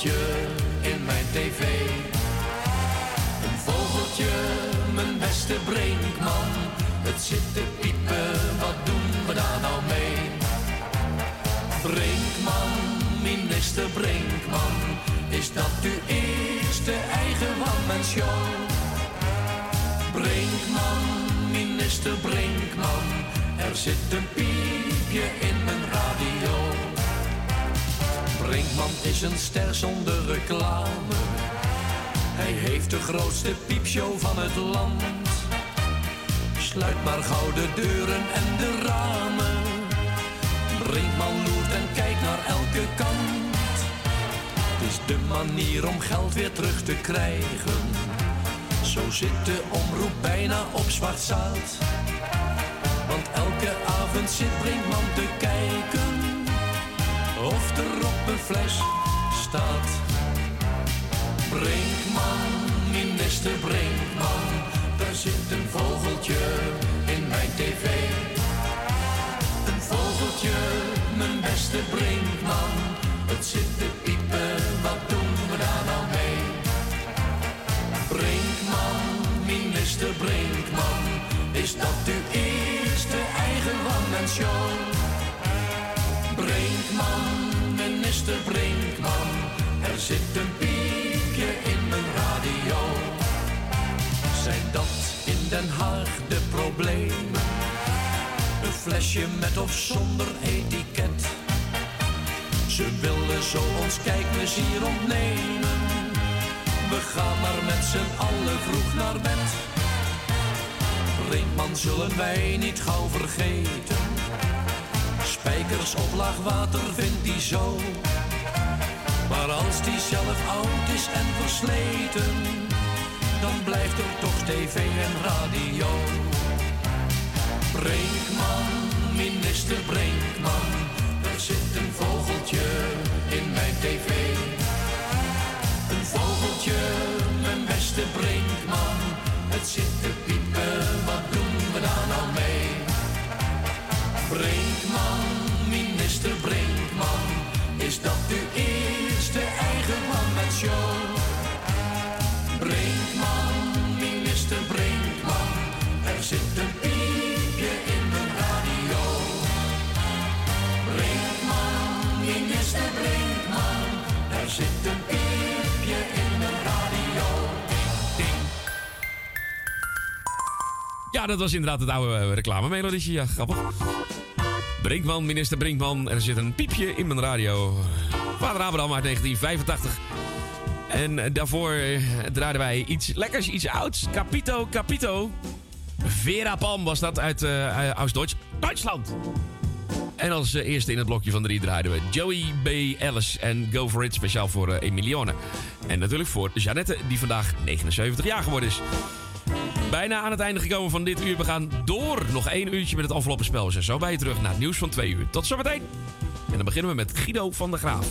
Speaker 12: vogeltje in mijn tv. Een vogeltje, mijn beste Brinkman. Het zit te piepen, wat doen we daar nou mee? Brinkman, minister Brinkman, is dat uw eerste eigen one-man show? Brinkman, minister Brinkman, er zit een piepje in mijn radio. Brinkman is een ster zonder reclame. Hij heeft de grootste piepshow van het land. Sluit maar gauw de deuren en de ramen. Brinkman loert en kijkt naar elke kant. Het is de manier om geld weer terug te krijgen. Zo zit de omroep bijna op zwart zout. Want elke avond zit Brinkman te kijken of er op een fles staat. Brinkman, minister Brinkman, daar zit een vogeltje in mijn tv. Een vogeltje, mijn beste Brinkman, het zit te piepen, wat doen we daar nou mee? Brinkman, minister Brinkman, is dat uw eerste eigen one-man show? Brinkman, minister Brinkman, er zit een piepje in mijn radio. Zijn dat in Den Haag de problemen? Een flesje met of zonder etiket. Ze willen zo ons kijkplezier ontnemen. We gaan maar met z'n allen vroeg naar bed. Brinkman zullen wij niet gauw vergeten. Spijkers op laag water vindt hij zo. Maar als die zelf oud is en versleten, dan blijft er toch tv en radio. Brinkman, minister Brinkman, er zit een vogeltje in mijn tv. Een vogeltje, mijn beste Brinkman, het zit te piepen, wat doen we daar nou mee? Brinkman, minister Brinkman, is dat uw eerste eigen one-man show? Brinkman, minister Brinkman, er zit een piepje in mijn radio. Brinkman, minister Brinkman, er zit een piepje in mijn radio. Ding, ding.
Speaker 14: Ja, dat was inderdaad het oude uh, reclamemelodietje. Ja, grappig. Brinkman, minister Brinkman, er zit een piepje in mijn radio. Vader Abraham uit negentien vijfentachtig. En uh, daarvoor uh, draaiden wij iets lekkers, iets ouds. Capito, Capito. Vera Palm was dat uit uh, Oost-Duits. Duitsland. En als uh, eerste in het blokje van drie draaiden we Joey B. Ellis en Go For It, speciaal voor uh, Emilione. En natuurlijk voor Jeannette, die vandaag negenenzeventig jaar geworden is. Bijna aan het einde gekomen van dit uur. We gaan door. Nog één uurtje met het enveloppenspel. We zijn zo bij je terug naar het nieuws van twee uur. Tot zometeen. En dan beginnen we met Guido van der Graaf.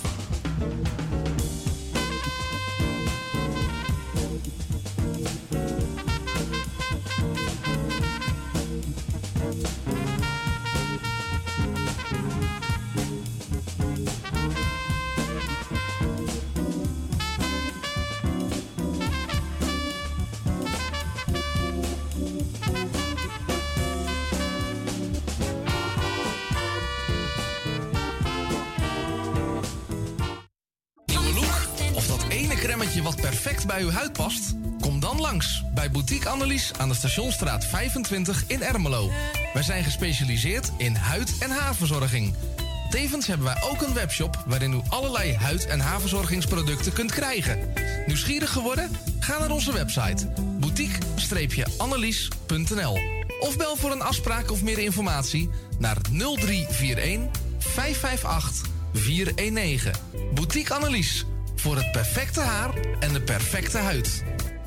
Speaker 1: Wat perfect bij uw huid past? Kom dan langs bij Boutique Annelies aan de Stationsstraat vijfentwintig in Ermelo. Wij zijn gespecialiseerd in huid- en haarverzorging. Tevens hebben wij ook een webshop waarin u allerlei huid- en haarverzorgingsproducten kunt krijgen. Nieuwsgierig geworden? Ga naar onze website boutique annelies punt n l of bel voor een afspraak of meer informatie naar nul drie vier een vijf vijf acht vier een negen. Boutique Annelies. Voor het perfecte haar en de perfecte huid.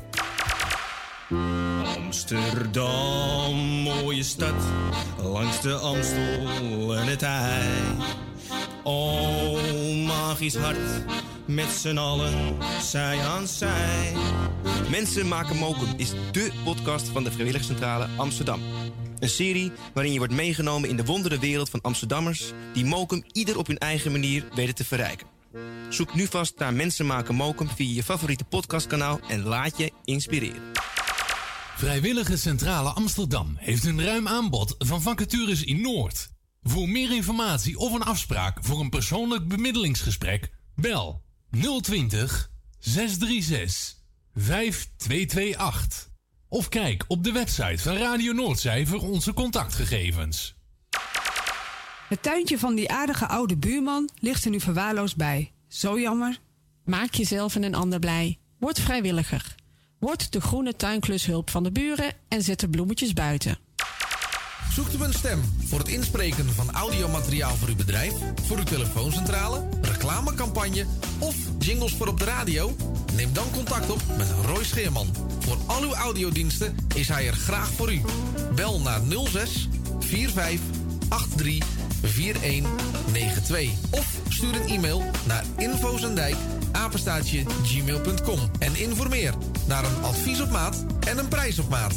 Speaker 16: Amsterdam, mooie stad, langs de Amstel en het IJ. Oh, magisch hart, met z'n allen, zij aan zij.
Speaker 2: Mensen maken mokum is dé podcast van de Vrijwilligcentrale Amsterdam. Een serie waarin je wordt meegenomen in de wondere wereld van Amsterdammers die mokum ieder op hun eigen manier weten te verrijken. Zoek nu vast naar Mensen maken Mokum via je favoriete podcastkanaal en laat je inspireren.
Speaker 3: Vrijwillige Centrale Amsterdam heeft een ruim aanbod van vacatures in Noord. Voor meer informatie of een afspraak voor een persoonlijk bemiddelingsgesprek, bel nul twintig, zes drie zes, vijf twee twee acht. Of kijk op de website van Radio Noordzij voor onze contactgegevens.
Speaker 4: Het tuintje van die aardige oude buurman ligt er nu verwaarloosd bij. Zo jammer.
Speaker 5: Maak jezelf en een ander blij. Word vrijwilliger. Word de groene tuinklushulp van de buren en zet de bloemetjes buiten.
Speaker 1: Zoekt u een stem voor het inspreken van audiomateriaal voor uw bedrijf, voor uw telefooncentrale, reclamecampagne of jingles voor op de radio? Neem dan contact op met Roy Scheerman. Voor al uw audiodiensten is hij er graag voor u. Bel naar nul zes vier vijf acht drie vier een negen twee of stuur een e-mail naar infozendijk apenstaartje gmail punt com en informeer naar een advies op maat en een prijs op maat.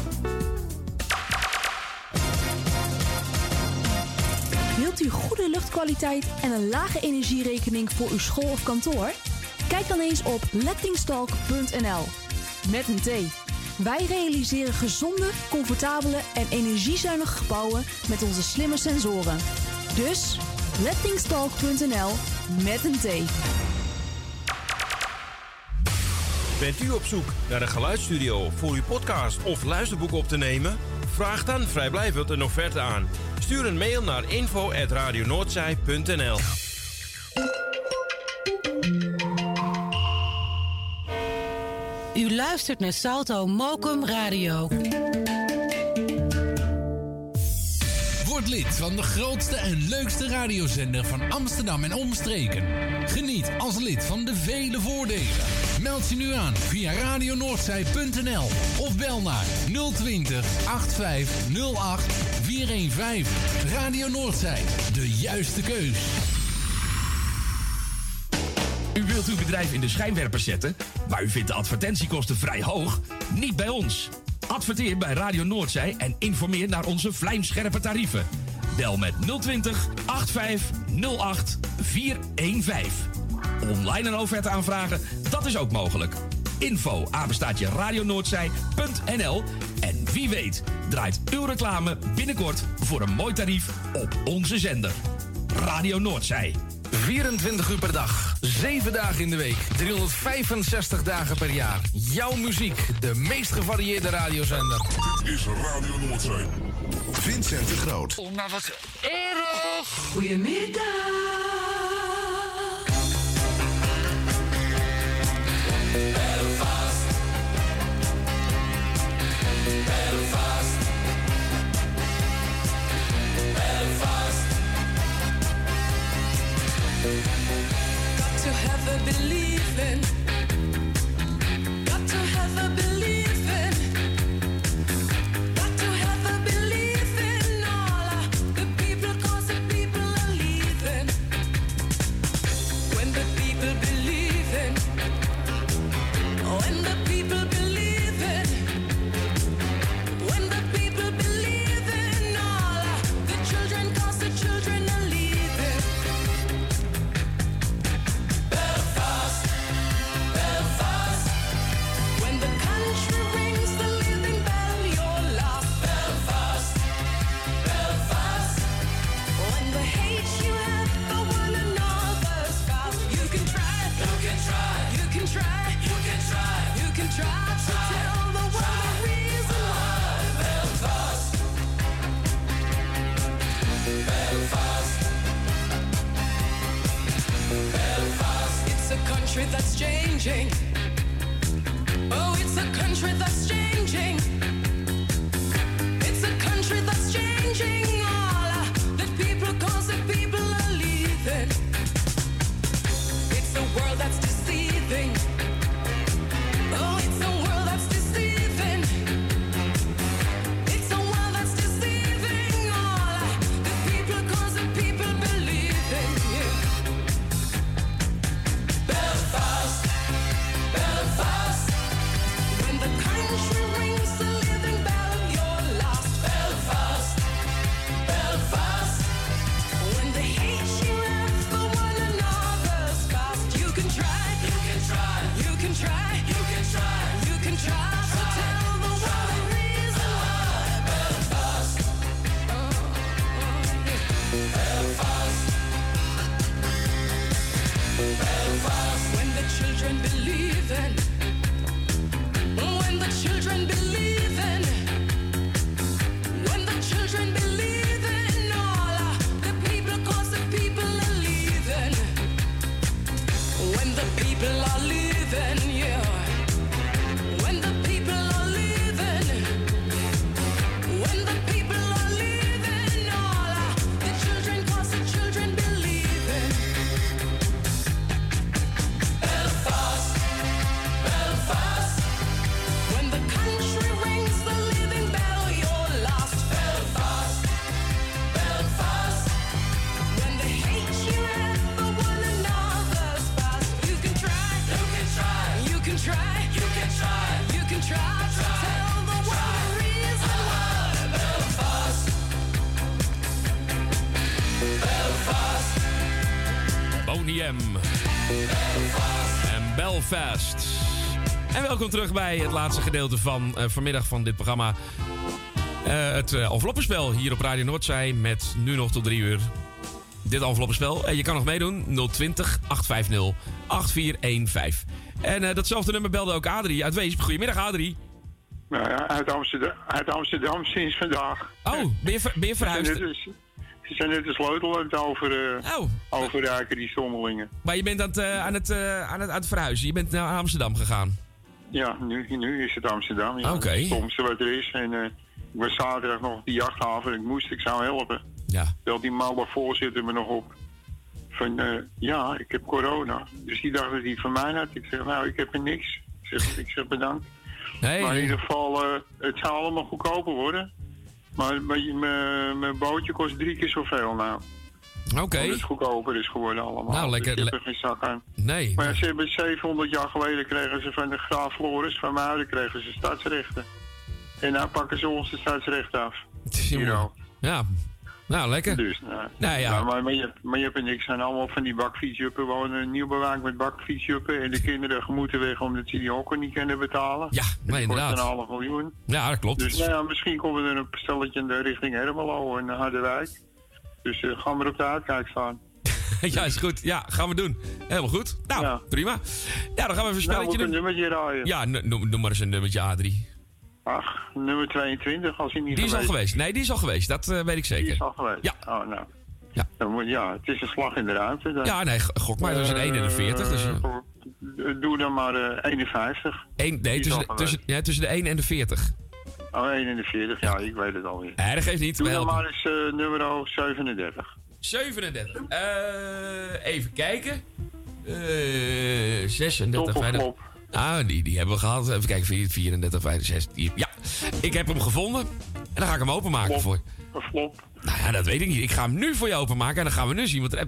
Speaker 6: Wilt u goede luchtkwaliteit en een lage energierekening voor uw school of kantoor? Kijk dan eens op lettingstalk punt n l. Met een T. Wij realiseren gezonde, comfortabele en energiezuinige gebouwen met onze slimme sensoren. Dus lettingstalk punt n l met een T.
Speaker 2: Bent u op zoek naar een geluidsstudio voor uw podcast of luisterboek op te nemen? Vraag dan vrijblijvend een offerte aan. Stuur een mail naar info at radionoordzij punt n l.
Speaker 7: U luistert naar Salto Mokum Radio.
Speaker 3: Word lid van de grootste en leukste radiozender van Amsterdam en omstreken. Geniet als lid van de vele voordelen. Meld je nu aan via radionoordzij punt n l of bel naar nul twintig, achtenvijftig, nul acht, vierhonderdvijftien. Radio Noordzij, de juiste keus.
Speaker 8: U wilt uw bedrijf in de schijnwerpers zetten, maar u vindt de advertentiekosten vrij hoog? Niet bij ons. Adverteer bij Radio Noordzij en informeer naar onze vlijmscherpe tarieven. Bel met nul twintig, achtenvijftig, nul acht, vierhonderdvijftien. Online een offerte aanvragen, dat is ook mogelijk. Info apenstaartje radionoordzij punt n l en wie weet draait uw reclame binnenkort voor een mooi tarief op onze zender. Radio Noordzij.
Speaker 1: vierentwintig uur per dag, zeven dagen in de week, driehonderdvijfenzestig dagen per jaar. Jouw muziek, de meest gevarieerde radiozender.
Speaker 9: Dit is Radio Noordzee. Vincent de Groot.
Speaker 12: Oh, maar wat erg!
Speaker 4: Goedemiddag.
Speaker 12: Belfast. Belfast. Belfast. Got to have a believing. Got to have a believing. Got to have a believing. All the people, cause the people are leaving. When the people believe in. When the people believe in. When the people believe in. All the children, cause the children are leaving. Belfast, Belfast. When the country rings the living bell, you're lost. Belfast, Belfast. When the hate you have for one another's fast. You can try, you can try, you can try, you can try, you can try to tell the world the reason why. Belfast, Belfast. Belfast, it's a country that's changing. Oh, it's a country that's changing. It's a country that's changing. All the people, cause the people are leaving. It's a world that's deceiving. Oh, it's a world that's deceiving. It's a world that's deceiving. All the people, cause the people believe in you. Belfast, Belfast. When the country children believe in, when the children believe in, when the children believe in all the people, cause the people are leaving, when the people are leaving, yeah. When the people are leaving, when the people are leaving, all the children, cause the children believe in. Belfast, Belfast, when the country rings the living bell, you're lost. Belfast, Belfast, when they hate you and for one another's past. You can try, you can try, you can try, you can try, you can try to tell the world the reason why. Belfast, Belfast,
Speaker 14: Boney M. En Belfast. En welkom terug bij het laatste gedeelte van uh, vanmiddag van dit programma. Uh, het uh, enveloppenspel hier op Radio Noordzij met nu nog tot drie uur. Dit enveloppenspel. Uh, je kan nog meedoen. nul twintig, acht vijf nul, acht vier een vijf. En uh, datzelfde nummer belde ook Adrie uit Weesp. Goedemiddag Adrie.
Speaker 17: Nou ja, uit Amsterdam, uit Amsterdam sinds vandaag.
Speaker 14: Oh, ben je, ver, ben je verhuisd?
Speaker 17: Ze zijn net, ze zijn net de sleutel aan het over, uh,
Speaker 14: oh.
Speaker 17: overreiken, die stommelingen.
Speaker 14: Maar je bent aan het, uh, aan, het, uh, aan, het, aan het verhuizen. Je bent naar Amsterdam gegaan.
Speaker 17: Ja, nu, nu is het Amsterdam. Ja.
Speaker 14: Oké. Okay.
Speaker 17: Het stomste wat er is. En uh, ik was zaterdag nog op die jachthaven. Ik moest, ik zou helpen.
Speaker 14: Ja.
Speaker 17: Belt die malle voorzitter me nog op. Van, uh, ja, ik heb corona. Dus die dacht dat hij het van mij had. Ik zeg, nou, ik heb er niks. Ik zeg, ik zeg bedankt.
Speaker 14: Nee.
Speaker 17: Maar in ieder geval, uh, het zou allemaal goedkoper worden. Maar mijn bootje kost drie keer zoveel nou.
Speaker 14: Oké. Okay.
Speaker 17: Het is goedkoper is geworden allemaal.
Speaker 14: Nou, lekker.
Speaker 17: Dus ik heb er geen zak aan.
Speaker 14: Nee.
Speaker 17: Maar ja, ze hebben zevenhonderd jaar geleden kregen ze van de graaf Floris van Muiden kregen ze stadsrechten. En nou pakken ze ons de stadsrechten af. Hier
Speaker 14: ja. Nou, lekker.
Speaker 17: Dus, nou,
Speaker 14: nou ja.
Speaker 17: Nou, maar, maar, je, maar je hebt er niks aan. Allemaal van die bakfietsjuppen wonen nieuw bewaakt met bakfietsjuppen. En de kinderen moeten weg omdat ze die hokken niet kunnen betalen.
Speaker 14: Ja, maar inderdaad.
Speaker 17: Dat kost een half miljoen.
Speaker 14: Ja, dat klopt.
Speaker 17: Dus nou ja, misschien komen we er een stelletje in de richting Ermelo en Harderwijk. Dus uh, gaan we op de uitkijk staan.
Speaker 14: Ja, is goed. Ja, gaan we doen. Helemaal goed. Nou, ja. Prima. Ja, dan gaan we even een spelletje
Speaker 17: nou,
Speaker 14: doen.
Speaker 17: een nummertje raaien.
Speaker 14: Ja, noem, noem maar eens een nummertje A drie.
Speaker 17: Ach, nummer tweeëntwintig, als hij niet
Speaker 14: Die is
Speaker 17: geweest.
Speaker 14: al geweest. Nee, die is al geweest. Dat uh, weet ik zeker.
Speaker 17: Die is al geweest?
Speaker 14: Ja.
Speaker 17: Oh, nou.
Speaker 14: Ja.
Speaker 17: Dan moet, ja, het is een slag in de ruimte. Dan.
Speaker 14: Ja, nee, gok maar. Dat is een eenenveertig. Dus,
Speaker 17: uh, doe dan maar uh, eenenvijftig.
Speaker 14: Eén, nee, tussen de, tussen, ja, tussen de één en de veertig.
Speaker 17: Oh, eenenveertig. Ja, ik weet het alweer.
Speaker 14: Nee, dat geeft niet.
Speaker 17: Doe dan maar eens uh, nummer zevenendertig.
Speaker 14: zevenendertig. Uh, even kijken. Uh, zesendertig.
Speaker 17: Top of flop?
Speaker 14: Ah, die, die hebben we gehad. Even kijken, vierendertig, vijfenzestig. Ja, ik heb hem gevonden. En dan ga ik hem openmaken
Speaker 17: flop.
Speaker 14: voor
Speaker 17: Een flop?
Speaker 14: Nou ja, dat weet ik niet. Ik ga hem nu voor je openmaken en dan gaan we nu zien wat er...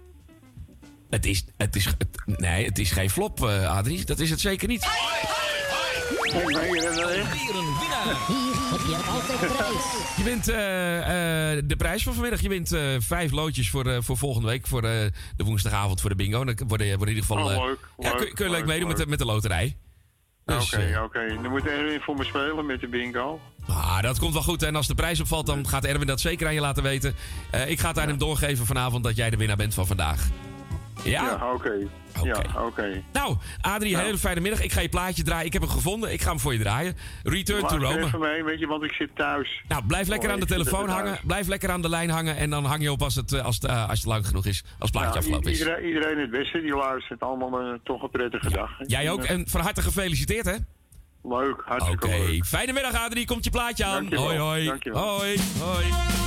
Speaker 14: Het is... Het is het, nee, het is geen flop, uh, Adrie. Dat is het zeker niet.
Speaker 17: Nee, nee, nee.
Speaker 12: Weer een winnaar. Hier heb je altijd de prijs.
Speaker 14: Je wint uh, uh, de prijs van vanmiddag. Je wint uh, vijf loodjes voor, uh, voor volgende week. Voor uh, de woensdagavond voor de bingo. Dan worden je in ieder geval... Uh,
Speaker 17: oh, leuk,
Speaker 14: ja,
Speaker 17: leuk,
Speaker 14: kun, kun je leuk
Speaker 17: leuk,
Speaker 14: meedoen
Speaker 17: leuk.
Speaker 14: met de, met de loterij.
Speaker 17: Oké,
Speaker 14: Dus,
Speaker 17: oké.
Speaker 14: uh,
Speaker 17: Okay. Dan moet Erwin voor me spelen met de bingo.
Speaker 14: Ah, dat komt wel goed. En als de prijs opvalt, dan gaat Erwin dat zeker aan je laten weten. Uh, ik ga het aan ja. hem doorgeven vanavond dat jij de winnaar bent van vandaag. Ja?
Speaker 17: Ja, oké. Okay.
Speaker 14: Okay.
Speaker 17: Ja, oké. Okay.
Speaker 14: Nou, Adrie, een
Speaker 17: nou.
Speaker 14: hele fijne middag. Ik ga je plaatje draaien. Ik heb hem gevonden. Ik ga hem voor je draaien. Return
Speaker 17: Maak
Speaker 14: to Rome.
Speaker 17: even mee, weet je, want ik zit thuis.
Speaker 14: Nou, blijf lekker
Speaker 17: oh,
Speaker 14: aan de telefoon hangen. Thuis. Blijf lekker aan de lijn hangen. En dan hang je op als het, als het, uh, als het lang genoeg is. Als het plaatje
Speaker 17: ja,
Speaker 14: afgelopen is.
Speaker 17: Iedereen, iedereen het beste, die luistert. Allemaal uh, toch een prettige dag.
Speaker 14: Jij ook. En van harte gefeliciteerd, hè?
Speaker 17: Leuk, hartstikke
Speaker 14: okay.
Speaker 17: leuk.
Speaker 14: Fijne middag, Adrie. Komt je plaatje aan.
Speaker 17: Dankjewel.
Speaker 14: Hoi, hoi.
Speaker 17: Dankjewel.
Speaker 14: Hoi, hoi.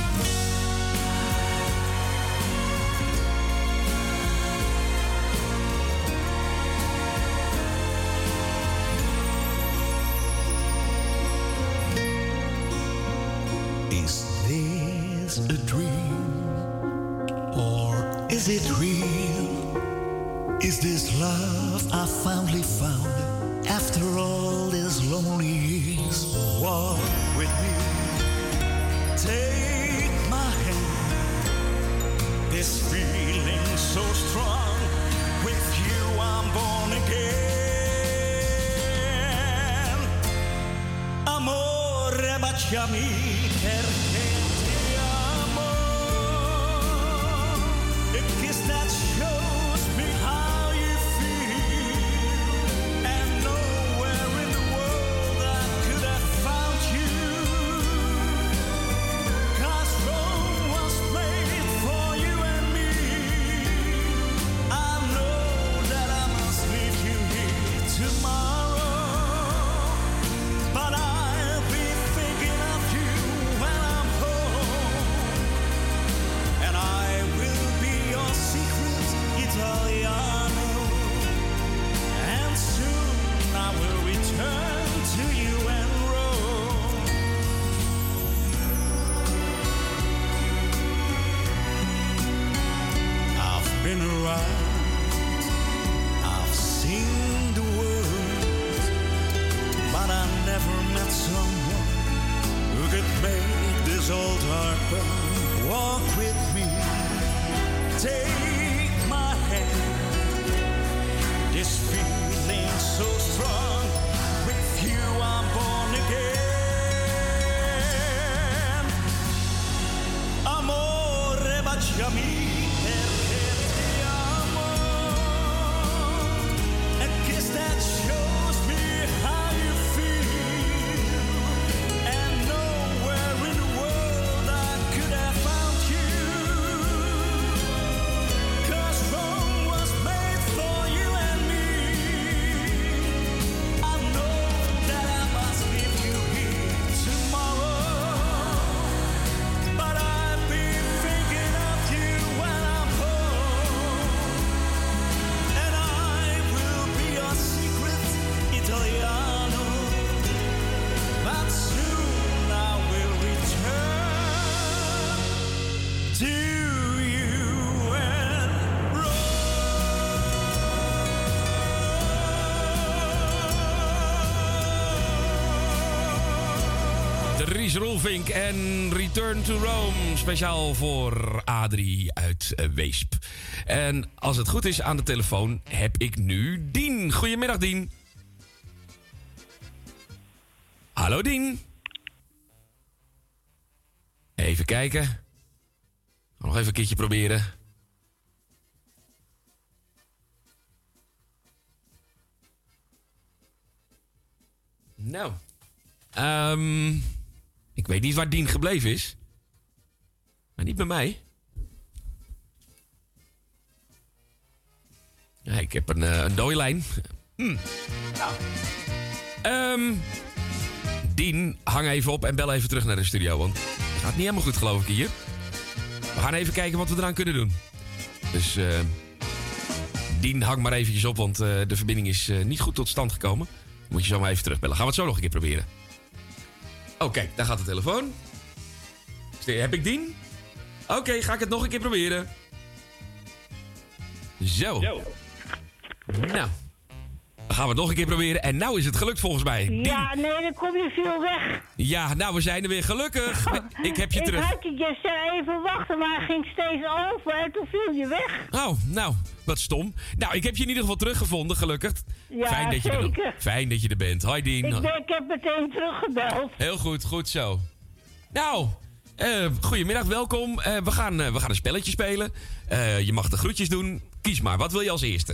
Speaker 18: Is this a dream? Or is it real? Is this love I finally found? After all these lonely years, walk with me. Take my hand. This feeling so strong. With you I'm born again. Amore, baciami perché ti amo. A kiss that shows me how you feel. river, walk with me. Take my hand. This feeling so strong. With you I'm born again. Amore, baciami. That shows me how you feel, and nowhere in the world I could have found you, 'cause Rome was made for you and me. I know that I must leave you here tomorrow, but I've been thinking of you when I'm home, and I will be your secret Italiano, but soon I will return to you and
Speaker 14: Dries Roelvink en Return to Rome. Speciaal voor Adrie uit uh, Weesp. En als het goed is aan de telefoon heb ik nu Dien. Goedemiddag, Dien. Hallo, Dien. Even kijken. Nog even een keertje proberen. Nou. Um, ik weet niet waar Dien gebleven is. Maar niet bij mij. Ja, ik heb een, uh, een dooilijn. Hm. Nou. Um, Dien, hang even op en bel even terug naar de studio. Want het gaat niet helemaal goed, geloof ik, hier. We gaan even kijken wat we eraan kunnen doen. Dus uh, Dien, hang maar eventjes op, want uh, de verbinding is uh, niet goed tot stand gekomen. Moet je zo maar even terugbellen. Gaan we het zo nog een keer proberen. Oké, okay, daar gaat de telefoon. Heb ik Dien? Oké, okay, ga ik het nog een keer proberen. Zo. Yo. Nou. Dan gaan we het nog een keer proberen. En nou is het gelukt volgens mij. Dien.
Speaker 22: Ja, nee, dan kom je veel weg.
Speaker 14: Ja, nou, we zijn er weer gelukkig. Ik heb je
Speaker 22: ik
Speaker 14: terug.
Speaker 22: Ik had je zei even wachten, maar hij ging steeds over en toen viel je weg.
Speaker 14: Oh, nou, wat stom. Nou, ik heb je in ieder geval teruggevonden, gelukkig.
Speaker 22: Ja,
Speaker 14: Fijn dat je
Speaker 22: zeker.
Speaker 14: Er, fijn dat je er bent. Hoi, Dien.
Speaker 22: Ik, ben, ik heb meteen teruggebeld.
Speaker 14: Heel goed, goed zo. Nou, uh, goedemiddag, welkom. Uh, we, gaan, uh, we gaan een spelletje spelen. Uh, je mag de groetjes doen. Kies maar, wat wil je als eerste?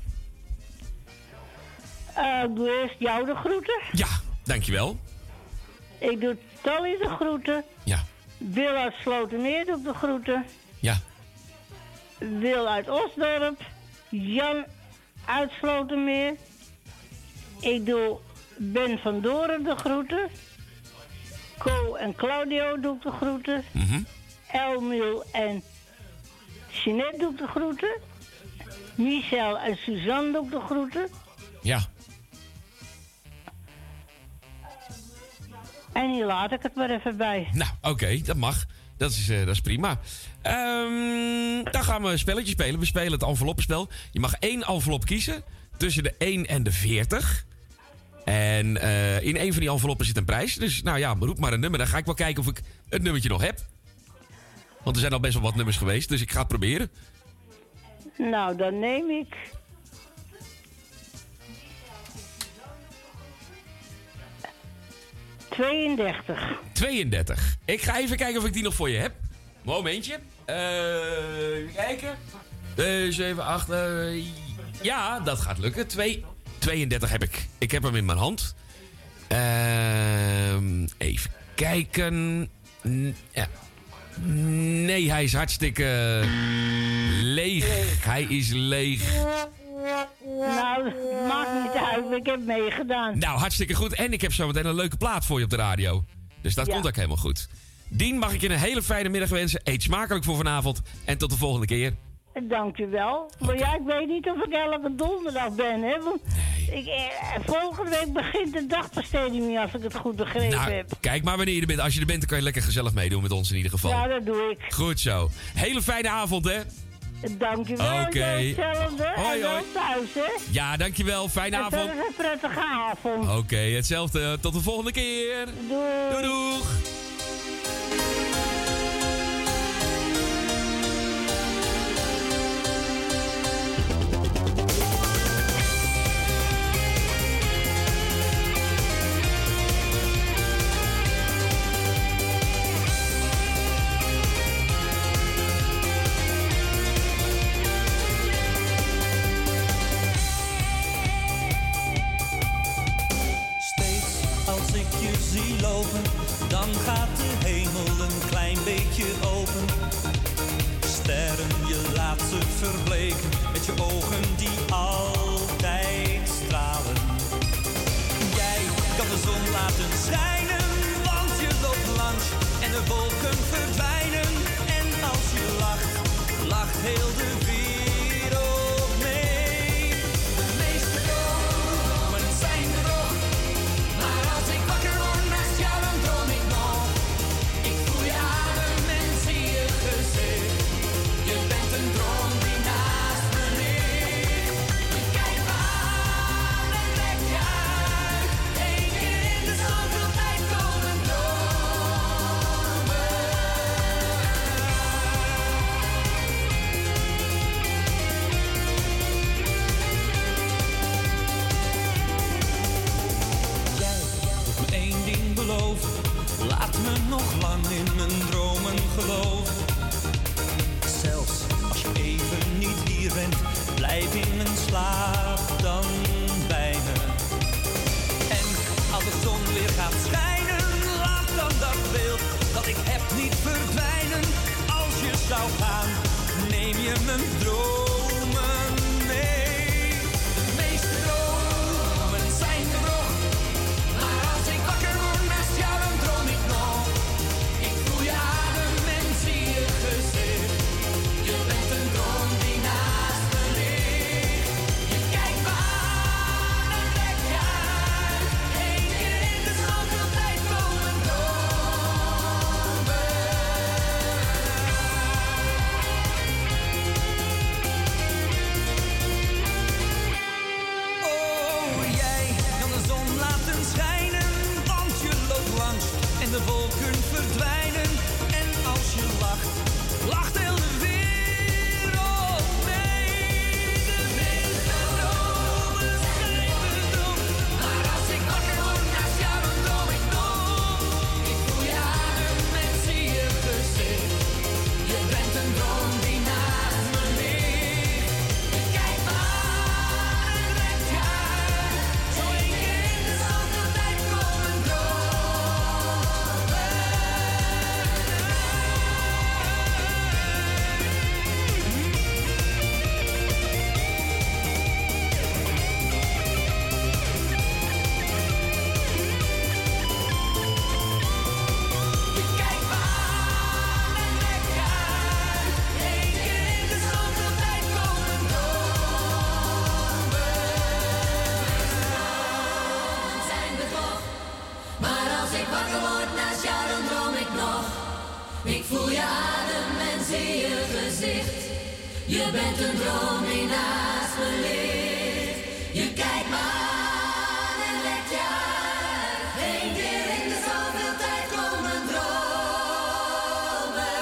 Speaker 22: Uh, doe eerst jou de groeten.
Speaker 14: Ja, dankjewel.
Speaker 22: Ik doe Tally de groeten.
Speaker 14: Ja.
Speaker 22: Wil uit Slotermeer doe ik de groeten.
Speaker 14: Ja.
Speaker 22: Wil uit Osdorp. Jan uit Slotermeer. Ik doe Ben van Doren de groeten. Co en Claudio doe ik de groeten.
Speaker 14: Mm-hmm.
Speaker 22: Elmiel en Jeanette doe ik de groeten. Michel en Suzanne doe ik de groeten.
Speaker 14: Ja.
Speaker 22: En hier laat ik het maar even bij.
Speaker 14: Nou, oké, okay, dat mag. Dat is, uh, dat is prima. Um, dan gaan we een spelletje spelen. We spelen het enveloppenspel. Je mag één envelop kiezen tussen de één en de veertig. En uh, in één van die enveloppen zit een prijs. Dus nou ja, roep maar een nummer. Dan ga ik wel kijken of ik het nummertje nog heb. Want er zijn al best wel wat nummers geweest. Dus ik ga het proberen.
Speaker 22: Nou, dan neem ik... tweeëndertig.
Speaker 14: tweeëndertig. Ik ga even kijken of ik die nog voor je heb. Momentje. Uh, even kijken. Uh, zeven, acht. Uh, ja, dat gaat lukken. Twee, tweeëndertig heb ik. Ik heb hem in mijn hand. Uh, even kijken. N- ja. Nee, hij is hartstikke leeg. Hij is leeg.
Speaker 22: Nou, maakt niet uit. Ik heb meegedaan.
Speaker 14: Nou, hartstikke goed. En ik heb zometeen een leuke plaat voor je op de radio. Dus dat
Speaker 22: ja.
Speaker 14: komt ook helemaal goed. Dien, mag ik je een hele fijne middag wensen. Eet smakelijk voor vanavond. En tot de volgende keer.
Speaker 22: Dankjewel. Okay. Maar ja, ik weet niet of ik elke donderdag ben, hè. Want nee. ik, eh, volgende week begint de dagbesteding niet, als ik het goed begrepen
Speaker 14: nou,
Speaker 22: heb.
Speaker 14: Kijk maar wanneer je er bent. Als je er bent, dan kan je lekker gezellig meedoen met ons in ieder geval.
Speaker 22: Ja, dat doe ik.
Speaker 14: Goed zo. Hele fijne avond, hè.
Speaker 22: Dankjewel.
Speaker 14: Oké. Okay.
Speaker 22: Hetzelfde.
Speaker 14: Hoi,
Speaker 22: en
Speaker 14: hoi.
Speaker 22: thuis, hè.
Speaker 14: Ja, dankjewel. Fijne
Speaker 22: en
Speaker 14: avond.
Speaker 22: Een prettige avond.
Speaker 14: Oké, okay, hetzelfde. Tot de volgende keer.
Speaker 22: Doei.
Speaker 14: Doei, doeg.
Speaker 16: verbleken met je ogen die altijd stralen. Jij kan de zon laten schijnen, want je loopt langs en de wolken verdwijnen. En als je lacht, lacht heel de wereld mee. De meeste dromen zijn bedrog, maar als ik wakker word naast jou, dan droom ik nog. Ik voel je adem en zie je gezicht. Je bent een droom die naast me ligt. Je kijkt me aan en lekt je uit. Eén keer in de zoveel tijd komen dromen. Jij moet me één ding beloven. Laat me nog lang in mijn dromen geloven. Zelfs als je even niet hier bent, blijf in mijn slaap dan bij me. En als de zon weer gaat schijnen, laat dan dat beeld dat ik heb niet verdwijnen. Als je zou gaan, neem je mijn dromen mee. De meeste dromen zijn bedrog, maar als ik wakker word naast jou, dan droom ik nog. Ik voel je adem en zie je gezicht. Je bent een droom die naast me ligt. Je kijkt me aan en lekt je uit. Eén keer in de zoveel tijd komen dromen. Oh, jij kan de zon laten schijnen, want je loopt langs en de wolken verdwijnen. En als je lacht, lacht heel de wereld mee. De meeste dromen zijn bedrog, maar als ik wakker word naast jou, dan droom ik nog. Ik voel je adem en zie je gezicht. Je bent een droom die naast me ligt. Je kijkt me aan en lekt je uit. Zo één keer in de zoveel tijd komen Je kijkt me aan en lekt je uit. Eén keer in de zoveel tijd komen dromen. Zijn bedrog, maar als ik wakker word naast jou, dan droom ik nog. Ik voel je adem en zie je gezicht. Je bent een droom die naast me ligt. Je kijkt me aan en lekt je uit. Eén keer in de zoveel tijd komen dromen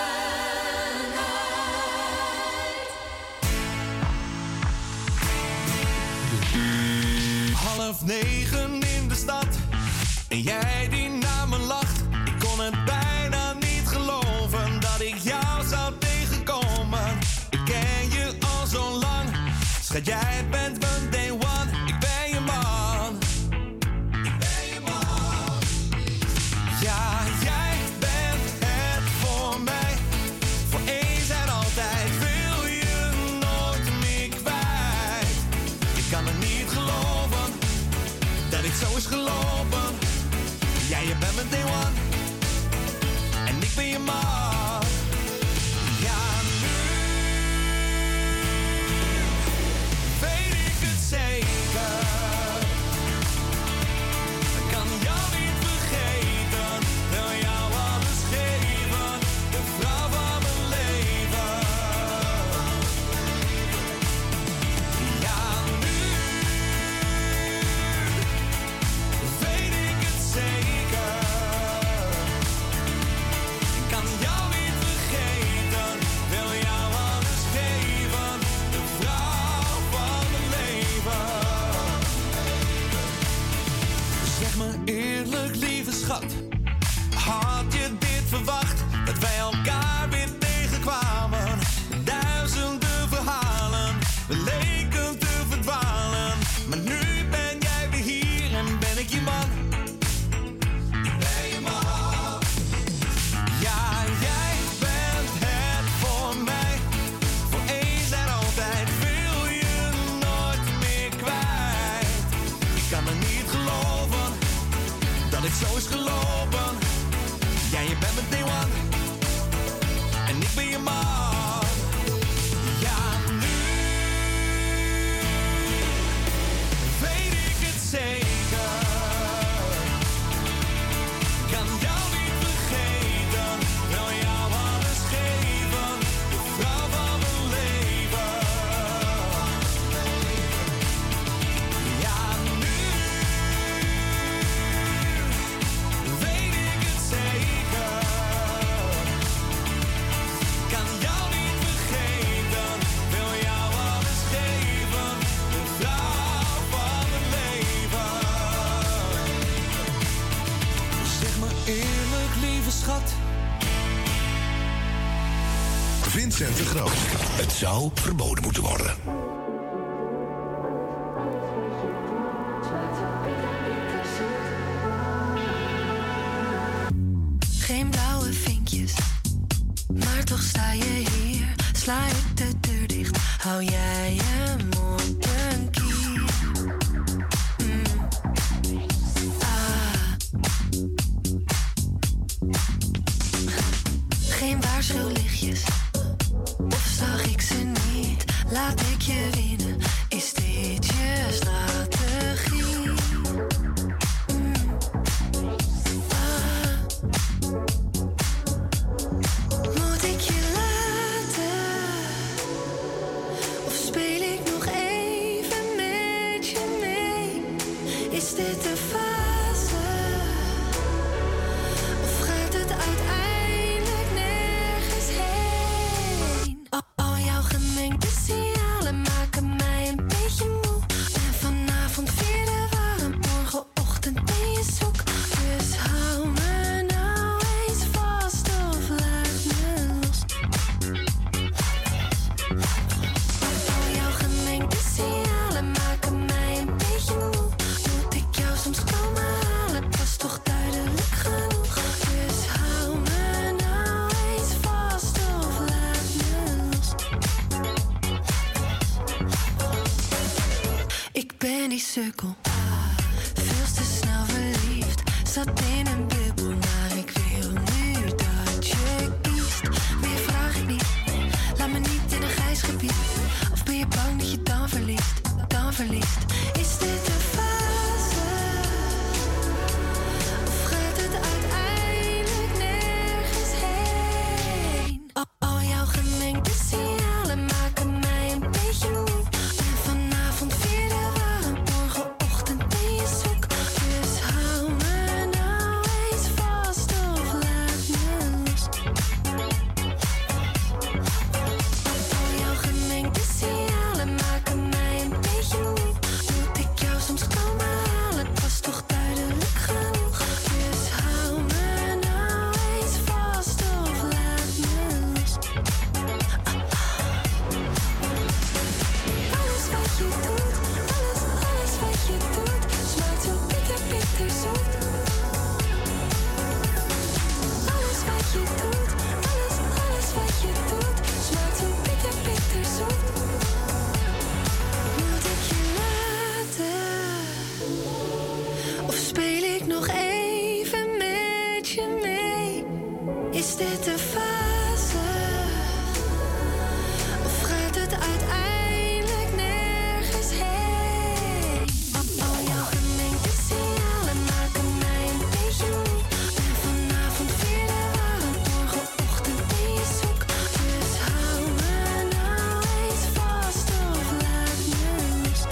Speaker 16: uit. Half negen in de stad en jij die naar me lacht. Ik kon het bijna niet geloven dat ik jou zou tegenkomen. Ik ken je al zo lang, schat, jij bent mijn day one. Ik ben je man, ik ben je man. Ja, jij bent het voor mij, voor eens en altijd. Wil je nooit meer kwijt. Ik kan het niet geloven dat ik zo is gelopen. Ja, je bent mijn day one en ik ben je man. Ja, nu weet ik het zeker. Ik kan jou niet vergeten, wil jou alles geven. De vrouw van mijn leven. Ja, nu weet ik het zeker. Ik kan jou
Speaker 9: Vincent de Groot.
Speaker 19: Het zou verboden moeten worden.
Speaker 10: Geen blauwe vinkjes, maar toch sta je hier. Sla ik de deur dicht, hou jij hem op een kier. Mm. Ah. Geen waarschuwlichtjes, of zag ik ze niet? Laat ik je winnen, is dit je strategie? Mm. Ah. Moet ik je laten? Of speel ik nog even met je mee? Is dit de fase? Of gaat het uiteindelijk nergens heen? Oh, oh, jouw gemengde signalen maken mij een beetje moe. En vanavond vierde warm, morgenochtend ben je zoek. Dus hou me nou eens vast of laat me los. Oh, jouw gemengde signalen maken mij een beetje moe. Moet ik jou soms komen halen, dat is toch duidelijk genoeg. Dus hou me nou eens vast of laat me los. Ik ben die sukkel, veel te snel verliefd. Zat in een bubbel, maar ik wil nu dat je kiest. Meer vraag ik niet, laat me niet in een grijs gebied. Of ben je bang dat je dan verliest, dan verliest? Is dit de fase? Of gaat het uiteindelijk nergens heen? Oh, oh, jouw gemengde signalen maken mij een beetje moe. En vanavond vierde warm, morgenochtend ben je zoek. Dus hou me nou eens vast of laat me los. Oh, jouw gemengde signalen maken mij een beetje moe. Moet ik jou soms komen halen, dat was toch duidelijk genoeg. Dus hou me nou eens vast of laat me los. Alles wat je doet, alles, alles wat je doet, smaakt zo bitter, bitter zoet. Alles wat je doet, alles, alles wat je doet, smaakt zo bitter, bitter zoet. Moet ik je laten? Of speel ik nog even met je mee? Is dit de fase? Of gaat het uiteindelijk nergens heen? Oh, oh, jouw gemengde signalen maken mij een beetje moe. En vanavond vierde warm, morgenochtend ben je zoek. Dus hou me nou eens vast of laat me los.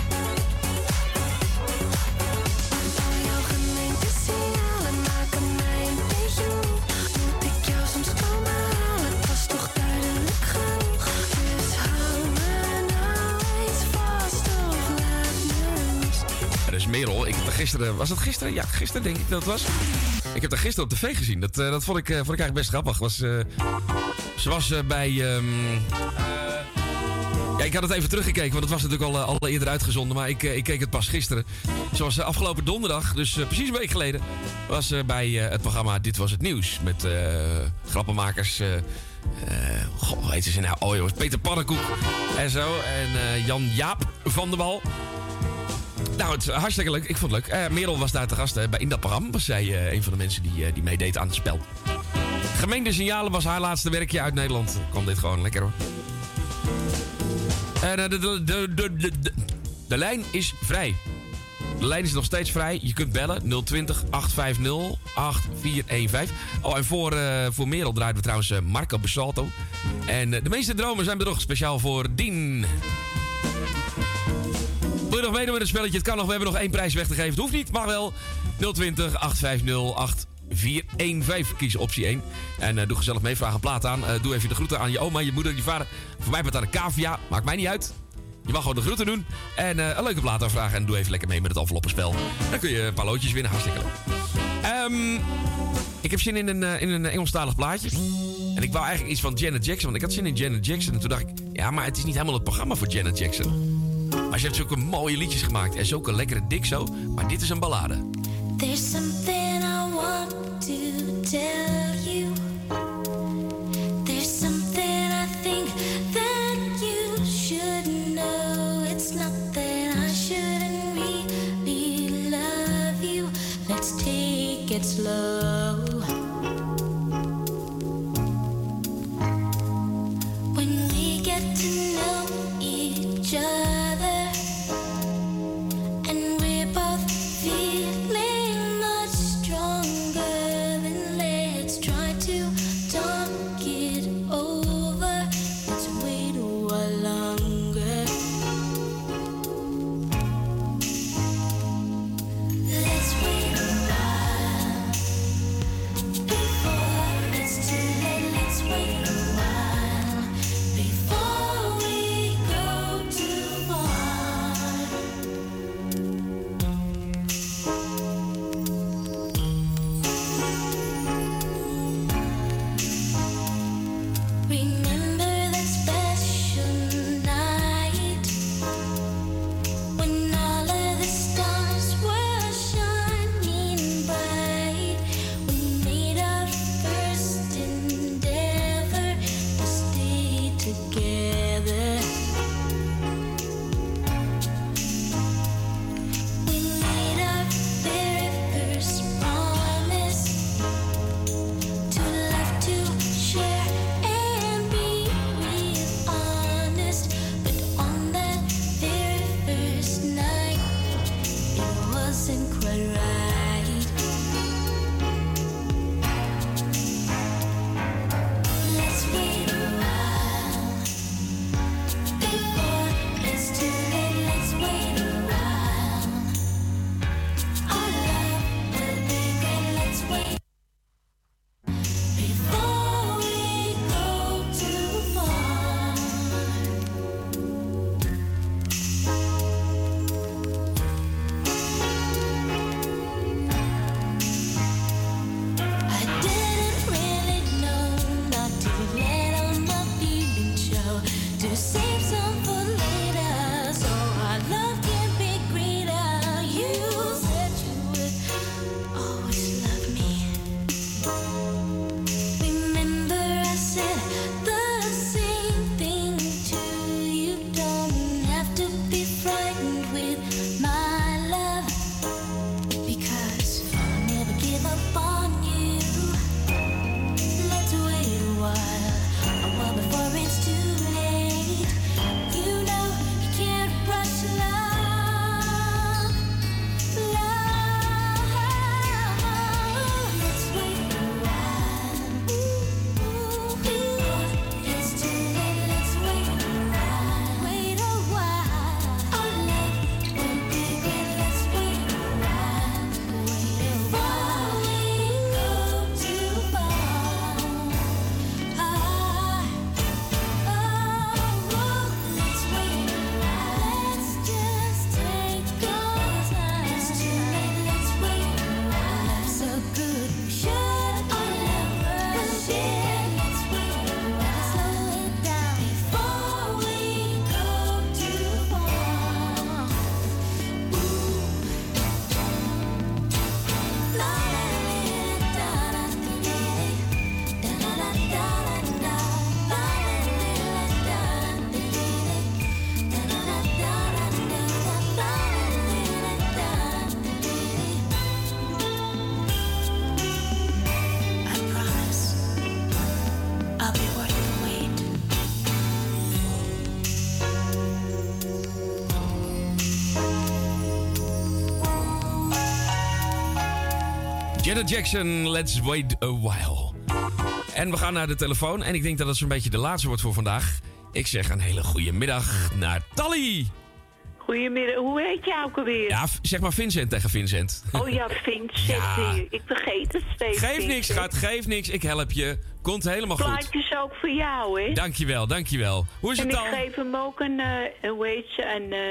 Speaker 10: Oh, jouw gemengde signalen maken mij een beetje moe. Moet ik jou soms komen halen, dat was toch duidelijk genoeg. Dus hou me nou eens vast of laat me los.
Speaker 14: Er is Merel. Ik heb er gisteren... Was het gisteren? Ja, gisteren denk ik dat het was. Ik heb haar gisteren op tv gezien. Dat, eh, dat vond, ik, eh, vond ik eigenlijk best grappig. Was, eh, ze was eh, bij... ehm, eh, ja, ik had het even teruggekeken, want het was natuurlijk al, eh, al eerder uitgezonden. Maar ik, eh, ik keek het pas gisteren. Ze was eh, afgelopen donderdag, dus eh, precies een week geleden... was ze bij eh, het programma Dit Was Het Nieuws. Met eh, grappenmakers... eh, eh, goh, hoe heet ze nou? Oh jongens, Peter Pannenkoek en zo. En eh, Jan-Jaap van der Wal. Nou, het is hartstikke leuk. Ik vond het leuk. Eh, Merel was daar te gast eh, bij in dat programma. Was zij eh, een van de mensen die, uh, die meedeed aan het spel. Gemengde signalen was haar laatste werkje uit Nederland. Kwam dit gewoon lekker hoor. En uh, de, de, de, de, de, de, de lijn is vrij. De lijn is nog steeds vrij. Je kunt bellen nul twintig, acht vijf nul, acht vier een vijf. Oh, en voor, uh, voor Merel draaien we trouwens uh, Marco Bassalto. En uh, de meeste dromen zijn bedrog. Speciaal voor Dien. Wil je nog meedoen met het spelletje? Het kan nog. We hebben nog één prijs weg te geven. Het hoeft niet, mag wel. nul twintig, acht vijf nul, acht vier een vijf. Kies optie één. En uh, doe gezellig mee. Vraag een plaat aan. Uh, doe even de groeten aan je oma, je moeder, je vader. Voor mij met aan de cavia. Maakt mij niet uit. Je mag gewoon de groeten doen. En uh, een leuke plaat aanvragen. En doe even lekker mee met het enveloppenspel. Dan kun je een paar loodjes winnen. Hartstikke leuk. Um, ik Ik heb zin in een, uh, in een Engelstalig plaatje. En ik wou eigenlijk iets van Janet Jackson. Want ik had zin in Janet Jackson. En toen dacht ik, ja, maar het is niet helemaal het programma voor Janet Jackson. Maar ze heeft zulke mooie liedjes gemaakt. En zulke lekkere dik zo. Maar dit is een ballade.
Speaker 10: There's something I want to tell you. There's something I think that you should know. It's not that I shouldn't really love you. Let's take it slow. When we get to know each other, and we're both feeling much stronger, then let's try to talk it over. Let's wait a while longer. Let's wait a while before it's too late. Let's wait a while before we go too far. Remember that special night when all of the stars were shining bright. We made our first endeavor to stay together. We made our very first promise to love, to share, and be real honest. But on that very first night, it wasn't quite right. Let's wait a while before it's too late. Let's wait a while. Our love will be great. Let's wait before we go too far. I didn't really know not to let all my feelings show, to save some for later, so our love can be greater. You said you would always love me. Remember I said the same thing to you. Don't have to be frightened with my love, because I'll never give up on you. Let's wait a while, a while before it's too late. You know you can't rush love, love. Let's wait a while, before it's too late. Let's wait a while, wait a while. Our love will be great. Let's wait a while, wait a while. Before we go too far. Ah, oh, let's wait a while. Let's just take our time. It's too late. Let's wait a while. So good, we should never share. Let's wait a while. Slow it down before we go too far. La la la da da da da da da da da da. La la la da da da da da da da da. I promise I'll be worth the wait.
Speaker 14: Janet Jackson, let's wait a while. En we gaan naar de telefoon. En ik denk dat het zo'n beetje de laatste wordt voor vandaag. Ik zeg een hele goede middag naar Tally.
Speaker 20: Goedemiddag, hoe heet je ook alweer?
Speaker 14: Ja, v- zeg maar Vincent tegen Vincent.
Speaker 20: Oh ja, Vincent.
Speaker 14: Ja.
Speaker 20: Ik vergeet het steeds.
Speaker 14: Geef niks,
Speaker 20: Vincent.
Speaker 14: schat, geef niks. Ik help je. Komt helemaal goed.
Speaker 20: Plaatjes ook voor jou, hè?
Speaker 14: Dankjewel, dankjewel. Hoe is
Speaker 20: en
Speaker 14: het
Speaker 20: ik
Speaker 14: al?
Speaker 20: geef hem ook een, uh, een, hoe heet ze, een uh,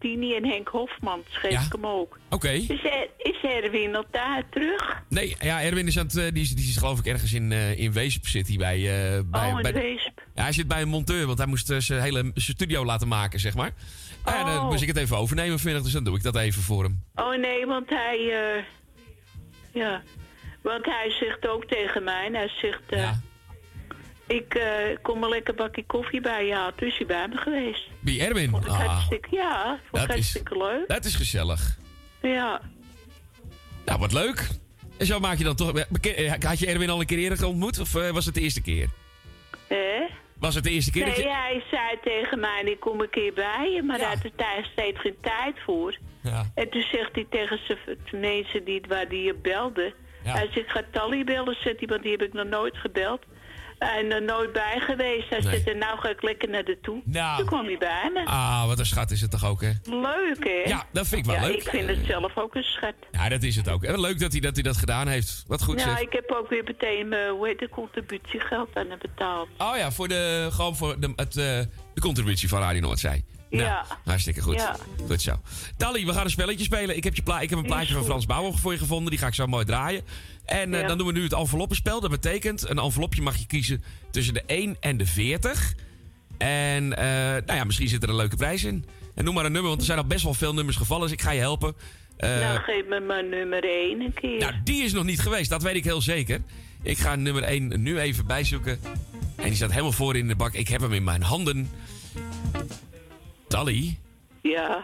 Speaker 20: Tini en Henk Hofman. Geef
Speaker 14: Ja?
Speaker 20: ik hem ook.
Speaker 14: Oké.
Speaker 20: Is, Er- is Erwin al daar terug?
Speaker 14: Nee, ja, Erwin is, aan het, eh, die, is, die is geloof ik ergens in, eh, in Weesp zit hij bij... eh, bij
Speaker 20: Oh, in
Speaker 14: bij de-
Speaker 20: Weesp.
Speaker 14: Ja, hij zit bij een monteur, want hij moest eh, zijn hele zijn studio laten maken, zeg maar. En dan
Speaker 20: Oh.
Speaker 14: moest ik het even overnemen vanmiddag, dus dan doe ik dat even voor hem.
Speaker 20: Oh nee, want hij... eh, ja, want hij zegt ook tegen mij... en Hij zegt... eh, ik eh, kom een lekker bakje koffie bij je halen. Dus is hij bij me geweest.
Speaker 14: Bij Erwin?
Speaker 20: Vond ik
Speaker 14: Ah,
Speaker 20: hartstikke, ja, vond ik
Speaker 14: dat is-
Speaker 20: hartstikke leuk.
Speaker 14: dat is gezellig.
Speaker 20: Ja.
Speaker 14: Nou, wat leuk. En zo maak je dan toch... beke- Had je Erwin al een keer eerder ontmoet, of eh, was het de eerste keer?
Speaker 20: Hè?
Speaker 14: Was het de eerste keer dat
Speaker 20: Nee,
Speaker 14: je...
Speaker 20: hij zei tegen mij, ik kom een keer bij je, maar daar had er thuis steeds geen tijd voor.
Speaker 14: Ja.
Speaker 20: En toen zegt hij tegen zijn v- mensen die, waar die je belde,
Speaker 14: Ja.
Speaker 20: hij zegt, ga Tally bellen, zegt hij, want die heb ik nog nooit gebeld. En er nooit bij geweest. Hij
Speaker 14: Nee.
Speaker 20: zegt, en nou ga ik lekker naar de toe.
Speaker 14: Nou.
Speaker 20: Toen kwam hij bij me.
Speaker 14: Ah, wat een schat is het toch ook, hè?
Speaker 20: Leuk, hè?
Speaker 14: Ja, dat vind ik wel
Speaker 20: ja,
Speaker 14: leuk.
Speaker 20: ik vind het zelf ook een schat.
Speaker 14: Ja, dat is het ook. En leuk dat hij dat, hij dat gedaan heeft. Wat goed,
Speaker 20: nou,
Speaker 14: zeg.
Speaker 20: ik heb ook weer meteen mijn, hoe heet het, contributiegeld aan hem betaald.
Speaker 14: Oh ja, voor de, gewoon voor de, het, eh, de contributie van Radio Noordzee. Nou,
Speaker 20: Ja.
Speaker 14: hartstikke goed.
Speaker 20: Ja.
Speaker 14: Goed zo. Tally, we gaan een spelletje spelen. Ik heb, je pla ik heb een
Speaker 20: Is
Speaker 14: plaatje van
Speaker 20: goed.
Speaker 14: Frans Bauer voor je gevonden. Die ga ik zo mooi draaien. En eh,
Speaker 20: Ja.
Speaker 14: dan doen we nu het enveloppenspel. Dat betekent, een envelopje mag je kiezen tussen de één en de veertig. En eh, nou ja, misschien zit er een leuke prijs in. En noem maar een nummer, want er zijn al best wel veel nummers gevallen. Dus ik ga je helpen. Eh,
Speaker 20: nou, geef me maar nummer één een keer.
Speaker 14: nou, die is nog niet geweest. Dat weet ik heel zeker. Ik ga nummer één nu even bijzoeken. En die staat helemaal voor in de bak. Ik heb hem in mijn handen. Tally.
Speaker 20: Ja.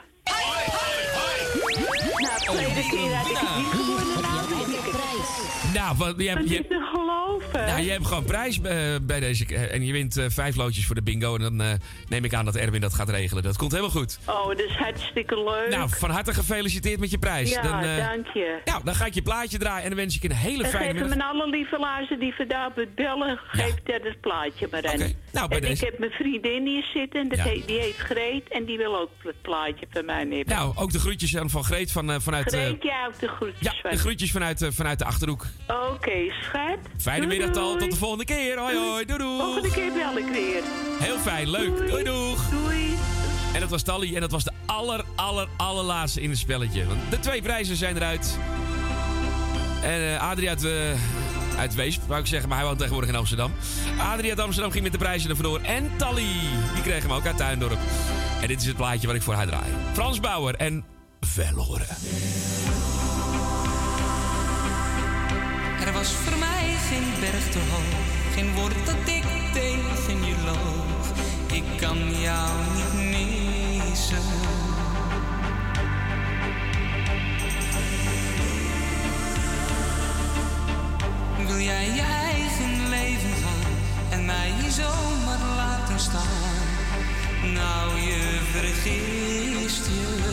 Speaker 20: Nou, tweede keer had ik het niet gewonnen. Nou, heb ik het.
Speaker 14: Nou, wat, je, hebt,
Speaker 20: Dat
Speaker 14: je,
Speaker 20: is te geloven.
Speaker 14: nou, je hebt gewoon prijs eh, bij deze. eh, En je wint eh, vijf loodjes voor de bingo. En dan eh, neem ik aan dat Erwin dat gaat regelen. Dat komt helemaal goed.
Speaker 20: Oh, dat is hartstikke leuk.
Speaker 14: Nou, van harte gefeliciteerd met je prijs.
Speaker 20: ja,
Speaker 14: dan, eh,
Speaker 20: dank je.
Speaker 14: Nou, dan ga ik je plaatje draaien. En dan wens ik je een hele
Speaker 20: En
Speaker 14: fijne
Speaker 20: geef hem
Speaker 14: middag.
Speaker 20: aan alle lieve luisteren die vandaag op het bellen. Geef daar het plaatje maar aan.
Speaker 14: nou, bij
Speaker 20: en
Speaker 14: deze.
Speaker 20: ik heb mijn vriendin hier zitten. En dat
Speaker 14: Ja.
Speaker 20: heet- die heet Greet. En die wil ook het plaatje van mij nemen.
Speaker 14: Nou, ook de groetjes aan van Greet van, eh, vanuit... eh,
Speaker 20: Greet, jij ook de groetjes
Speaker 14: ja,
Speaker 20: van.
Speaker 14: de groetjes vanuit, eh, vanuit de Achterhoek.
Speaker 20: Oké, schat.
Speaker 14: Fijne
Speaker 20: Doei,
Speaker 14: middag, Tal.
Speaker 20: doei.
Speaker 14: Tot de volgende keer. Hoi, hoi. Doei, doei.
Speaker 20: Volgende keer bel ik weer.
Speaker 14: Heel fijn, leuk. Doei, doeg.
Speaker 20: Doei.
Speaker 14: En dat was Tally. En dat was de aller, aller, allerlaatste in het spelletje. Want de twee prijzen zijn eruit. En eh Adrie uit, eh, uit Weesp, wou ik zeggen. Maar hij woont tegenwoordig in Amsterdam. Adrie uit Amsterdam ging met de prijzen naar vandoor. En Tally, die kreeg hem ook uit Tuindorp. En dit is het plaatje wat ik voor haar draai. Frans Bauer en Verloren.
Speaker 13: Er was voor mij geen berg te hoog, geen woord dat ik tegen je loog. Ik kan jou niet missen. Wil jij je eigen leven gaan en mij hier zomaar laten staan? Nou, je vergist je.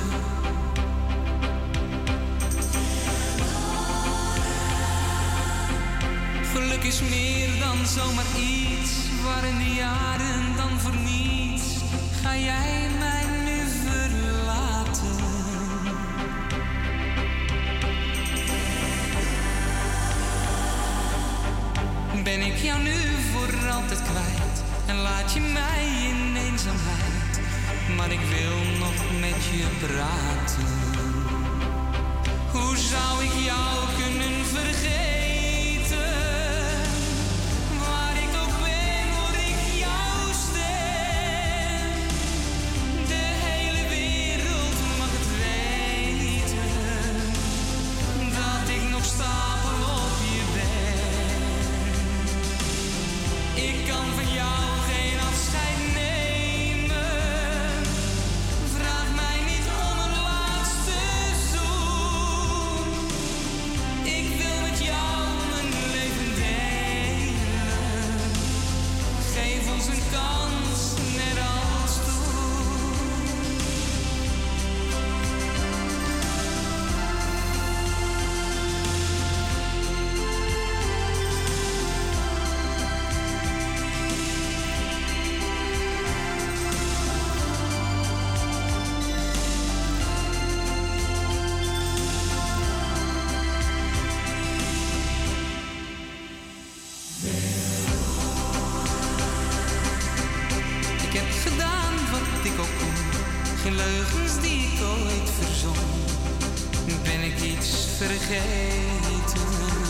Speaker 13: Geluk is meer dan zomaar iets, waarin de jaren dan voor niets. Ga jij mij nu verlaten? Ben ik jou nu voor altijd kwijt en laat je mij in eenzaamheid? Maar ik wil nog met je praten. Hoe zou ik jou kunnen vergeten? Waar ik ook ben, hoor ik jouw stem. De hele wereld mag het weten dat ik nog stapel op je ben. Ik kan van jou geen afscheid nemen. Vraag mij niet om een laatste zoen. Ik wil met jou mijn leven delen. Geef ons een kans, net als toen. vergeten.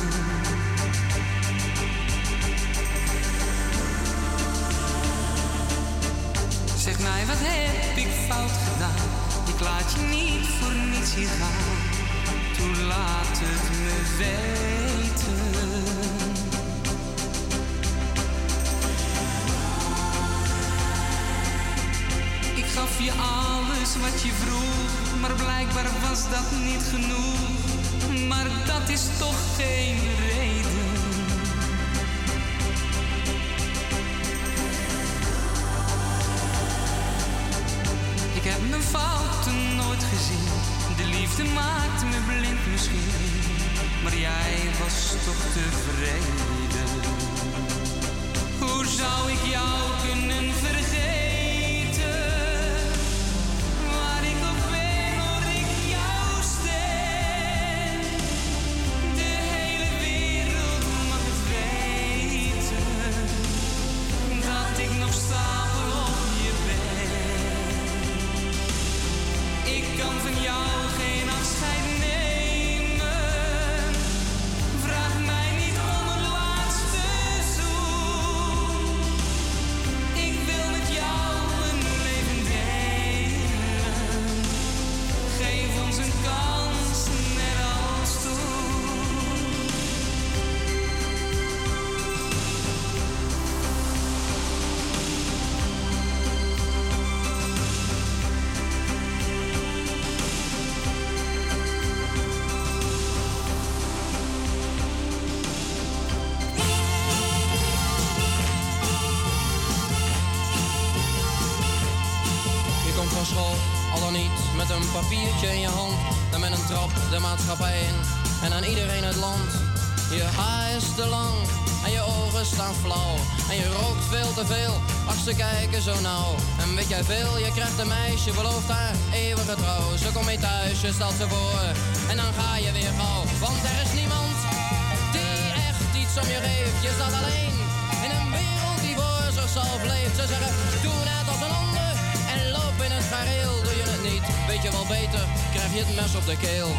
Speaker 13: Zeg mij, wat heb ik fout gedaan? Ik laat je niet voor niets hier gaan. Toen laat het me weten. Ik gaf je alles wat je vroeg, maar blijkbaar was dat niet genoeg. Maar dat is toch geen reden. Ik heb mijn fouten nooit gezien. De liefde maakt me blind misschien. Maar jij was toch tevreden. Hoe zou ik jou kunnen vergeten? Waar ik op ben, hoor ik jouw stem. De hele wereld mag het weten. Dat ik nog stapel op je ben. Ik kan van jou geen afscheid nemen. Vraag mij niet om een laatste zoen. Ik wil met jou een leven delen. Geef ons een kans, net als toen.
Speaker 11: Je komt van school, al dan niet, met een papiertje in je hand. Dan met een trap de maatschappij in en aan iedereen het land. Je haar is te lang en je ogen staan flauw. En je rookt veel te veel, ach ze kijken zo nauw. En weet jij veel, je krijgt een meisje, belooft haar eeuwige trouw. Ze komt mee thuis, je stelt ze voor en dan ga je weer gauw. Want er is niemand die echt iets om je geeft. Je staat alleen in een wereld die voor zichzelf leeft. Ze zeggen, doe net als een ander en loop in het gareel. Doe je het niet, weet je wel beter, krijg je het mes op de keel.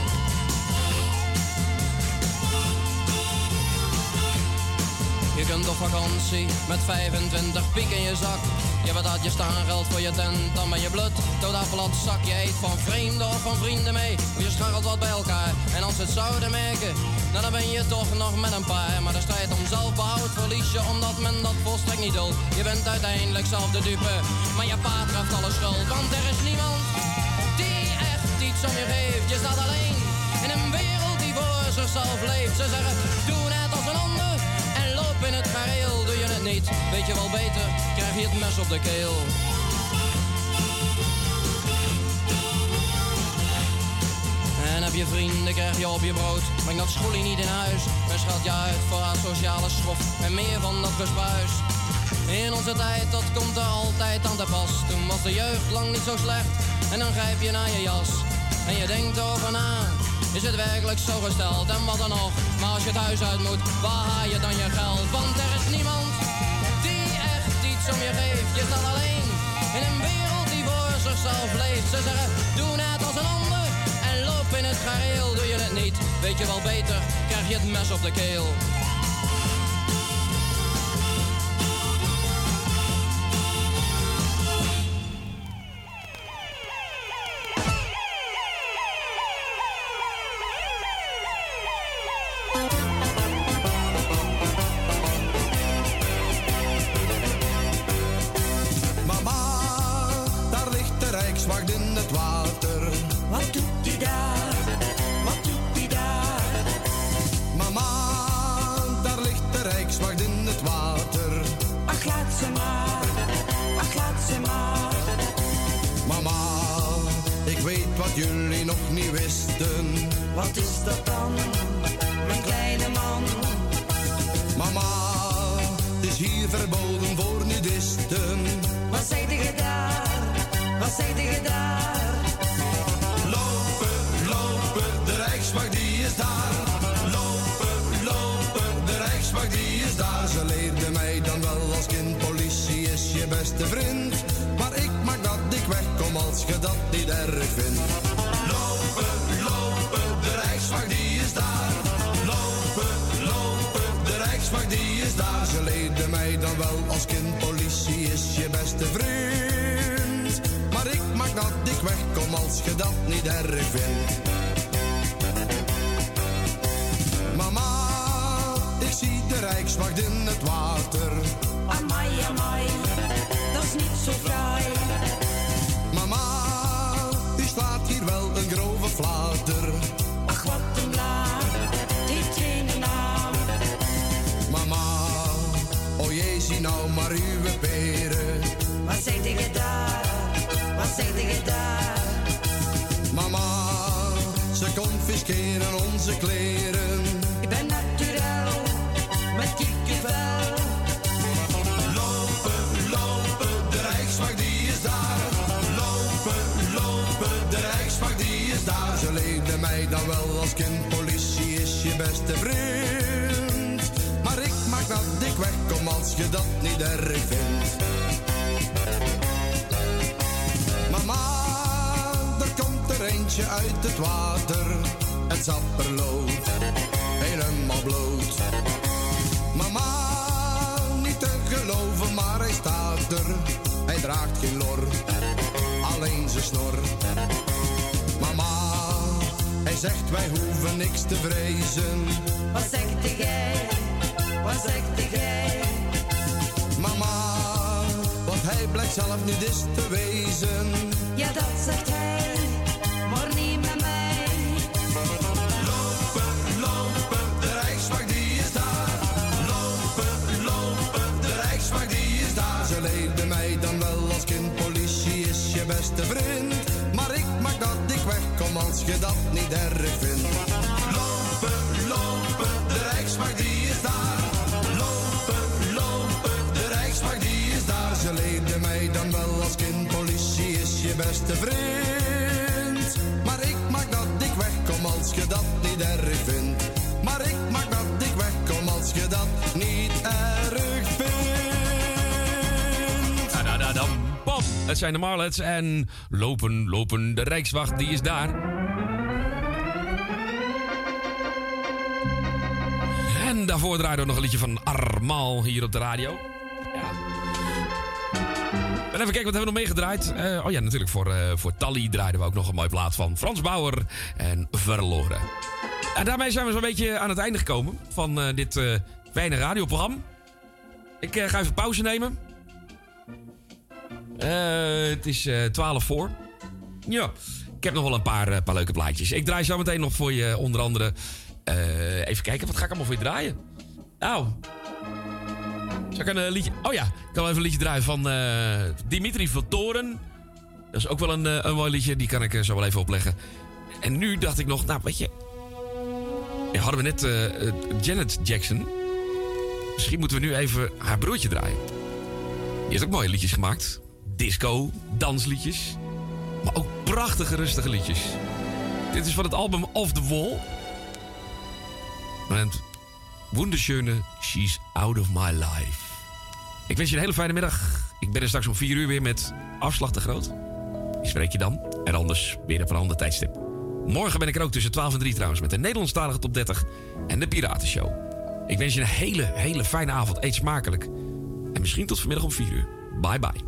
Speaker 11: Je kunt op vakantie met vijfentwintig piek in je zak. Je betaalt je staangeld voor je tent, dan ben je blut. Totaal plat zak, je eet van vreemden of van vrienden mee. Of je scharrelt wat bij elkaar en als ze het zouden merken, nou dan ben je toch nog met een paar. Maar de strijd om zelfbehoud verlies je omdat men dat volstrekt niet duldt. Je bent uiteindelijk zelf de dupe, maar je pa treft alle schuld. Want er is niemand die echt iets om je geeft. Je staat alleen in een wereld die voor zichzelf leeft. Ze zeggen, doe net als een ander en loop in het gareel. Doe je het niet, weet je wel beter, krijg je het mes op de keel. En heb je vrienden, krijg je op je brood. Breng dat schoelie niet in huis. Men schat je uit voor haar sociale schrof en meer van dat gespuis. In onze tijd, dat komt er altijd aan te pas. Toen was de jeugd lang niet zo slecht en dan grijp je naar je jas. En je denkt over na, is het werkelijk zo gesteld? En wat dan nog, maar als je het huis uit moet, waar haal je dan je geld? Want er is niemand die echt iets om je geeft. Je staat alleen in een wereld die voor zichzelf leeft. Ze zeggen, doe net als een ander en loop in het gareel. Doe je het niet, weet je wel beter, krijg je het mes op de keel.
Speaker 21: Rijkswacht in het water. Wat doet die daar? Wat doet die daar? Mama, daar ligt de Rijkswacht in het water. Ach, laat ze maar, ach, laat ze maar. Mama, ik weet wat jullie nog niet wisten. Wat is dat dan, mijn kleine man? Mama, het is hier verboden voor nudisten. Wat zei je daar? Wat zei je daar? Lopen, lopen, de Rijkswacht die is daar. Lopen, lopen, de Rijkswacht die is daar. Ze leerde mij dan wel als kind, politie is je beste vriend. Maar ik maak dat ik wegkom als je dat niet erg vindt. Lopen, lopen, de Rijkswacht die is mij dan wel als kind, politie is je beste vriend. Maar ik mag dat ik wegkom als je dat niet erg vindt. Mama, ik zie de Rijkswacht in het water.
Speaker 12: Amai, amai, dat is niet zo fraai.
Speaker 21: Mama, u slaat hier wel een grove flater.
Speaker 12: Ach, wat een blaar, het heeft geen naam.
Speaker 21: Mama, o jee, zie nou maar uw peren.
Speaker 12: Wat zeg je daar, wat zeg je daar?
Speaker 21: Mama, ze confisceren onze kleren.
Speaker 12: Ik ben naturel, met kikkervel.
Speaker 21: Lopen, lopen, de Rijkswacht die is daar. Lopen, lopen, de Rijkswacht die is daar. Ze leefde mij dan wel als kind, politie is je beste vriend. Maar ik mag dat ik wegkom als je dat niet erg vindt. Mama, er komt er eentje uit het water. Het sapperlood, helemaal bloot. Mama, niet te geloven, maar hij staat er. Hij draagt geen lor, alleen zijn snor. Mama, hij zegt wij hoeven niks te vrezen.
Speaker 12: Wat zegt jij, wat zegt jij?
Speaker 21: Mama, want hij blijkt zelf niet eens te wezen.
Speaker 12: Ja, dat zegt hij, maar niet met mij.
Speaker 21: Lopen, lopen, de Rijkswacht die is daar. Lopen, lopen, de Rijkswacht die is daar. Ze leefde mij dan wel als kind, politie is je beste vriend. Maar ik mag dat ik wegkom als je dat niet erg vindt. Lopen, lopen, de Rijkswacht die is daar. Lopen, lopen, de Rijkswacht die is daar. Ze leefde mij dan wel als kind, politie is je beste vriend. Maar ik mag dat ik wegkom als je dat niet erg vindt. Maar ik mag dat ik wegkom als je dat niet erg vindt.
Speaker 14: Adadadam, pop. Het zijn de Marlets en lopen, lopen, de Rijkswacht, die is daar. En daarvoor draaiden we nog een liedje van Armaal hier op de radio. Ja. En even kijken, wat hebben we nog meegedraaid? Uh, oh ja, natuurlijk voor, uh, voor Tally draaiden we ook nog een mooie plaat van Frans Bauer en Verloren. En daarmee zijn we zo'n beetje aan het einde gekomen van uh, dit uh, fijne radioprogramma. Ik uh, ga even pauze nemen. Uh, het is uh, twaalf voor. Ja, ik heb nog wel een paar, uh, paar leuke plaatjes. Ik draai zo meteen nog voor je onder andere... Uh, even kijken, wat ga ik allemaal voor je draaien? Nou... Zal ik een uh, liedje... Oh ja, ik kan wel even een liedje draaien van uh, Dimitri van Toren. Dat is ook wel een, uh, een mooi liedje. Die kan ik uh, zo wel even opleggen. En nu dacht ik nog... Nou, weet je... Ja, hadden we net uh, uh, Janet Jackson. Misschien moeten we nu even haar broertje draaien. Die heeft ook mooie liedjes gemaakt. Disco, dansliedjes. Maar ook prachtige, rustige liedjes. Dit is van het album Off the Wall. En wunderschöne She's Out of My Life. Ik wens je een hele fijne middag. Ik ben er straks om vier uur weer met Afslag te Groot. Ik spreek je dan. En anders weer op een ander tijdstip. Morgen ben ik er ook tussen twaalf en drie trouwens. Met de Nederlandstalige Top dertig en de Piratenshow. Ik wens je een hele, hele fijne avond. Eet smakelijk. En misschien tot vanmiddag om vier uur. Bye bye.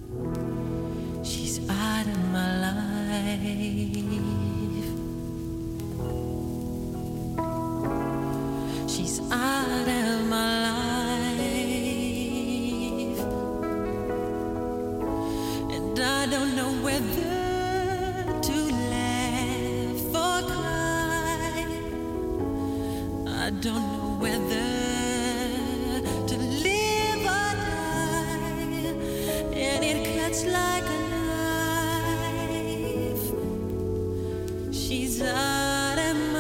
Speaker 12: She's out of my life. She's out of my life. And I don't know whether to laugh or cry. I don't know whether to live or die. And it cuts like a knife. She's out of my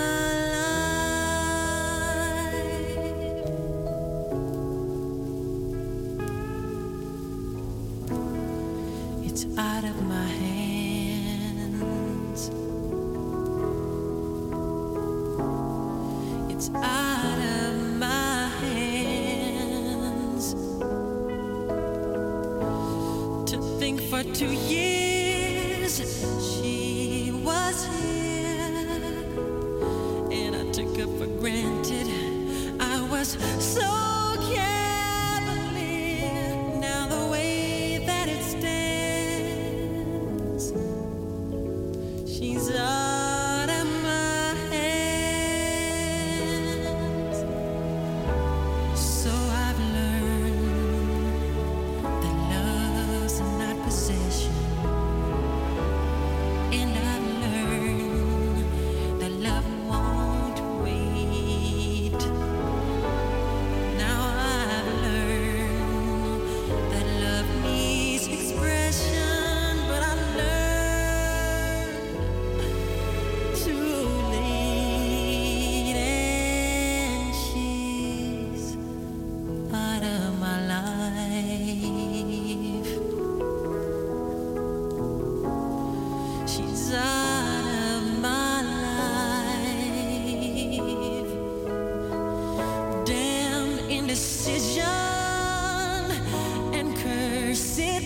Speaker 12: out of my hands. It's out of my hands. To think for two years she was here, and I took her for granted. I was so careless.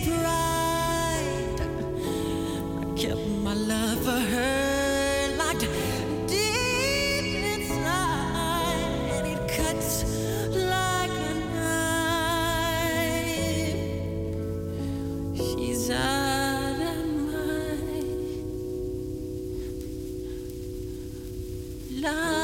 Speaker 5: bride. I kept my love for her locked deep inside, and it cuts like a knife. She's out of my life.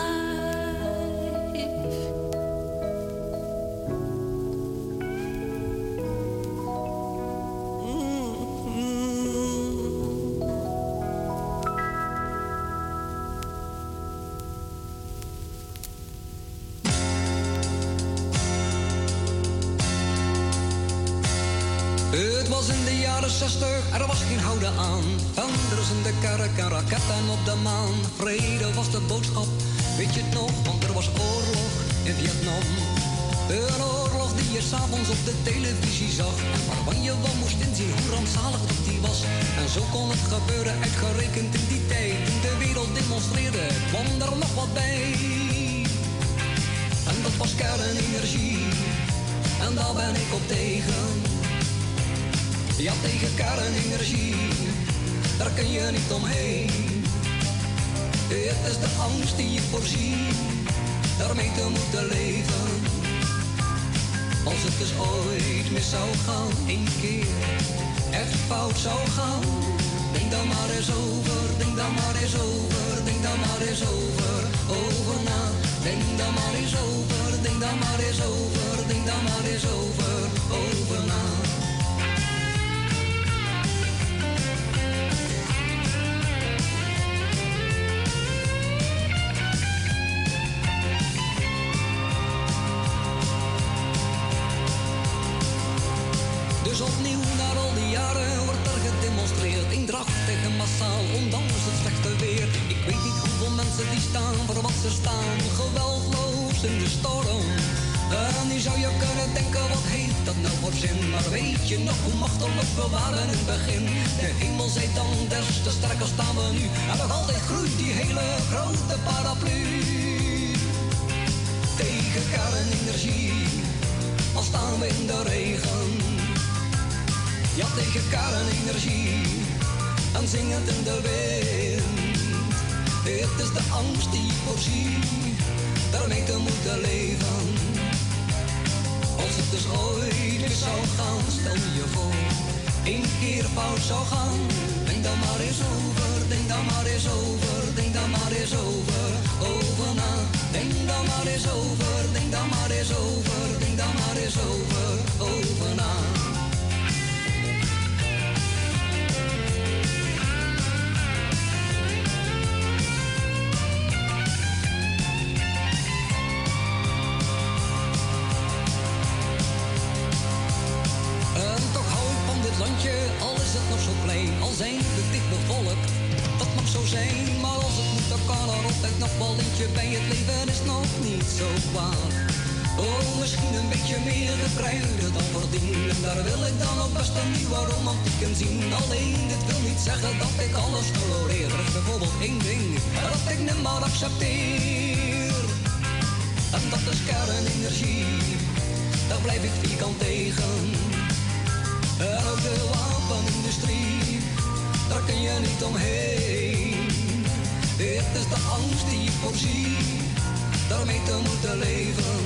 Speaker 15: Het was in de jaren zestig, er was geen houden aan. Thunders in de kerk en raketten op de maan. Vrede was de boodschap, weet je het nog? Want er was oorlog in Vietnam. Een oorlog die je s'avonds op de televisie zag. En waarvan je wel moest inzien hoe rampzalig dat die was. En zo kon het gebeuren, uitgerekend in die tijd. Toen de wereld demonstreerde, kwam er nog wat bij. En dat was kernenergie. En daar ben ik op tegen. Ja, tegen kernenergie, daar kun je niet omheen. Het is de angst die je voorziet, daarmee te moeten leven. Als het dus ooit mis zou gaan, één keer echt fout zou gaan. Denk dan maar eens over, denk dan maar eens over, denk dan maar eens over, over na. Denk dan maar eens over, denk dan maar eens over, denk dan maar eens over, over na. Dus opnieuw, na al die jaren, wordt er gedemonstreerd. Eendrachtig en massaal, ondanks het slechte weer. Ik weet niet hoeveel mensen die staan voor wat ze staan. Geweldloos in de storm. En nu zou je kunnen denken, wat heeft dat nou voor zin? Maar weet je nog hoe machteloos we waren in het begin? De hemel zij dan des te sterker staan we nu. En nog altijd groeit die hele grote paraplu. Tegen kernenergie, al staan we in de regen. Ja, tegen kernenergie, en zingend in de wind. Het is de angst die je voorziet, daarmee te moeten leven. Als het dus ooit weer zou gaan, stel je voor, één keer fout zou gaan. Denk dan maar eens over, denk dan maar eens over, denk dan maar eens over, over na. Denk dan maar eens over, denk dan maar eens over, denk dan maar eens over, over na. Landje, al is het nog zo klein, al zijn we dicht bevolkt, dat mag zo zijn. Maar als het moet, dan kan er altijd nog wel eentje bij. Het leven is nog niet zo kwaad. Oh, misschien een beetje meer gekruiden dan verdien. En daar wil ik dan ook best een nieuwe romantiek in zien. Alleen, dit wil niet zeggen dat ik alles tolereer. Er is bijvoorbeeld één ding dat ik nimmer accepteer. En dat is kernenergie, daar blijf ik vierkant tegen. En ook de wapenindustrie, daar kun je niet omheen. Het is de angst die je voorziet, daarmee te moeten leven.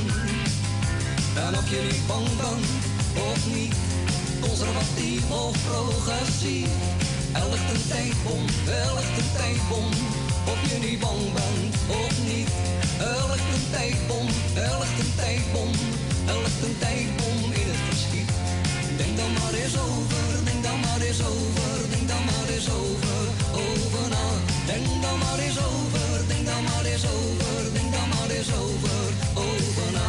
Speaker 15: En of je niet bang bent, of niet, conservatief of progressief. Er ligt een tijdbom, er ligt een tijdbom. Of je niet bang bent, of niet. Er ligt een tijdbom, er ligt een tijdbom. Er ligt een tijdbom in het verschiet. Denk dan maar eens over, denk dan maar eens over, denk dan maar eens over, over na. Denk dan maar eens over, denk dan maar eens over, denk dan maar eens over, over na.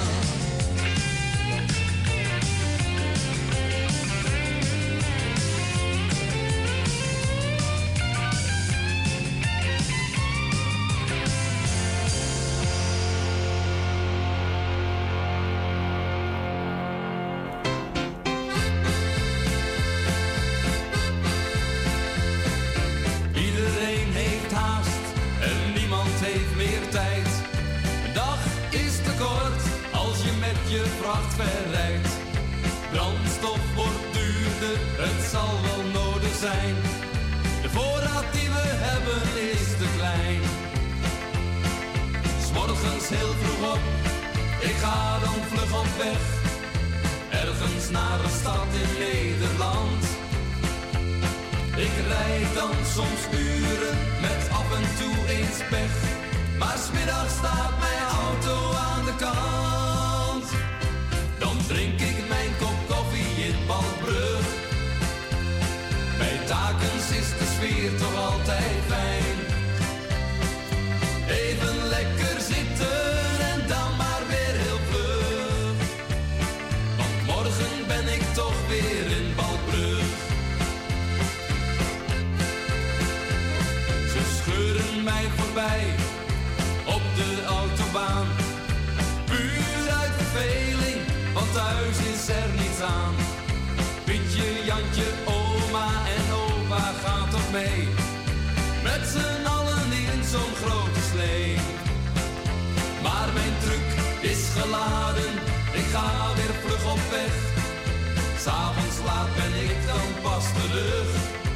Speaker 12: je vracht verrijdt. Brandstof wordt duurder, het zijn. De voorraad die we hebben is te klein. 'S morgens heel vroeg op, ik ga dan vlug op weg. Ergens naar een stad in Nederland. Ik rijd dan soms uren met af en toe eens pech. Maar 's middags staat mijn auto aan de kant. Dan drink ik mijn kop koffie in Balkbrug. Bij Takens is de sfeer toch altijd fijn. Even lekker zitten en dan maar weer heel vlug. Want morgen ben ik toch weer in Balkbrug. Ze scheuren mij voorbij op de autobaan. Puur uit verveling, want thuis is er niets aan. Pietje, Jantje, oma en opa gaan toch mee. Met z'n allen in zo'n grote slee. Maar mijn truck is geladen, ik ga weer vlug op weg. 'S'avonds laat ben ik dan pas terug.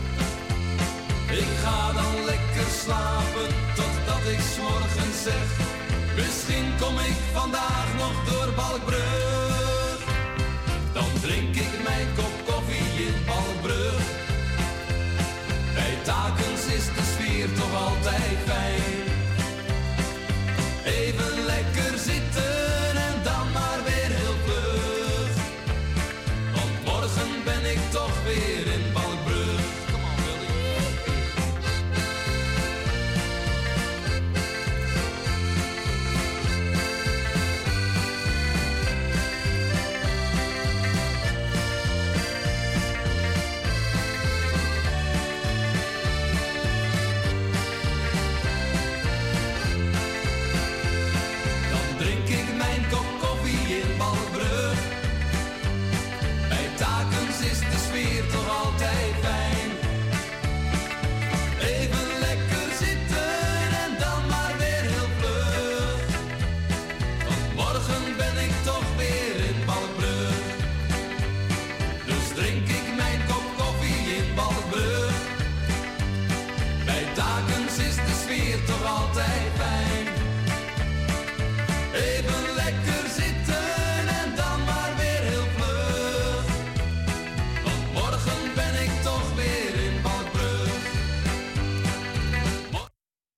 Speaker 12: Ik ga dan lekker slapen, totdat ik 's morgens zeg. Misschien kom ik vandaag nog door Balkbrug. Dan drink ik mijn kop koffie in Balkbrug. Bij Takens is de sfeer toch altijd fijn. Even lekker zitten en dan maar weer heel vlug. Want morgen ben ik toch weer in Balkbrug.